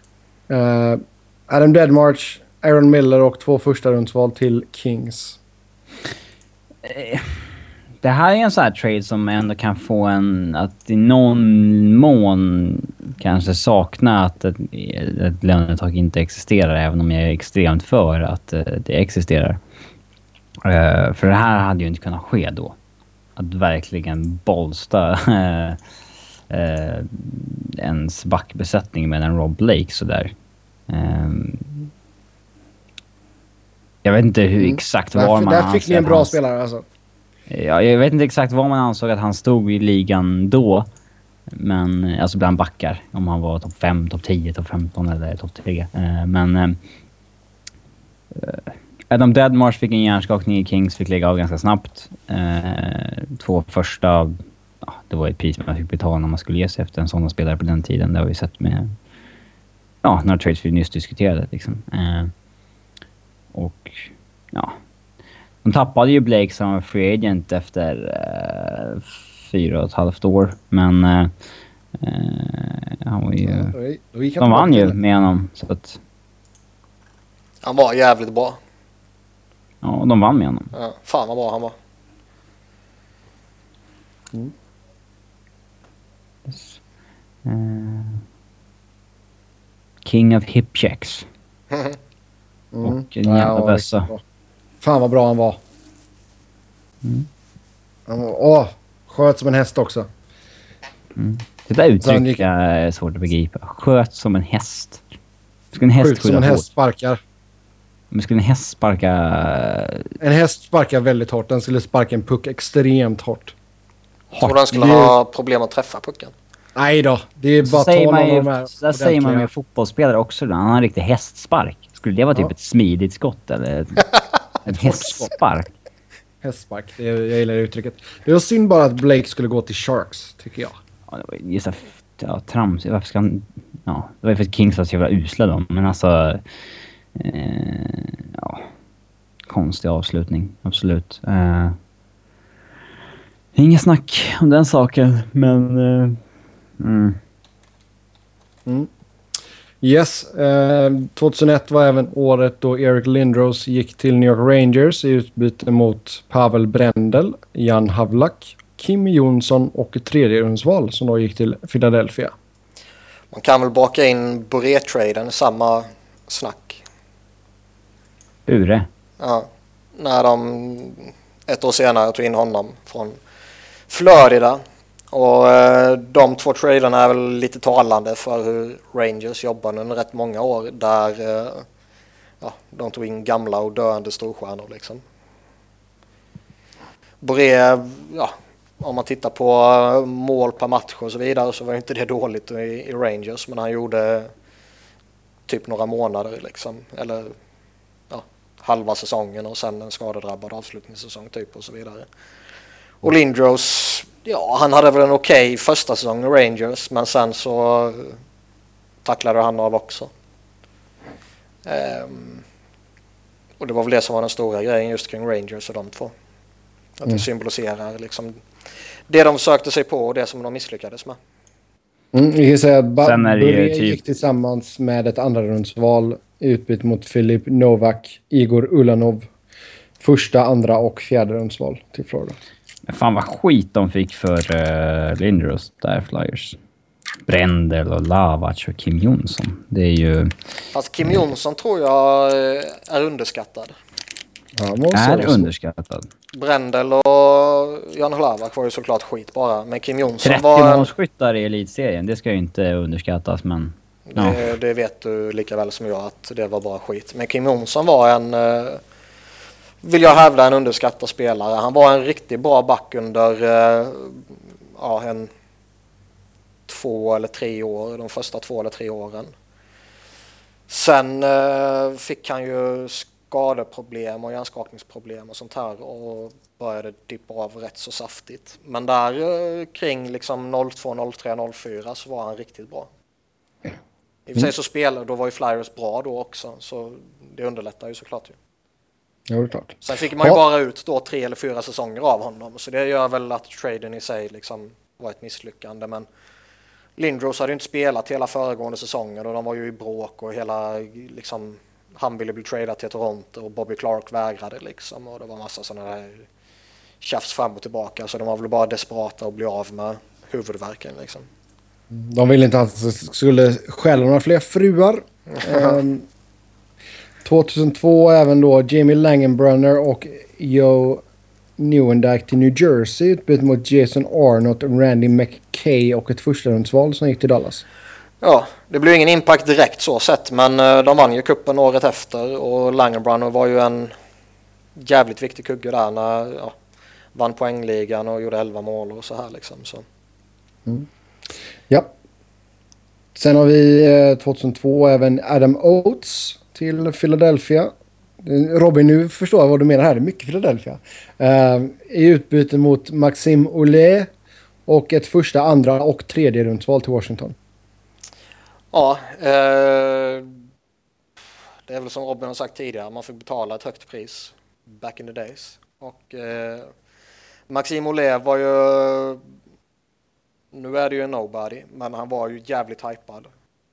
Adam Deadmarch, Aaron Miller och 2 första rundsval till Kings. Det här är en sån här trade som ändå kan få en att i någon mån kanske sakna att ett lönetak inte existerar, även om jag är extremt för att det existerar. För det här hade ju inte kunnat ske då. Att verkligen bolsta ens backbesättning med en Rob Blake sådär. Jag vet inte hur exakt var man där fick ni en bra spelare alltså. Ja, jag vet inte exakt vad man ansåg att han stod i ligan då. Men alltså bland backar. Om han var topp 5, topp 10, topp 15 eller topp 3. Adam Deadmarch fick en hjärnskakning i Kings, fick lägga av ganska snabbt. 2 första, det var ett pris man fick betala när man skulle ge sig efter en sån spelare på den tiden. Det har vi sett med några trades vi nyss diskuterade liksom. Och ja, de tappade ju Blake som free agent efter 4,5 år, men han var ju de vann ju med honom, så att han var jävligt bra. Ja, de vann med honom. Ja, fan vad bra han var. Yes. King of hip checks. Och en jävla bössa. Fan vad bra han var. Sköt som en häst också. Det där uttrycket är svårt att begripa. Sköt som en häst. Ska en häst skjut som en häst sparkar. Men skulle en häst sparka... En häst sparkar väldigt hårt. Den skulle sparka en puck extremt hårt. Tror den skulle ha problem att träffa pucken? Nej då. Det är bara där säger man med fotbollsspelare också. Han har en riktig hästspark. Skulle det vara typ ett smidigt skott eller en hästspark? Hästspark. Jag gillar det uttrycket. Det var synd bara att Blake skulle gå till Sharks, tycker jag. Ja, det var just trams. Varför ska han... Ja, det var ju för att Kings var så jävla usla då. Men alltså... konstig avslutning. Absolut. Inget snack om den saken. Men... Yes. 2001 var även året då Eric Lindros gick till New York Rangers i utbyte mot Pavel Brendel, Jan Havlak, Kim Jonsson och ett 3-rundsval som då gick till Philadelphia. Man kan väl baka in Boré-traden i samma snack. Ure. Ja, när de ett år senare tog in honom från Florida. Och de två traderna är väl lite talande för hur Rangers jobbade under rätt många år där de tog in gamla och döende storstjärnor liksom. Boré, om man tittar på mål per match och så vidare så var inte det dåligt i Rangers, men han gjorde typ några månader liksom, eller halva säsongen och sen en skadedrabbad avslutningssäsong typ och så vidare. Och Lindros, han hade väl en okej första säsong i Rangers, men sen så tacklade han av också. Och det var väl det som var den stora grejen just kring Rangers och de två. Att det symboliserar liksom det de sökte sig på och det som de misslyckades med. Vi kan säga att Boré gick tillsammans med ett andra rundsval i utbyte mot Filip Novak, Igor Ulanov, första, andra och fjärde rundsval till Florida. Men fan vad skit de fick för Lindros där, Flyers. Brendel och Lavac och Kim Jonsson. Det är ju... Fast Kim Jonsson tror jag är underskattad. Är underskattad. Brendel och Jan Hlavak var ju såklart skit bara. Men Kim Jonsson 30 var... 30 skyttar i elitserien, det ska ju inte underskattas, men... Det vet du lika väl som jag att det var bara skit. Men Kim Jonsson var en... vill jag hävda en underskattad spelare. Han var en riktigt bra back under en 2 eller 3 år. De första 2 eller 3 åren. Sen fick han ju skadeproblem och hjärnskakningsproblem och sånt här och började dippa av rätt så saftigt. Men där kring liksom 02, 03, 04 så var han riktigt bra. I och för sig så spelade, då var ju Flyers bra då också, så det underlättar ju såklart ju. Ja, det är klart. Sen fick man ju bara ut då 3 eller 4 säsonger av honom, så det gör väl att traden i sig liksom var ett misslyckande, men Lindros hade ju inte spelat hela föregående säsongen och de var ju i bråk och hela liksom, han ville bli tradad till Toronto och Bobby Clark vägrade liksom, och det var massa sådana där tjafs fram och tillbaka, så de var väl bara desperata att bli av med huvudvärken liksom. De ville inte att han skulle stjäla några fler fruar. 2002 även då Jamie Langenbrunner och Joe Nieuwendyk till New Jersey utbytt mot Jason Arnott, Randy McKay och ett första rundsval som gick till Dallas. Ja, det blev ingen impact direkt så sett, men de vann ju kuppen året efter och Langenbrunner var ju en jävligt viktig kugge där när vann poängligan och gjorde 11 mål och så här liksom. Så. Ja. Sen har vi 2002 även Adam Oates till Philadelphia. Robin, nu förstår jag vad du menar här. Det är mycket Philadelphia. I utbyte mot Maxime Oulet och ett första, andra och tredje rundsval till Washington. Ja, det är väl som Robin har sagt tidigare. Man fick betala ett högt pris back in the days. Och Maxime Oulet var ju... Nu är det ju en nobody, men han var ju jävligt hypad.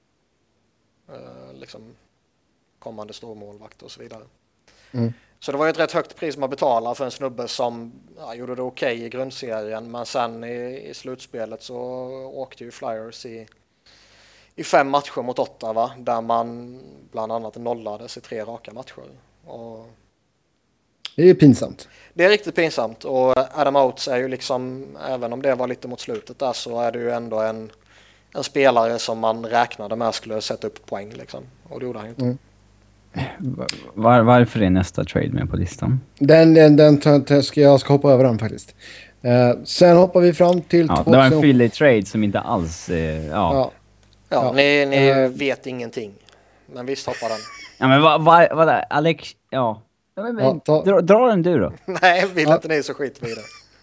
Liksom kommande stormålvakt och så vidare. Så det var ju ett rätt högt pris man betalade för en snubbe som gjorde det okej i grundserien, men sen i slutspelet så åkte ju Flyers i 5 matcher mot Ottawa där man bland annat nollades i 3 raka matcher. Och det är pinsamt. Det är riktigt pinsamt, och Adam Oates är ju liksom, även om det var lite mot slutet där, så är det ju ändå en spelare som man räknade med skulle sätta upp poäng liksom, och det gjorde han ju inte. Varför är nästa trade med på listan? Jag ska hoppa över den faktiskt. Sen hoppar vi fram till... Det var en Philly trade som inte alls... Ni vet ingenting. Men visst hoppar den. Ja, men vad Alex... Ja. Dra den du då. Nej, vill inte ni så skit vidare.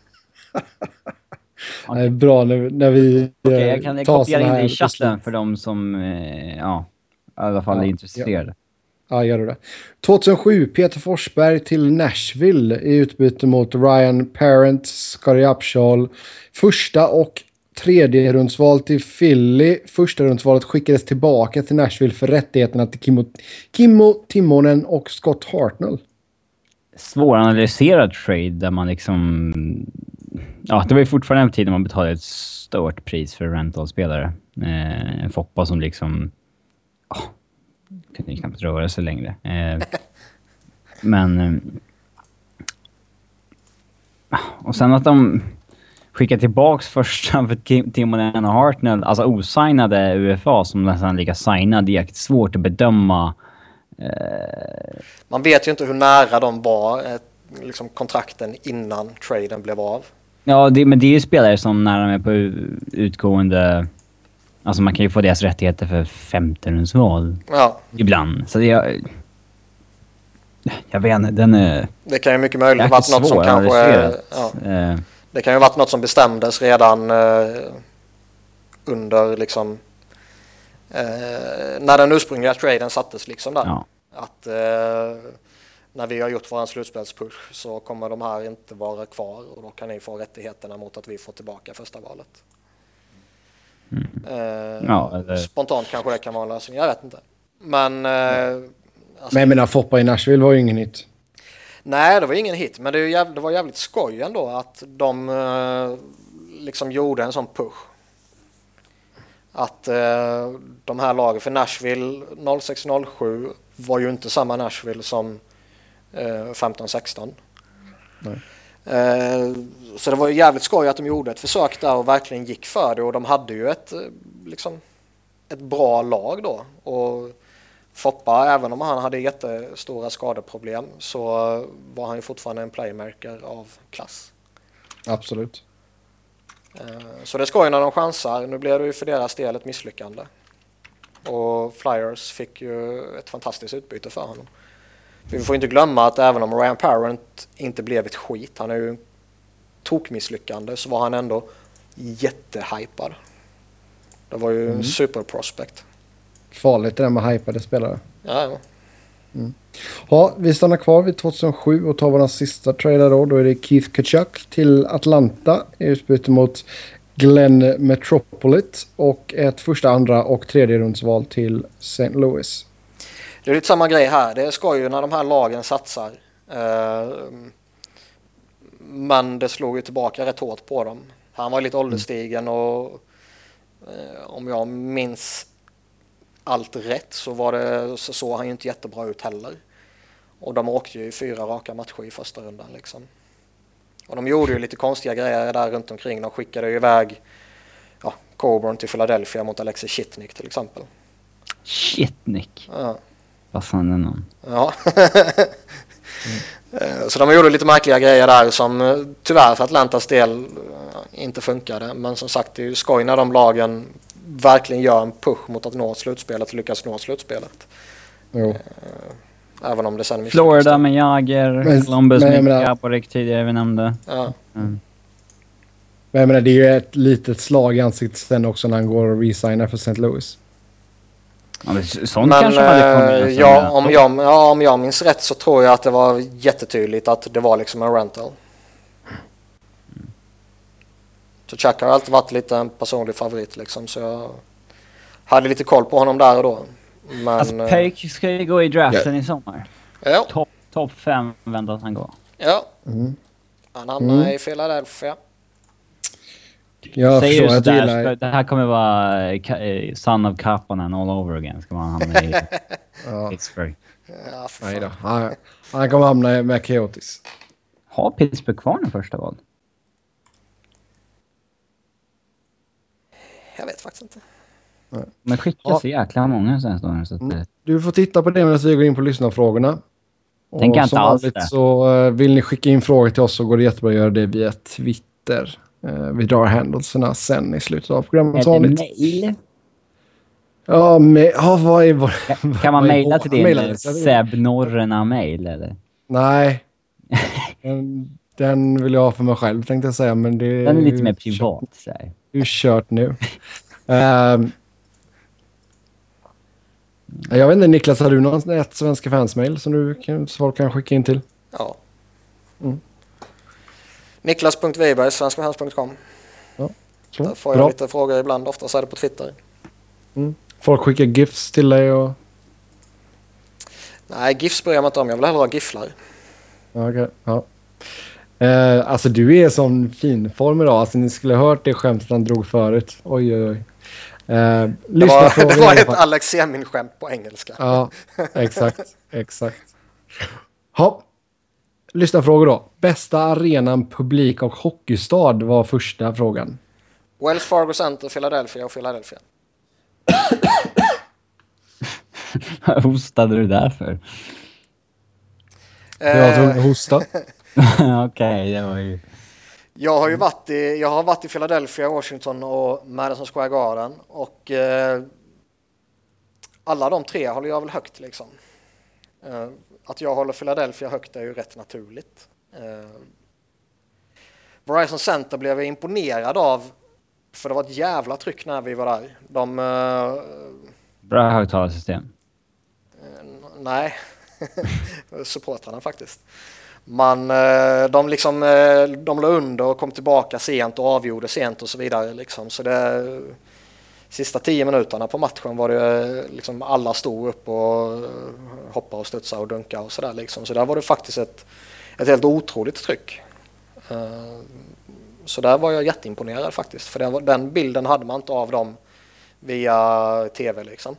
Det är bra när vi jag kan kopiera in det i chatten för de som i alla fall är intresserade. Ja, gör det. 2007, Peter Forsberg till Nashville i utbyte mot Ryan Parent, Scottie Upshall. Första och tredje rundsval till Philly. Första rundsvalet skickades tillbaka till Nashville för rättigheterna till Kimmo Timonen och Scott Hartnell. Svåranalyserad trade där man liksom... Ja, det var ju fortfarande en tid när man betalade ett stort pris för rentalspelare. En Foppa som liksom... kunde knappt röra sig längre. Men... och sen att de skickar tillbaks första för Timonen och Hartnell, alltså osignade UFA som nästan lika signade, det är jäkligt svårt att bedöma. Man vet ju inte hur nära de var liksom kontrakten innan traden blev av. Ja, men det är ju spelare som när de är på utgående... Alltså man kan ju få deras rättigheter för 15-rundsval. Ja. Ibland. Så jag vet inte, den är... Det kan ju mycket möjligt varit något som kanske... det kan ju varit något som bestämdes redan under liksom... när den ursprungliga traden sattes liksom där. Ja. Att när vi har gjort våran slutspelspush så kommer de här inte vara kvar och då kan ni få rättigheterna mot att vi får tillbaka första valet. Spontant kanske det kan vara en lösning, jag vet inte. Men alltså, men jag menar, Foppa i Nashville var ju ingen hit. Nej, det var ingen hit, men det var jävligt skoj ändå att de liksom gjorde en sån push. Att de här lagen för Nashville 06-07 var ju inte samma Nashville som 15-16. Nej. Så det var ju jävligt skoj att de gjorde ett försök där och verkligen gick för det, och de hade ju ett bra lag då, och Foppa, även om han hade jättestora skadeproblem, så var han ju fortfarande en playmaker av klass. Absolut. Så det är skoj när de chansar. Nu blev det ju för deras del ett misslyckande. Och Flyers fick ju ett fantastiskt utbyte för honom. Vi får inte glömma att även om Ryan Parent inte blev ett skit, han är ju en tokmisslyckande, så var han ändå jättehypad. Det var ju en superprospect. Farligt det där med hypade spelare. Ja. Ja, vi stannar kvar vid 2007 och tar vår sista trade då. Då är det Keith Tkachuk till Atlanta i utbyte mot Glenn Metropolit och ett första, andra och tredje rundsval till St. Louis. Det är lite samma grej här. Det är skoj ju när de här lagen satsar. Men det slog ju tillbaka rätt hårt på dem. Han var lite ålderstigen och om jag minns allt rätt så såg han ju inte jättebra ut heller. Och de åkte ju 4 raka matcher i första rundan liksom. Och de gjorde ju lite konstiga grejer där runt omkring. De skickade ju iväg Coburn till Philadelphia mot Alexei Shitnik till exempel. Shitnik? Ja. Vad fan är någon? Ja. Så de gjorde lite märkliga grejer där som tyvärr för Atlantas del inte funkade. Men som sagt, det är ju skoj när de lagen verkligen gör en push mot att nå slutspelet och lyckas nå slutspelet. Jo. Även om det sen Florida med Jagr, Columbus med Kaporek tidigare vi nämnde. Ja. Men jag menar, det är ju ett litet slag i ansiktet sen också när han går och resignar för St. Louis. Ja, men sånt kanske hade kommit. Om jag minns rätt så tror jag att det var jättetydligt att det var liksom en rental. Så Chuck har alltid varit lite en personlig favorit liksom, så jag hade lite koll på honom där och då. Men alltså Peik ska ju gå i draften i sommar. Ja. Topp 5 väntas han gå. Ja. Han hamnar i Philadelphia. Jag förstår att det här kommer vara Son of Kapanen all over again. Ska man hamna i Pittsburgh. Ja, nej då. Han kommer hamna med Coyotes. Har Pittsburgh kvar den första val? Jag vet faktiskt inte. Nej. Men skicka så jäkla många sen så att du får titta på det medan vi går in på lyssnarfrågorna. Tänker inte alls det. Så vill ni skicka in frågor till oss så går det jättebra att göra det via Twitter. Vi drar handlesarna sen i slutet av programmet. Är det mail? Ja, vad är vår... Kan man mejla till din Sebnorrena-mail eller? Nej. Den vill jag ha för mig själv tänkte jag säga. Men det den är lite mer privat. Du är kört nu. Jag vet inte, Niklas, har du någon ett svenska fansmail som folk kan skicka in till? Ja. Niklas.Weiberg, svenskafans.com. Ja, där får jag lite frågor ibland, ofta så är det på Twitter. Folk skickar gifs till dig och... Nej, gifs bryr jag mig inte om. Jag vill hellre ha gifflar. Okej, ja. Alltså du är sån fin form idag. Alltså ni skulle ha hört det skämtet han drog förut. Oj. Det var ett Alex Semin-skämt på engelska. Ja, exakt. Ja. Lyssnarfrågor då. Bästa arenan, publik och hockeystad var första frågan. Wells Fargo Center, Philadelphia och Philadelphia. Vad hostade du där för? Jag tror jag hosta. Okej, det var ju... Jag har varit i Philadelphia, Washington och Madison Square Garden och alla de tre håller jag väl högt liksom. Att jag håller Philadelphia högt är ju rätt naturligt. Verizon Center blev jag imponerad av för det var ett jävla tryck när vi var där. Bra högtalarsystem. Nej, supportrarna faktiskt. De låg under och kom tillbaka sent och avgjorde sent och så vidare liksom. Så det sista 10 minuterna på matchen var det liksom alla stod upp och hoppade och studsade och dunkade och sådär liksom. Så där var det faktiskt ett helt otroligt tryck. Så där var jag jätteimponerad faktiskt. För den bilden hade man inte av dem via tv liksom.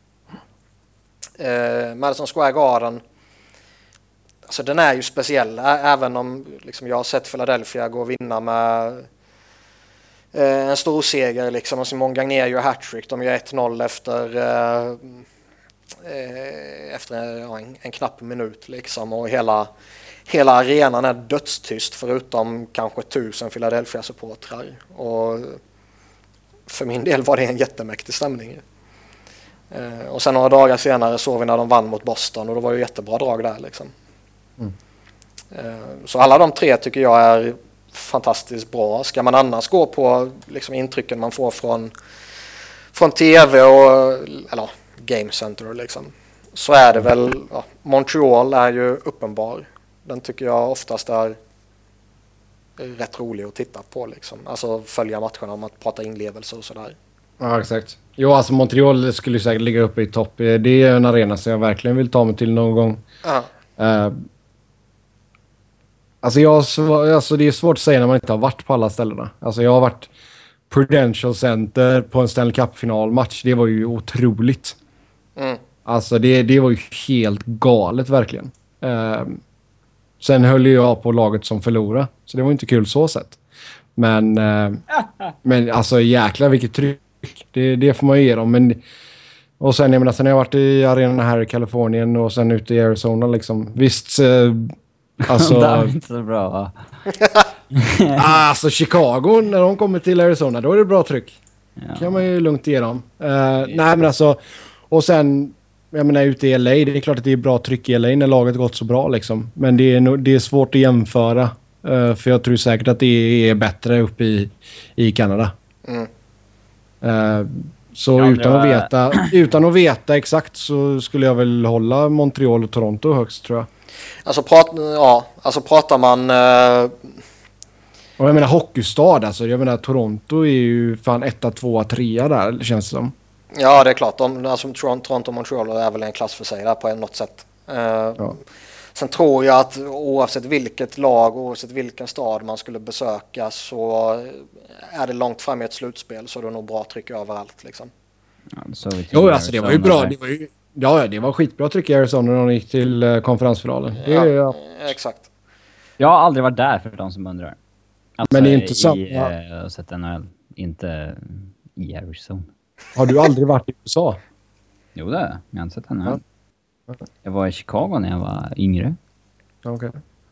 Madison Square Garden, alltså den är ju speciell, även om liksom jag har sett Philadelphia gå och vinna med en stor seger liksom, och Simon Gagner gör hattrick, de gör 1-0 efter en knapp minut liksom, och hela arenan är dödstyst förutom kanske 1000 Philadelphia-supportrar, och för min del var det en jättemäktig stämning. Och sen några dagar senare såg vi när de vann mot Boston och då var det jättebra drag där liksom. Så alla de tre tycker jag är fantastiskt bra. Ska man annars gå på liksom intrycken man får från tv och eller Game Center liksom, så är det väl Montreal är ju uppenbar. Den tycker jag oftast är rätt rolig att titta på liksom. Alltså följa matcherna om att prata inlevelse och sådär. Ja, exakt. Jo, alltså Montreal skulle säkert ligga uppe i topp. Det är en arena som jag verkligen vill ta mig till någon gång. Alltså det är svårt att säga när man inte har varit på alla ställena. Alltså jag har varit Prudential Center på en Stanley Cup-finalmatch. Det var ju otroligt. Alltså det var ju helt galet verkligen. Sen höll jag på laget som förlorade. Så det var inte kul så sett. Men alltså jäklar vilket tryck. Det får man ju ge dem. Men, och sen, sen har jag varit i arenan här i Kalifornien och sen ute i Arizona liksom. Visst, alltså... det är inte så bra, va? Alltså Chicago, när de kommer till Arizona, då är det bra tryck. Ja. Kan man ju lugnt ge dem. Nej men alltså, och sen, jag menar ute i LA, det är klart att det är bra tryck i LA när laget gått så bra liksom. Men det är svårt att jämföra. För jag tror säkert att det är bättre uppe i Kanada. Så utan att veta exakt så skulle jag väl hålla Montreal och Toronto högst, tror jag. Alltså pratar man... Och jag menar hockeystad, alltså. Jag menar Toronto är ju fan 1, 2, 3 där, känns det som. Ja, det är klart. Toronto och Montreal är väl en klass för sig där på något sätt. Sen tror jag att oavsett vilket lag, oavsett vilken stad man skulle besöka, så är det långt fram i ett slutspel, så är det nog bra tryck överallt liksom. Jo, alltså det var ju bra. Det var skitbra tryck i Arizona när de gick till konferensfinalen. Exakt. Jag har aldrig varit där för de som undrar. Alltså, men det är inte samma. Jag har sett NHL, inte i Arizona. Har du aldrig varit i USA? Jo, det har jag inte sett NHL. Jag var i Chicago när jag var yngre. Okej.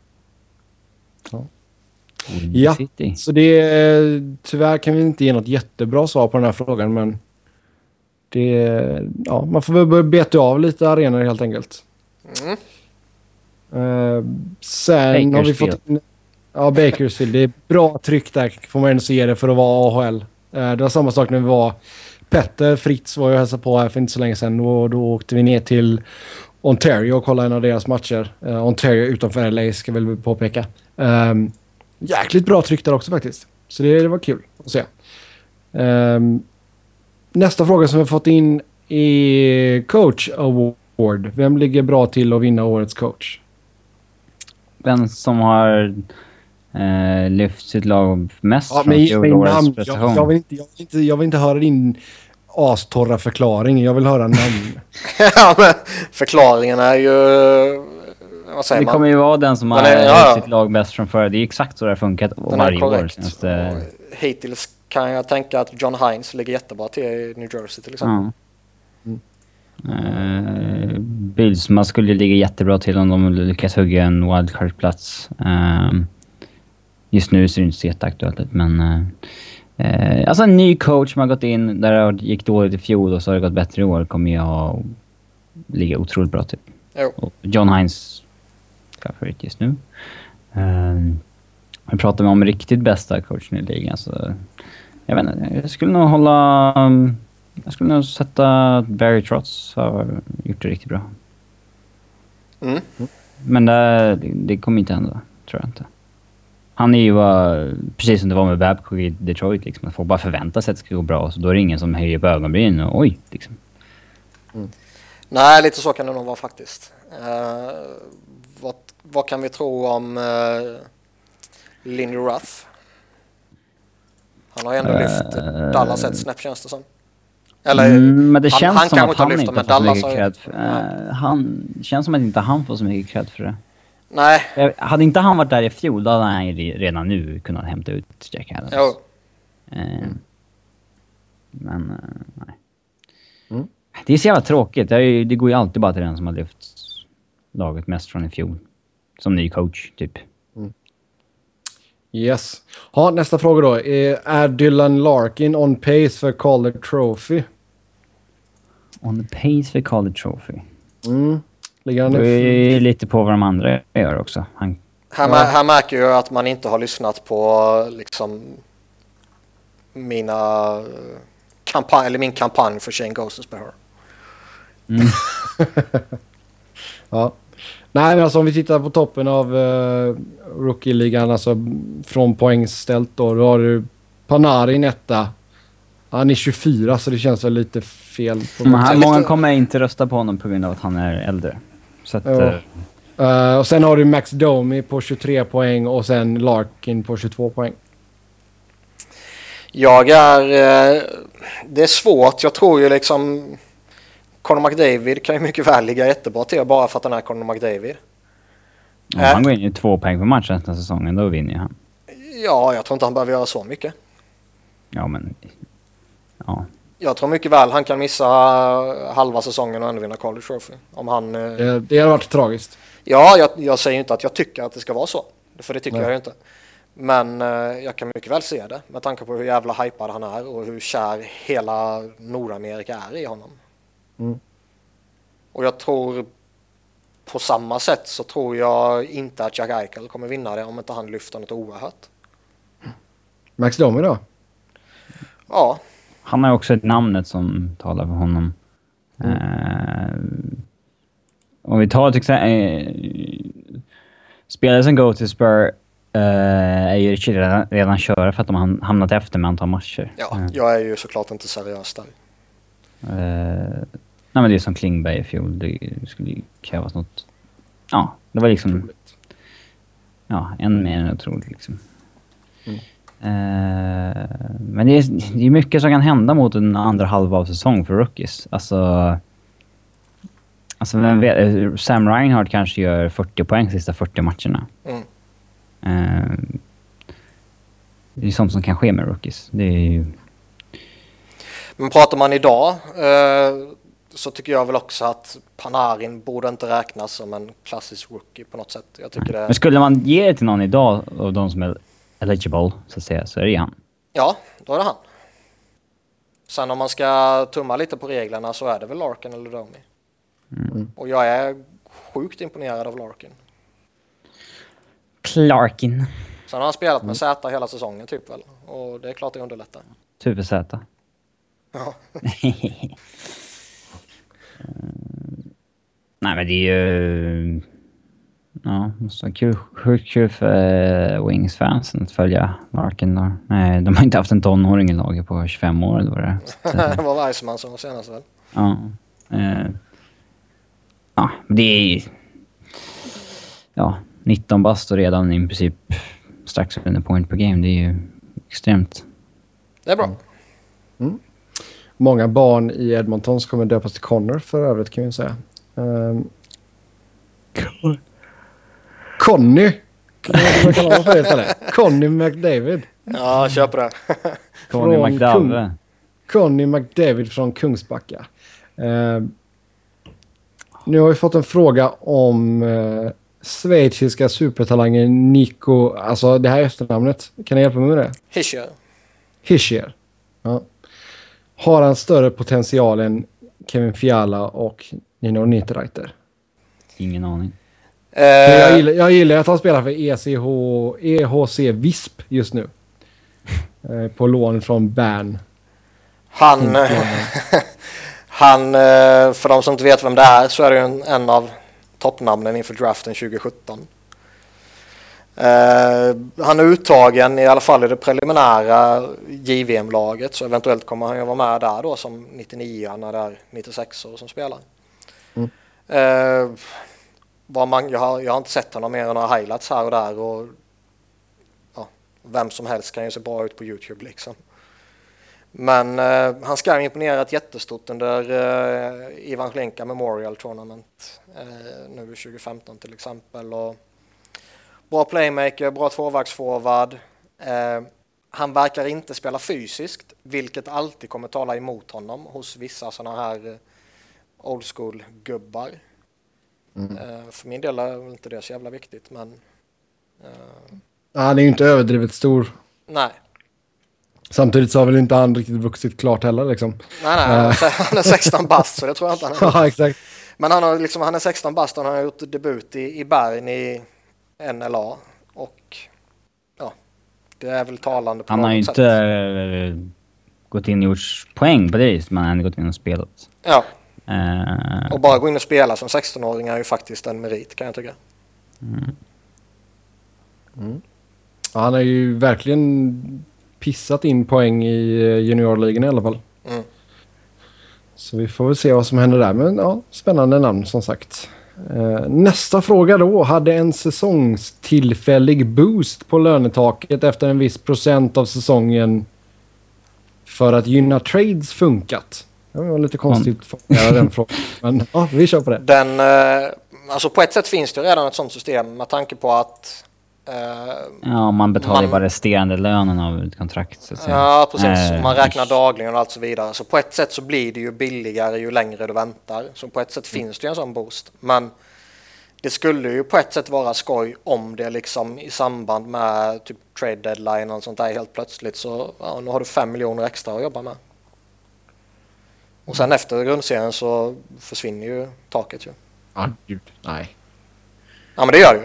Ja, så tyvärr kan vi inte ge något jättebra svar på den här frågan, men man får väl börja beta av lite arenor helt enkelt. Sen har vi fått... Ja, Bakersfield. Det är bra tryck där, får man ändå se det för att vara AHL. Det var samma sak när vi var... Petter Fritz var ju hälsade på här för inte så länge sedan, och då åkte vi ner till Ontario och kollade en av deras matcher. Ontario utanför LA ska väl påpeka. Jäkligt bra tryck där också faktiskt. Så det var kul att se. Nästa fråga som vi har fått in är Coach Award. Vem ligger bra till att vinna årets coach? Vem som har lyft sitt lag mest från årets prestation? Jag vill inte höra din astorra förklaring. Jag vill höra namn. Ja, men förklaringen är ju vad säger Det man? kommer ju vara den som har sitt lag bäst från förr. Det är exakt så det har funkat varje år. Hittills kan jag tänka att John Hines ligger jättebra till i New Jersey till exempel. Bilsma skulle ligga jättebra till om de lyckas hugga en wildcard-plats. Just nu ser det inte så jätteaktuellt ut, men alltså en ny coach som har gått in där det gick dåligt i fjol och så har det gått bättre i år kommer jag ligga otroligt bra till. Och John Hines favorit just nu. Vi pratar om riktigt bästa coachen i ligan, så jag vet inte, jag skulle nog sätta Barry Trotz har gjort det riktigt bra. Men det kommer inte hända, tror jag inte. Han är ju precis som det var med Babcock i Detroit liksom, att folk bara förväntar sig att det ska gå bra, så då är det ingen som höjer på ögonbrynen och oj liksom. Nej, lite så kan det nog vara faktiskt. Vad kan vi tro om Lindy Ruff? Han har ju ändå lyft Dallas ett snäpp, känns det som. Eller men det känns som att han inte får så mycket cred för känns som att inte han får så mycket cred för det. Nej. Hade inte han varit där i fjol, då hade han redan nu kunnat hämta ut Jack Adams. Jo. Men nej. Det är så jävla tråkigt. Det går ju alltid bara till den som har lyft laget mest från i fjol. Som ny coach, typ. Yes. Ja, nästa fråga då. Är Dylan Larkin on pace för Calder Trophy? On pace för Calder Trophy? Ligger han det är lite på vad de andra gör också. Här märker jag att man inte har lyssnat på liksom min kampanj för Shane Gostisbehere. Ja. Nej, men alltså om vi tittar på toppen av rookie-ligan, alltså från poängställt då har du Panarin etta. Han är 24, så det känns väl lite fel. Många kommer inte rösta på honom på grund av att han är äldre. Så att, och sen har du Max Domi på 23 poäng och sen Larkin på 22 poäng. Det är svårt. Jag tror ju liksom Conor McDavid kan ju mycket väl ligga jättebra till bara för att han är Conor McDavid. Ja, han går in i 2 poäng på matchen nästa säsongen, då vinner han. Ja, jag tror inte han behöver göra så mycket. Ja, men... Ja. Jag tror mycket väl han kan missa halva säsongen och ändå vinna Calder Trophy. Om han... Det har varit tragiskt. Ja, jag säger inte att jag tycker att det ska vara så. För det tycker jag ju inte. Men jag kan mycket väl se det med tanke på hur jävla hypad han är och hur kär hela Nordamerika är i honom. Och jag tror på samma sätt så tror jag inte att Jack Eichel kommer vinna det om inte han lyfter något oerhört. Max Domi då? Ja. Han har också ett namnet som talar för honom. Om vi tar till exempel spelare som går till Spur är ju redan köra för att de har hamnat efter med antal matcher. Ja, jag är ju såklart inte seriös där. Nej, men det är som Klingberg i fjol. Det skulle ju krävas något... Ja, det var liksom... Ja, än mer än otroligt liksom. Men det är mycket som kan hända mot en andra halva av säsong för rookies. Alltså vem vet, Sam Reinhardt kanske gör 40 poäng sista 40 matcherna. Det är sånt som kan ske med rookies. Det är ju... Men pratar man idag så tycker jag väl också att Panarin borde inte räknas som en klassisk rookie på något sätt. Jag tycker det... Men skulle man ge det till någon idag av de som är eligible så att säga, så är det han. Ja, då är det han. Sen om man ska tumma lite på reglerna så är det väl Larkin eller Domi. Och jag är sjukt imponerad av Larkin. Clarkin. Sen har han spelat med Z hela säsongen typ väl. Och det är klart det underlättar. Tuve Z. Ja. Nej, men det är ju... Ja, måste vara kul. Sjukt kul för Wings-fansen att följa Larkin då. Nej, de har inte haft en tonåring i laget på 25 år då det. Det var Weissman som var senast väl? Ja. Ja, det är... Ja, 19 bast och redan i princip strax under point per game. Det är ju extremt. Det är bra. Många barn i Edmonton kommer döpas till Connor för övrigt, kan vi säga. Conny. Vad kallar man för det istället? Conny McDavid. Ja, kör på det. Conny McDavid. Conny McDavid från Kungsbacka. Nu har vi fått en fråga om schweiziska supertalangen Nico. Alltså det här efternamnet. Kan ni hjälpa mig med det? Hischier. Ja. Har han större potential än Kevin Fiala och Nino Niederreiter? Ingen aning. Jag gillar att han spelar för EHC Visp just nu. På lån från Bern. Han, för de som inte vet vem det är, så är det ju en av toppnamnen inför draften 2017. Han är uttagen i alla fall i det preliminära JVM-laget, så eventuellt kommer han ju vara med där då som 99 när det är 96 år som spelar. Jag har inte sett honom mer än några highlights här och där, och ja, vem som helst kan ju se bra ut på YouTube liksom. Men han ska ha imponerat jättestort under Ivan Hlinka Memorial Tournament nu 2015 till exempel. Och bra playmaker, bra tvåvägsforward. Han verkar inte spela fysiskt, vilket alltid kommer tala emot honom hos vissa sådana här old school gubbar. För min del är inte det så jävla viktigt, men Han är ju inte överdrivet stor. nej. Samtidigt så har väl inte han riktigt vuxit klart heller liksom. Nej, han är 16 bast, så det tror jag inte han är. Ja, exakt. Men han är 16 bast och han har gjort debut i Bern i NLA, och ja, det är väl talande på Han har ju något inte gått in och gjort poäng på det, men han har gått in och spelat. Ja. Och bara gå in och spela som 16-åring är ju faktiskt en merit, kan jag tycka. Ja, han har ju verkligen pissat in poäng i juniorligan i alla fall. Så vi får väl se vad som händer där. Men ja, spännande namn som sagt. Nästa fråga då. Hade en säsongstillfällig boost på lönetaket efter en viss procent av säsongen för att gynna trades funkat? Det var lite konstigt att göra den frågan. Men ja, vi kör på det. Alltså på ett sätt finns det redan ett sånt system med tanke på att ja, man betalar ju bara resterande lönen av ett kontrakt. Så att säga. Ja, precis. Man räknar dagligen och allt så vidare. Så på ett sätt så blir det ju billigare ju längre du väntar. Så på ett sätt finns det ju en sån boost. Men det skulle ju på ett sätt vara skoj om det liksom i samband med typ trade deadline och sånt där helt plötsligt så ja, nu har du 5 miljoner extra att jobba med. Och sen efter grundserien så försvinner ju taket ju. Ja, gud, nej. Ja, men det gör det ju.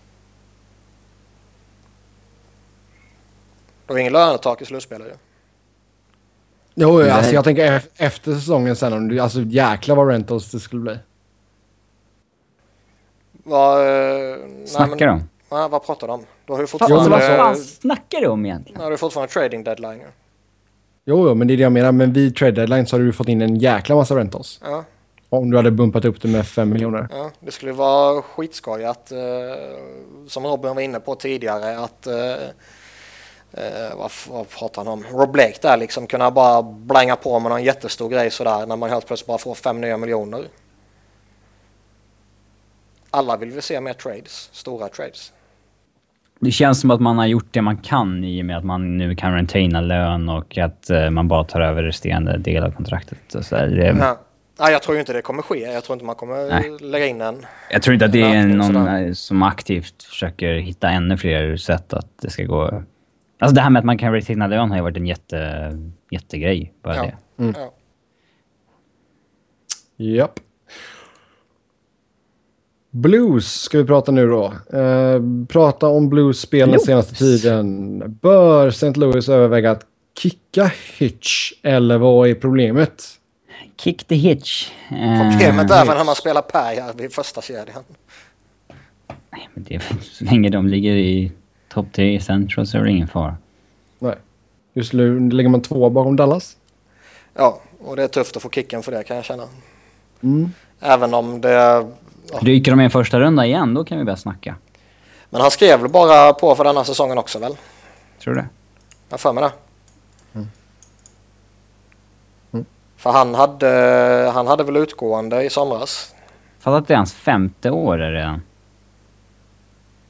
Det var ingen lönetak i slutspel ju. Jo, alltså jag tänker efter säsongen sen om du, alltså jäklar vad rentals det skulle bli. Snackar de? Nej, vad pratar de om? Du har ju fortfarande... Vad fan snackar du om egentligen? Ja, du har fortfarande trading deadline. Jo, men det är det jag menar. Men vid trade deadline så har du fått in en jäkla massa rentals. Ja. Om du hade bumpat upp det med 5 miljoner. Ja, det skulle vara skitskoj att, som Robin var inne på tidigare, att vad pratar han om? Rob Blake där liksom kunna bara blänga på med någon jättestor grej sådär när man helt plötsligt bara får 5 nya miljoner. Alla vill vi se mer trades, stora trades. Det känns som att man har gjort det man kan i och med att man nu kan retaina lön och att man bara tar över resterande del av kontraktet. Så det... Nej, jag tror ju inte det kommer ske. Jag tror inte man kommer lägga in en... Jag tror inte att det är någon som aktivt försöker hitta ännu fler sätt att det ska gå... Alltså det här med att man kan retaina lön har ju varit en jättegrej. Bara det. Ja. Japp. Blues ska vi prata nu då. Prata om Blues-spel den senaste tiden. Bör St. Louis överväga att kicka Hitch eller vad är problemet? Kick the Hitch. Problemet är när man spelar Per vid första kedjan. Nej, men det är så länge de ligger i topp 3 i Central så är det ingen fara. Nej. Just nu ligger man 2 bakom Dallas. Ja, och det är tufft att få kicken för det kan jag känna. Även om det... Ja. Ryker de i en första runda igen, då kan vi börja snacka. Men han skrev väl bara på för denna säsongen också väl? Tror du det? Jag för mig det. För han hade väl utgående i somras. Fattar att det är hans 5:e år redan.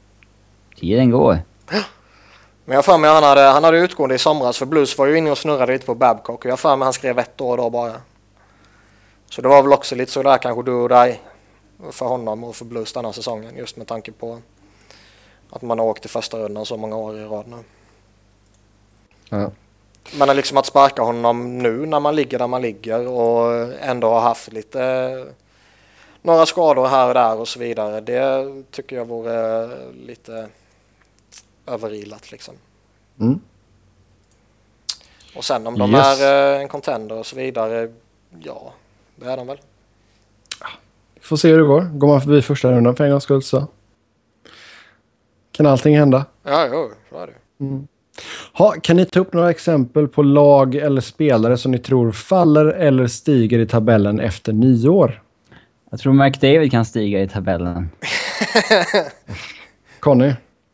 Tiden går. Men jag för mig han hade utgående i somras, för Blues var ju inne och snurrade lite på Babcock, och jag för mig han skrev 1 år då bara. Så det var väl också lite så där kanske do or die för honom och för Blues den här säsongen, just med tanke på att man har åkt i första rundan så många år i rad nu. Ja. Men liksom att sparka honom nu när man ligger där man ligger och ändå har haft lite några skador här och där och så vidare, det tycker jag vore lite överilat liksom. Mm. Och sen om de är en contender och så vidare, ja, det är de väl. Får se hur det går. Går man förbi första rundan för en gångs skull så kan allting hända. Ja, jo, så är det. Kan ni ta upp några exempel på lag eller spelare som ni tror faller eller stiger i tabellen efter nyår? Jag tror McDavid kan stiga i tabellen. Conny?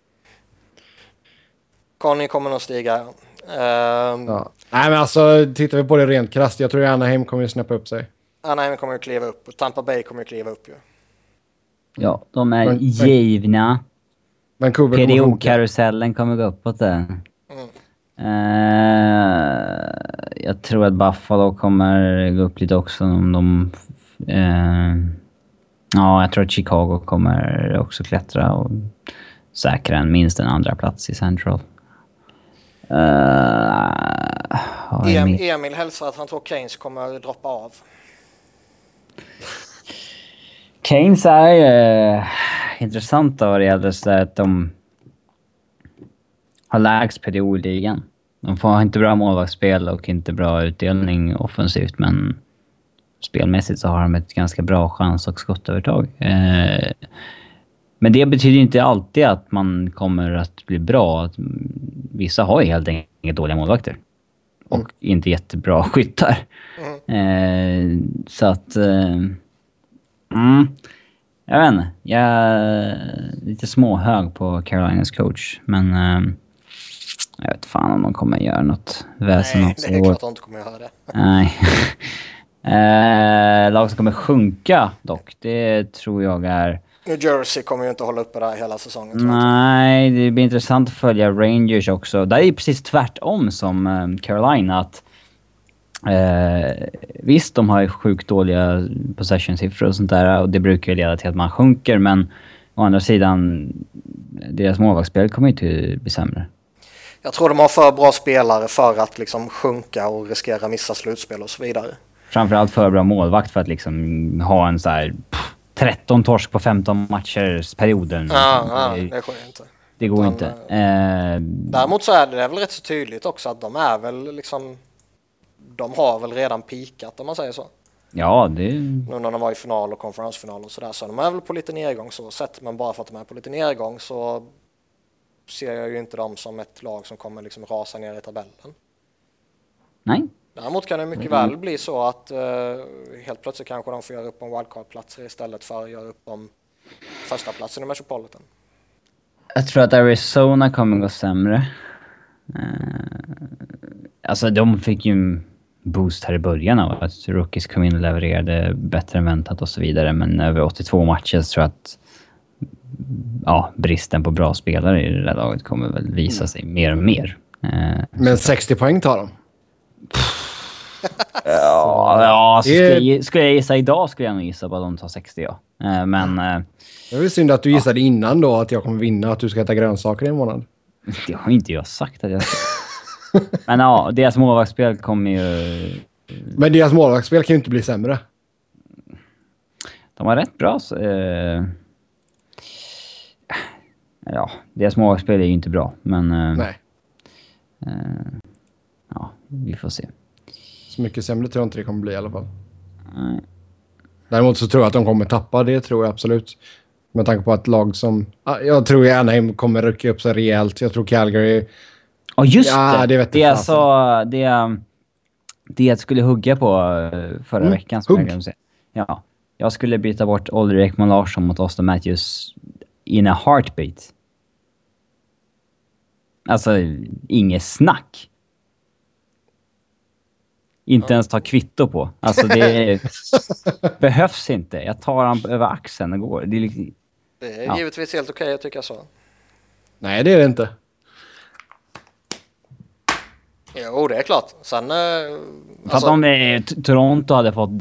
Conny kommer nog stiga. Ja. Nej, men alltså tittar vi på det rent krasst. Jag tror Anaheim kommer ju snäppa upp sig. Anaheim kommer ju kliva upp och Tampa Bay kommer ju kliva upp ju. Ja, de är givna. Vancouver kommer sjunka. PDO-karusellen kommer gå uppåt där. Jag tror att Buffalo kommer gå upp lite också om de... ja, jag tror att Chicago kommer också klättra och säkra minst en andra plats i Central. Emil hälsar att han tror Keynes kommer droppa av. Keynes är intressanta vad det gäller så att de har lägst PDO i ligan. De får inte bra målvaktsspel och inte bra utdelning offensivt, men spelmässigt så har de ett ganska bra chans och skottövertag. Men det betyder inte alltid att man kommer att bli bra. Vissa har ju helt enkelt dåliga målvakter. Och inte jättebra skyttar. Så att... jag vet inte. Jag är lite småhög på Carolinas coach. Men jag vet fan om de kommer göra något väsen. Nej, det är klart att de inte kommer göra det. Nej. Lag som kommer sjunka dock. Det tror jag är... New Jersey kommer ju inte hålla uppe där hela säsongen. Nej, det blir intressant att följa Rangers också. Det är ju precis tvärtom som Carolina. Att, visst, de har ju sjukt dåliga possession-siffror och sånt där. Och det brukar ju leda till att man sjunker. Men å andra sidan, deras målvaktsspel kommer ju inte bli sämre. Jag tror de har för bra spelare för att liksom sjunka och riskera missa slutspel och så vidare. Framförallt för bra målvakt för att liksom ha en så här 13 torsk på 15 matchers perioden. Ja, det sker inte. Det går inte. Däremot så är det väl rätt så tydligt också att de är väl liksom... De har väl redan pikat om man säger så. Ja, det... Nu när de var i final och konferensfinal och sådär. Så de är väl på lite nedgång så sett. Men bara för att de är på lite nedgång så ser jag ju inte dem som ett lag som kommer liksom rasa ner i tabellen. Nej. Däremot kan det mycket väl bli så att helt plötsligt kanske de får göra upp om wildcard-platser istället för att göra upp om första platsen i Metropolitan. Jag tror att Arizona kommer gå sämre. Alltså de fick ju en boost här i början av att rookies kom in och levererade bättre än väntat och så vidare. Men över 82 matcher så tror jag att bristen på bra spelare i det där laget kommer väl visa sig mer och mer. Men 60 poäng tar de. Skulle jag gissa idag skulle jag nog gissa på att de tar 60, ja. Men... Det är väl synd att du gissade innan då att jag kommer vinna, att du ska äta grönsaker i en månad. Det har inte jag sagt att jag ska. Men ja, deras målvaktsspel kommer ju... Men deras målvaktsspel kan ju inte bli sämre. De var rätt bra. Deras målvaktsspel är ju inte bra, men... Nej. Vi får se. Så mycket sämre tror jag inte det kommer bli i alla fall. Nej. Däremot så tror jag att de kommer tappa, det tror jag absolut. Med tanke på att lag som... Jag tror att Anaheim kommer rycka upp sig rejält. Jag tror Calgary... Ja, just det! Det vet det jag sa... Det jag skulle hugga på förra veckan. Som jag säga. Ja. Jag skulle byta bort Ulrich Ekman Larsson mot Auston Matthews in a heartbeat. Alltså, inget snack. Inte ens ta kvitto på. Alltså det behövs inte. Jag tar han över axeln och går. Det är givetvis helt okej, jag tycker så. Nej, det är det inte. Jo, det är klart. Sen... För att om Toronto hade fått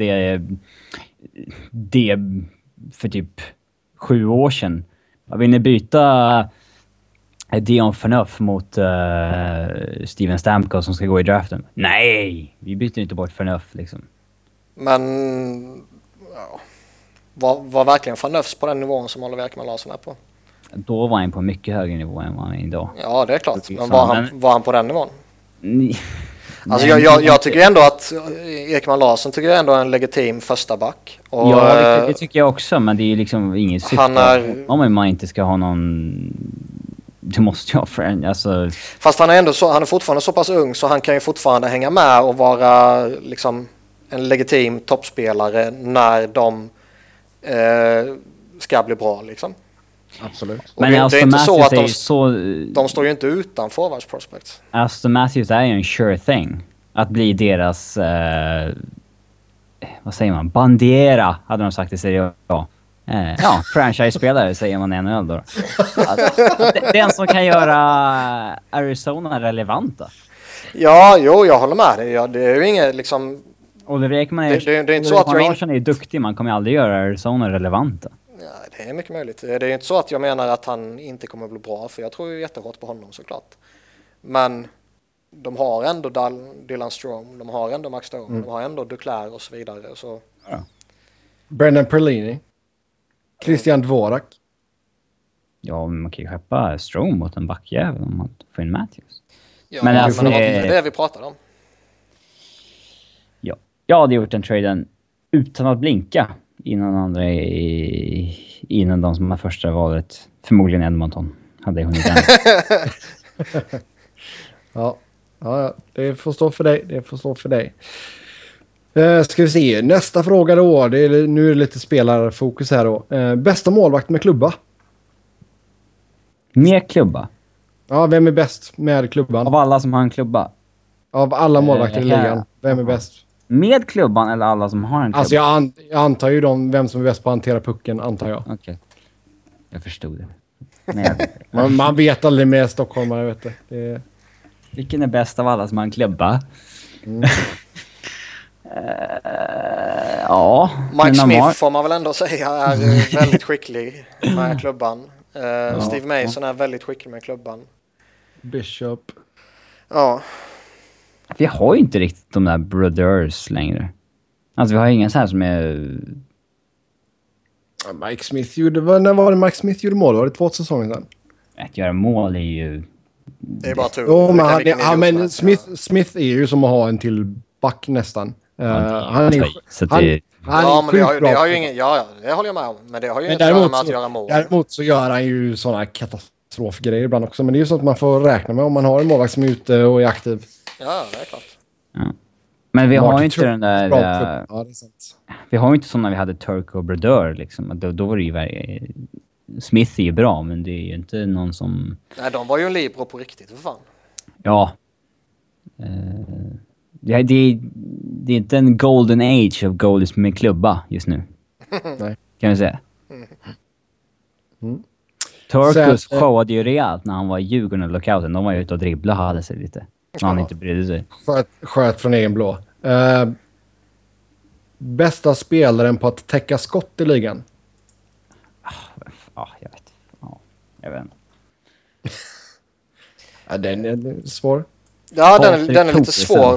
det för typ 7 år sedan. Vill ni byta Dion Phaneuf mot Steven Stamkos som ska gå i draften? Nej! Vi byter inte bort Phaneuf liksom. Men... Ja, var verkligen Phaneuf på den nivån som Oliver Ekman Larsson är på? Då var han på mycket högre nivå än vad han är idag. Ja, det är klart. Men Men var han på den nivån? Alltså Nej, jag tycker ändå att Ekman Larsson tycker jag ändå är en legitim första back. Och, ja, det tycker jag också, men det är ju inget syfte om man inte ska ha någon... Du måste ju ha friend, alltså... Fast han är fortfarande så pass ung så han kan ju fortfarande hänga med och vara liksom en legitim toppspelare när de ska bli bra liksom. Absolut. Men det är inte så att de står ju inte utan forwards prospects. Aston Matthews är ju en sure thing. Att bli deras... vad säger man? Bandiera, hade de sagt i Serie A. Ja, franchise-spelare säger man i NHL då. Den som kan göra Arizona relevanta. Ja, jag håller med dig. Det är ju inget liksom... Oliver Ekman det är inte så att Larsson är duktig, man kommer aldrig göra Arizona relevanta. Ja, det är mycket möjligt. Det är inte så att jag menar att han inte kommer bli bra, för jag tror ju jättehårt på honom såklart. Men de har ändå Dylan Strome, de har ändå Max Domi, de har ändå Duclair och så vidare. Så. Ja. Brendan Perlini. Christian Dvorak. Ja, men man kan ju skeppa Strome mot en backjävel om man får in Matthews. Ja, men alltså, det var det vi pratade om. Ja, jag hade gjort den traden utan att blinka innan de som har första valet, förmodligen Edmonton, hade hunnit den. Ja, det får stå för dig. Ska vi se, nästa fråga då. Nu är det lite spelarfokus här då. Bästa målvakt med klubba? Med klubba? Ja, vem är bäst med klubban? Av alla som har en klubba? Av alla målvakter i ligan. Vem är bäst? Med klubban eller alla som har en klubba? Alltså jag antar ju vem som är bäst på att hantera pucken, antar jag. Okej. Jag förstod det. Man vet aldrig med stockholmare, vet du. Vilken är bäst av alla som har en klubba? Ja. Mike Smith får man väl ändå säga är väldigt skicklig med klubban. Steve Mason är väldigt skicklig med klubban. Bishop. Ja. Vi har ju inte riktigt de där brothers längre. Alltså vi har inga så här som är... Mike Smith när var det Mike Smith gjorde mål? Var det 2 säsonger sedan? Att göra mål är ju... Det är bara tur. Jo, men Smith är ju som att ha en till back nästan. Han är ju ingen, det håller jag med om. Men det har ju inte med att göra mål. Däremot så gör han ju sådana katastrofgrejer ibland också. Men det är ju så att man får räkna med om man har en målvakt som är ute och är aktiv. Ja, det är klart. Ja. Men vi har ju inte den där... Ja, det är sant. Vi har ju inte som när vi hade Turco och Brodeur liksom. Då var det ju... Smith är ju bra, men det är ju inte någon som... Nej, de var ju en libero på riktigt, för fan. Ja. Det är inte en golden age of goalies med klubba just nu. Nej. Kan vi säga. Turcus showade ju rejält när han var i Djurgården och lockouten. De var ju ute och dribbla och hade sig lite. När han inte brydde sig. Sköt från egen blå. Bästa spelaren på att täcka skott i ligan? Ja, jag vet. Ja, jag vet inte. Ja, den är svår. Ja, den är lite svår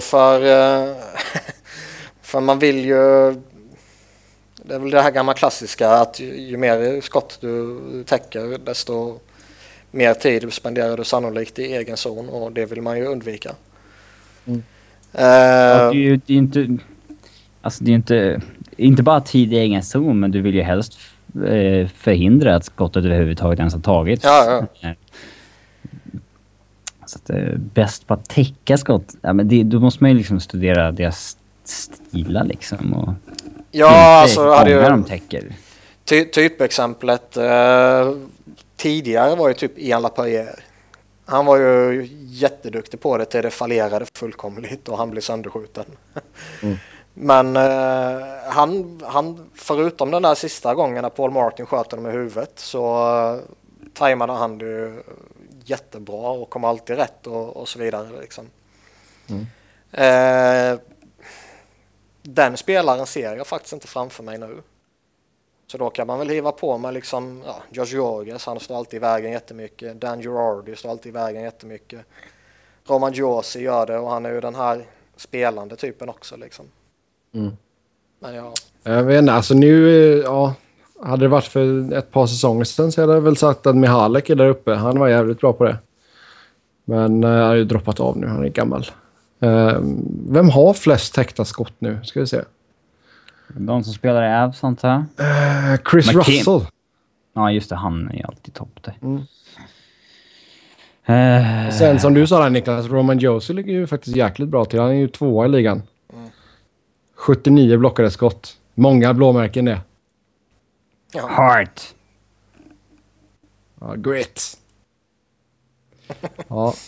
för man vill ju... Det är väl det här gamla klassiska att ju mer skott du täcker desto mer tid spenderar du sannolikt i egen zon, och det vill man ju undvika. Det är inte... Alltså det är inte bara tid i egen zon, men du vill ju helst förhindra att skottet överhuvudtaget ens har tagit. Ja. Så att bäst på att täcka skott. Ja, men då måste man ju liksom studera deras stilar liksom. Och alltså hade ju... de täcker. Typexemplet tidigare var ju typ Ian Laperriere. Han var ju jätteduktig på det till det fallerade fullkomligt och han blev sönderskjuten. Men han förutom den där sista gången när Paul Martin sköt honom i huvudet, så tajmade han det jättebra och kommer alltid rätt och så vidare. Liksom. Den spelaren ser jag faktiskt inte framför mig nu. Så då kan man väl hiva på med liksom, Josh Georges, han står alltid i vägen jättemycket. Dan Girardi står alltid i vägen jättemycket. Roman Josi gör det och han är ju den här spelande typen också liksom. Men jag vet inte, alltså nu, hade det varit för ett par säsonger sedan så hade jag väl sagt att Mihalek är där uppe. Han var jävligt bra på det. Men han har ju droppat av nu, han är gammal. Vem har flest täckta skott nu? Ska vi se. De som spelar i Avs, antar jag. Chris Russell. Ja, just det. Han är ju alltid topp där. Sen som du sa där, Niklas, Roman Josi ligger ju faktiskt jäkligt bra till. Han är ju 2 i ligan. 79 blockade skott. Många blåmärken det. Heart. Ja, grit. Ja.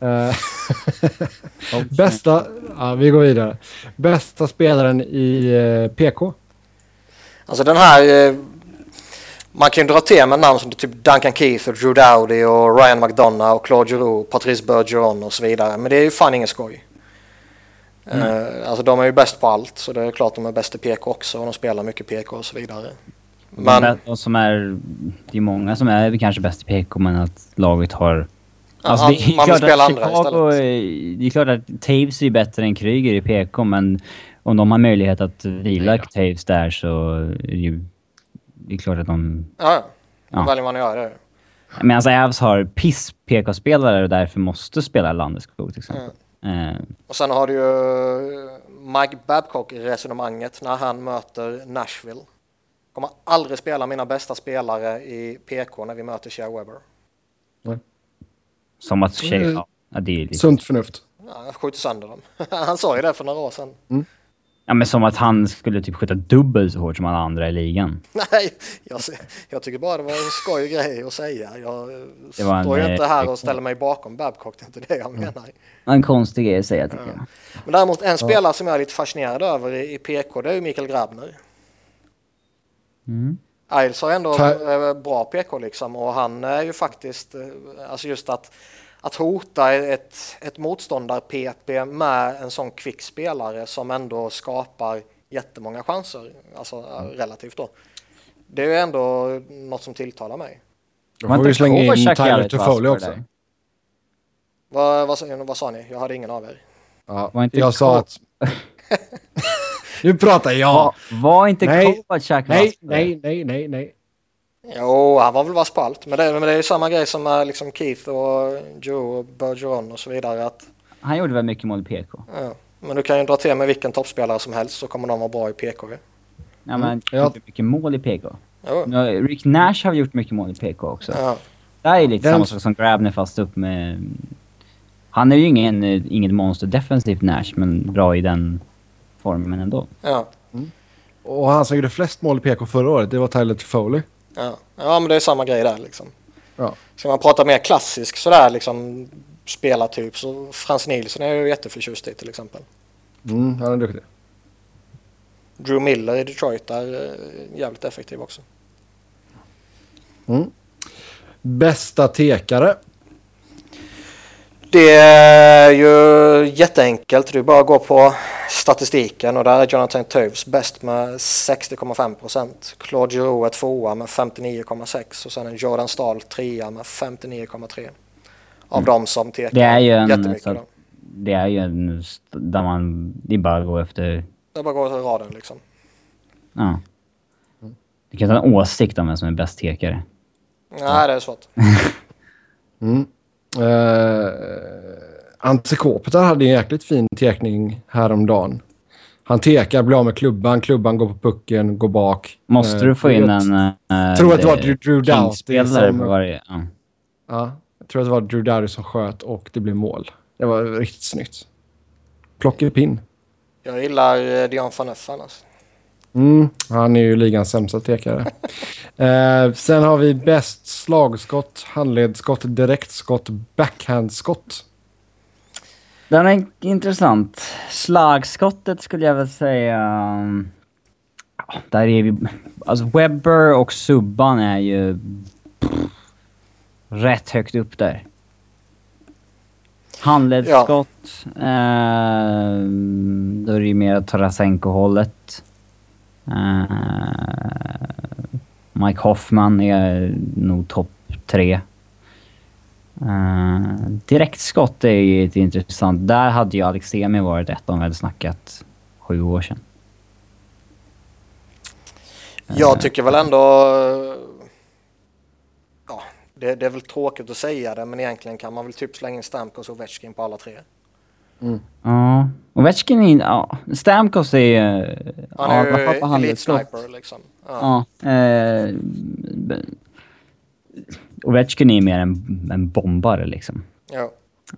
Bästa... Ja, vi går vidare. Bästa spelaren i PK? Alltså den här... man kan ju dra till med namn som typ Duncan Keith och Drew Doughty och Ryan McDonough och Claude Giroux, Patrice Bergeron och så vidare. Men det är ju fan ingen skoj. Alltså de är ju bäst på allt, så det är klart de är bäst i PK också och de spelar mycket PK och så vidare. Men det är många som är kanske bäst i PK, men att laget har... Alltså, man vill spela andra Chicago, istället. det är klart att Taves är bättre än Kryger i PK, men om de har möjlighet att vila Taves där så är det klart att de... Då väljer man att göra det. Men alltså Avs har piss PK-spelare och därför måste spela Landeskog till exempel. Och sen har du ju Mike Babcock i resonemanget när han möter Nashville. Kommer aldrig spela mina bästa spelare i PK när vi möter Shea Weber. Som att det är liksom... Sunt förnuft. Ja, skjuter sönder dem. Han sa ju det för några år sedan. Ja, men som att han skulle typ skjuta dubbelt så hårt som alla andra i ligan. Nej, jag tycker bara det var en skoj grej att säga. Jag står ju inte här och ställer mig bakom Babcock, det är inte det jag menar. En konstig grej att säga, tycker jag. Men däremot en spelare som jag är lite fascinerad över i PK, det är ju Mikael Grabner. Isles har ändå bra PK liksom, och han är ju faktiskt, alltså just att hota ett motståndar-PP med en sån kvick spelare som ändå skapar jättemånga chanser, alltså relativt då. Det är ju ändå något som tilltalar mig. Då får vi slänga in Tyler Toffoli också. Vad sa ni? Jag hade ingen av er. Ja, jag sa att... Nu pratar jag. Var inte Kovacic Nej. Jo, han var väl vass på allt. Men det är ju samma grej som med liksom Keith och Joe och Bergeron och så vidare. Han gjorde väl mycket mål i PK. Ja, men du kan ju dra till med vilken toppspelare som helst så kommer de vara bra i PK. Ja, men han gjorde mycket mål i PK. Jo. Rick Nash har gjort mycket mål i PK också. Ja. Det är lite samma sak som Grabner fast upp med... Han är ju inget monster defensivt Nash, men bra i den formen ändå. Ja. Och han som gjorde flest mål i PK förra året, det var Tyler Toffoli. Ja, men det är samma grej där liksom. Ja. Ska man prata mer klassisk sådär liksom spelartyp, så Frans Nielsen är ju jätteförtjust i till exempel. Han är duktig. Drew Miller i Detroit är jävligt effektiv också. Bästa tekare? Det är ju jätteenkelt. Du bara går på statistiken och där är Jonathan Toews bäst med 60,5%. Claude Giroux är tvåa med 59,6% och sen en Jordan Stahl trea med 59,3%. Av dem som tekar det är ju jättemycket. Det är ju en där det bara går efter... Det bara går efter raden liksom. Ja. Du kan ta en åsikt om vem som är bäst tekare. Nej, det är svårt. Ante Kopitar hade en jäkligt fin tekning häromdagen. Han tekar, blir av med klubban går på pucken, går bak. Måste du få in en... tror att det var Drew Doughty som... Varje, ja, jag tror att det var Drew Doughty som sköt och det blev mål. Det var riktigt snyggt. Plocka pin. Jag gillar Dion Phaneuf annars. Han är ju ligans sämsta tekare. Sen har vi bäst slagskott, handledsskott, direktskott, backhandskott. Den är intressant. Slagskottet skulle jag väl säga... där är vi... Alltså Webber och Subban är ju rätt högt upp där. Handledsskott. Då är det ju mer Tarasenko-hållet. Mike Hoffman är nog topp 3. Direktskott är ju ett intressant. Där hade ju Alex Semi varit ett om vi hade snackat 7 år sedan. Jag tycker väl ändå... Ja, det är väl tråkigt att säga det, men egentligen kan man väl typ slänga in Stamkos och Ovechkin på alla 3. Ja, Ovechkin är... Ja, Stamkos är... Han är ju elite-sniper liksom. Ja. Ovechkin är mer en bombare liksom. Ja.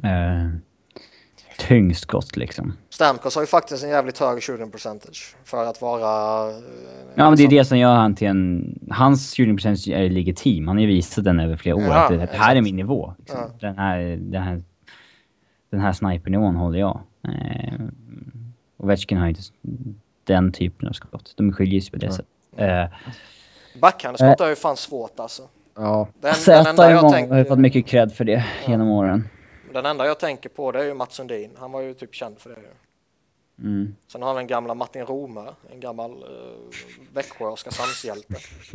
Tyngdskott liksom. Stamkos har ju faktiskt en jävligt hög shooting percentage för att vara... Ja, men det är det som gör han till en... Hans shooting percentage är legitim. Han har ju visat den över flera år. Ja, att det här är min nivå. Liksom. Ja. Den här snipernivån håller jag. Ovechkin har ju inte den typen av skott. De skiljer sig på det sättet. Backhandskott är ju fan svårt alltså. Ja. Den enda jag tänker... har ju fått mycket cred för det genom åren. Den enda jag tänker på det är ju Mats Sundin. Han var ju typ känd för det ju. Sen har han en gamla Martin Rome, en gammal Växjö Oskarshamnshjälte.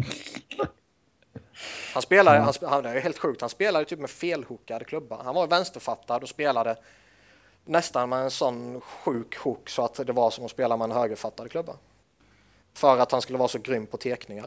Han spelar, han är ju helt sjukt. Han spelade typ med felhookade klubbar. Han var vänsterfattad och spelade nästan med en sån sjuk hook så att det var som att spela med en högerfattad klubba. För att han skulle vara så grym på tekningar.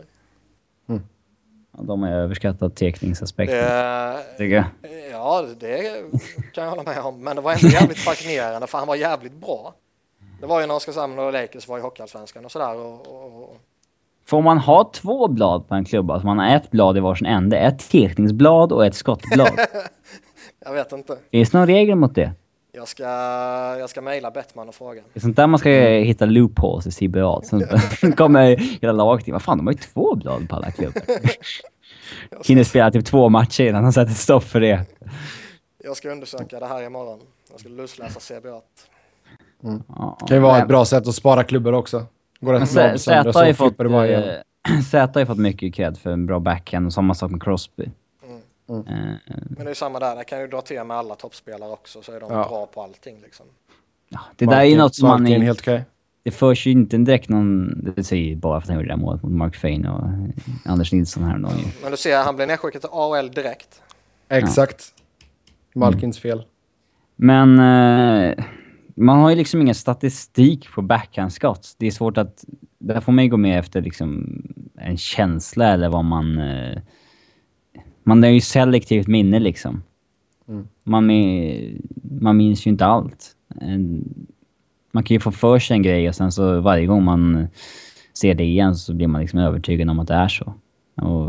De har överskattat tekningsaspekten. Ja, det kan jag hålla med om. Men det var ändå jävligt fascinerande för han var jävligt bra. Det var ju när Oskarshamn och Lakers var i Hockeyallsvenskan och sådär. Får man ha 2 blad på en klubba? Alltså man har ett blad i varsin ände. Ett tekningsblad och ett skottblad. Jag vet inte. Finns det någon regel mot det? Jag ska mejla Bettman och fråga. Det är sånt där man ska hitta loopholes i CBA. Sen kommer hela laget till. Vad fan, de har ju 2 blad på alla klubbar. Hinner spela typ 2 matcher innan han sätter stopp för det. Jag ska undersöka det här imorgon. Jag ska lusläsa CBA. Det kan ju vara ett bra sätt att spara klubbor också. Zäta har ju fått mycket cred för en bra backhand och samma sak med Crosby. Men det är ju samma där. Jag kan ju dra till med alla toppspelare också så är de bra på allting liksom. Ja, det där är ju något som man är helt okej. Det förs ju inte direkt någon... Det säger bara för att han gjorde det där målet mot Mark Fane och Anders Nilsson här. Men du ser, han blev nedskickad till AHL direkt. Exakt. Malkins fel. Men man har ju liksom ingen statistik på backhandskott. Det är svårt att... Där får man ju gå med efter liksom en känsla eller vad man... Man har ju selektivt minne liksom. Man minns ju inte allt. Man kan ju få för sig en grej och sen så varje gång man ser det igen så blir man liksom övertygad om att det är så. Och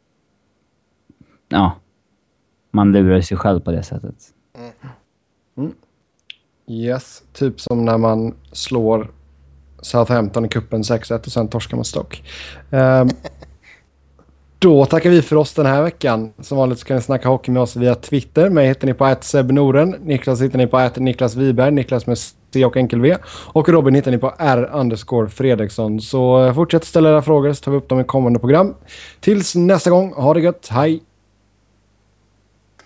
ja, man lurar sig själv på det sättet. Yes, typ som när man slår Southampton i kuppen 6-1 och sen torskar man Stoke. Då tackar vi för oss den här veckan. Som vanligt så kan ni snacka hockey med oss via Twitter. Mig hittar ni på @sebnoren. Niklas hittar ni på @Niklas Wiberg. Niklas med C och enkel V. Och Robin hittar ni på R_Fredriksson. Så fortsätt ställa era frågor så tar vi upp dem i kommande program. Tills nästa gång, ha det gött. Hej!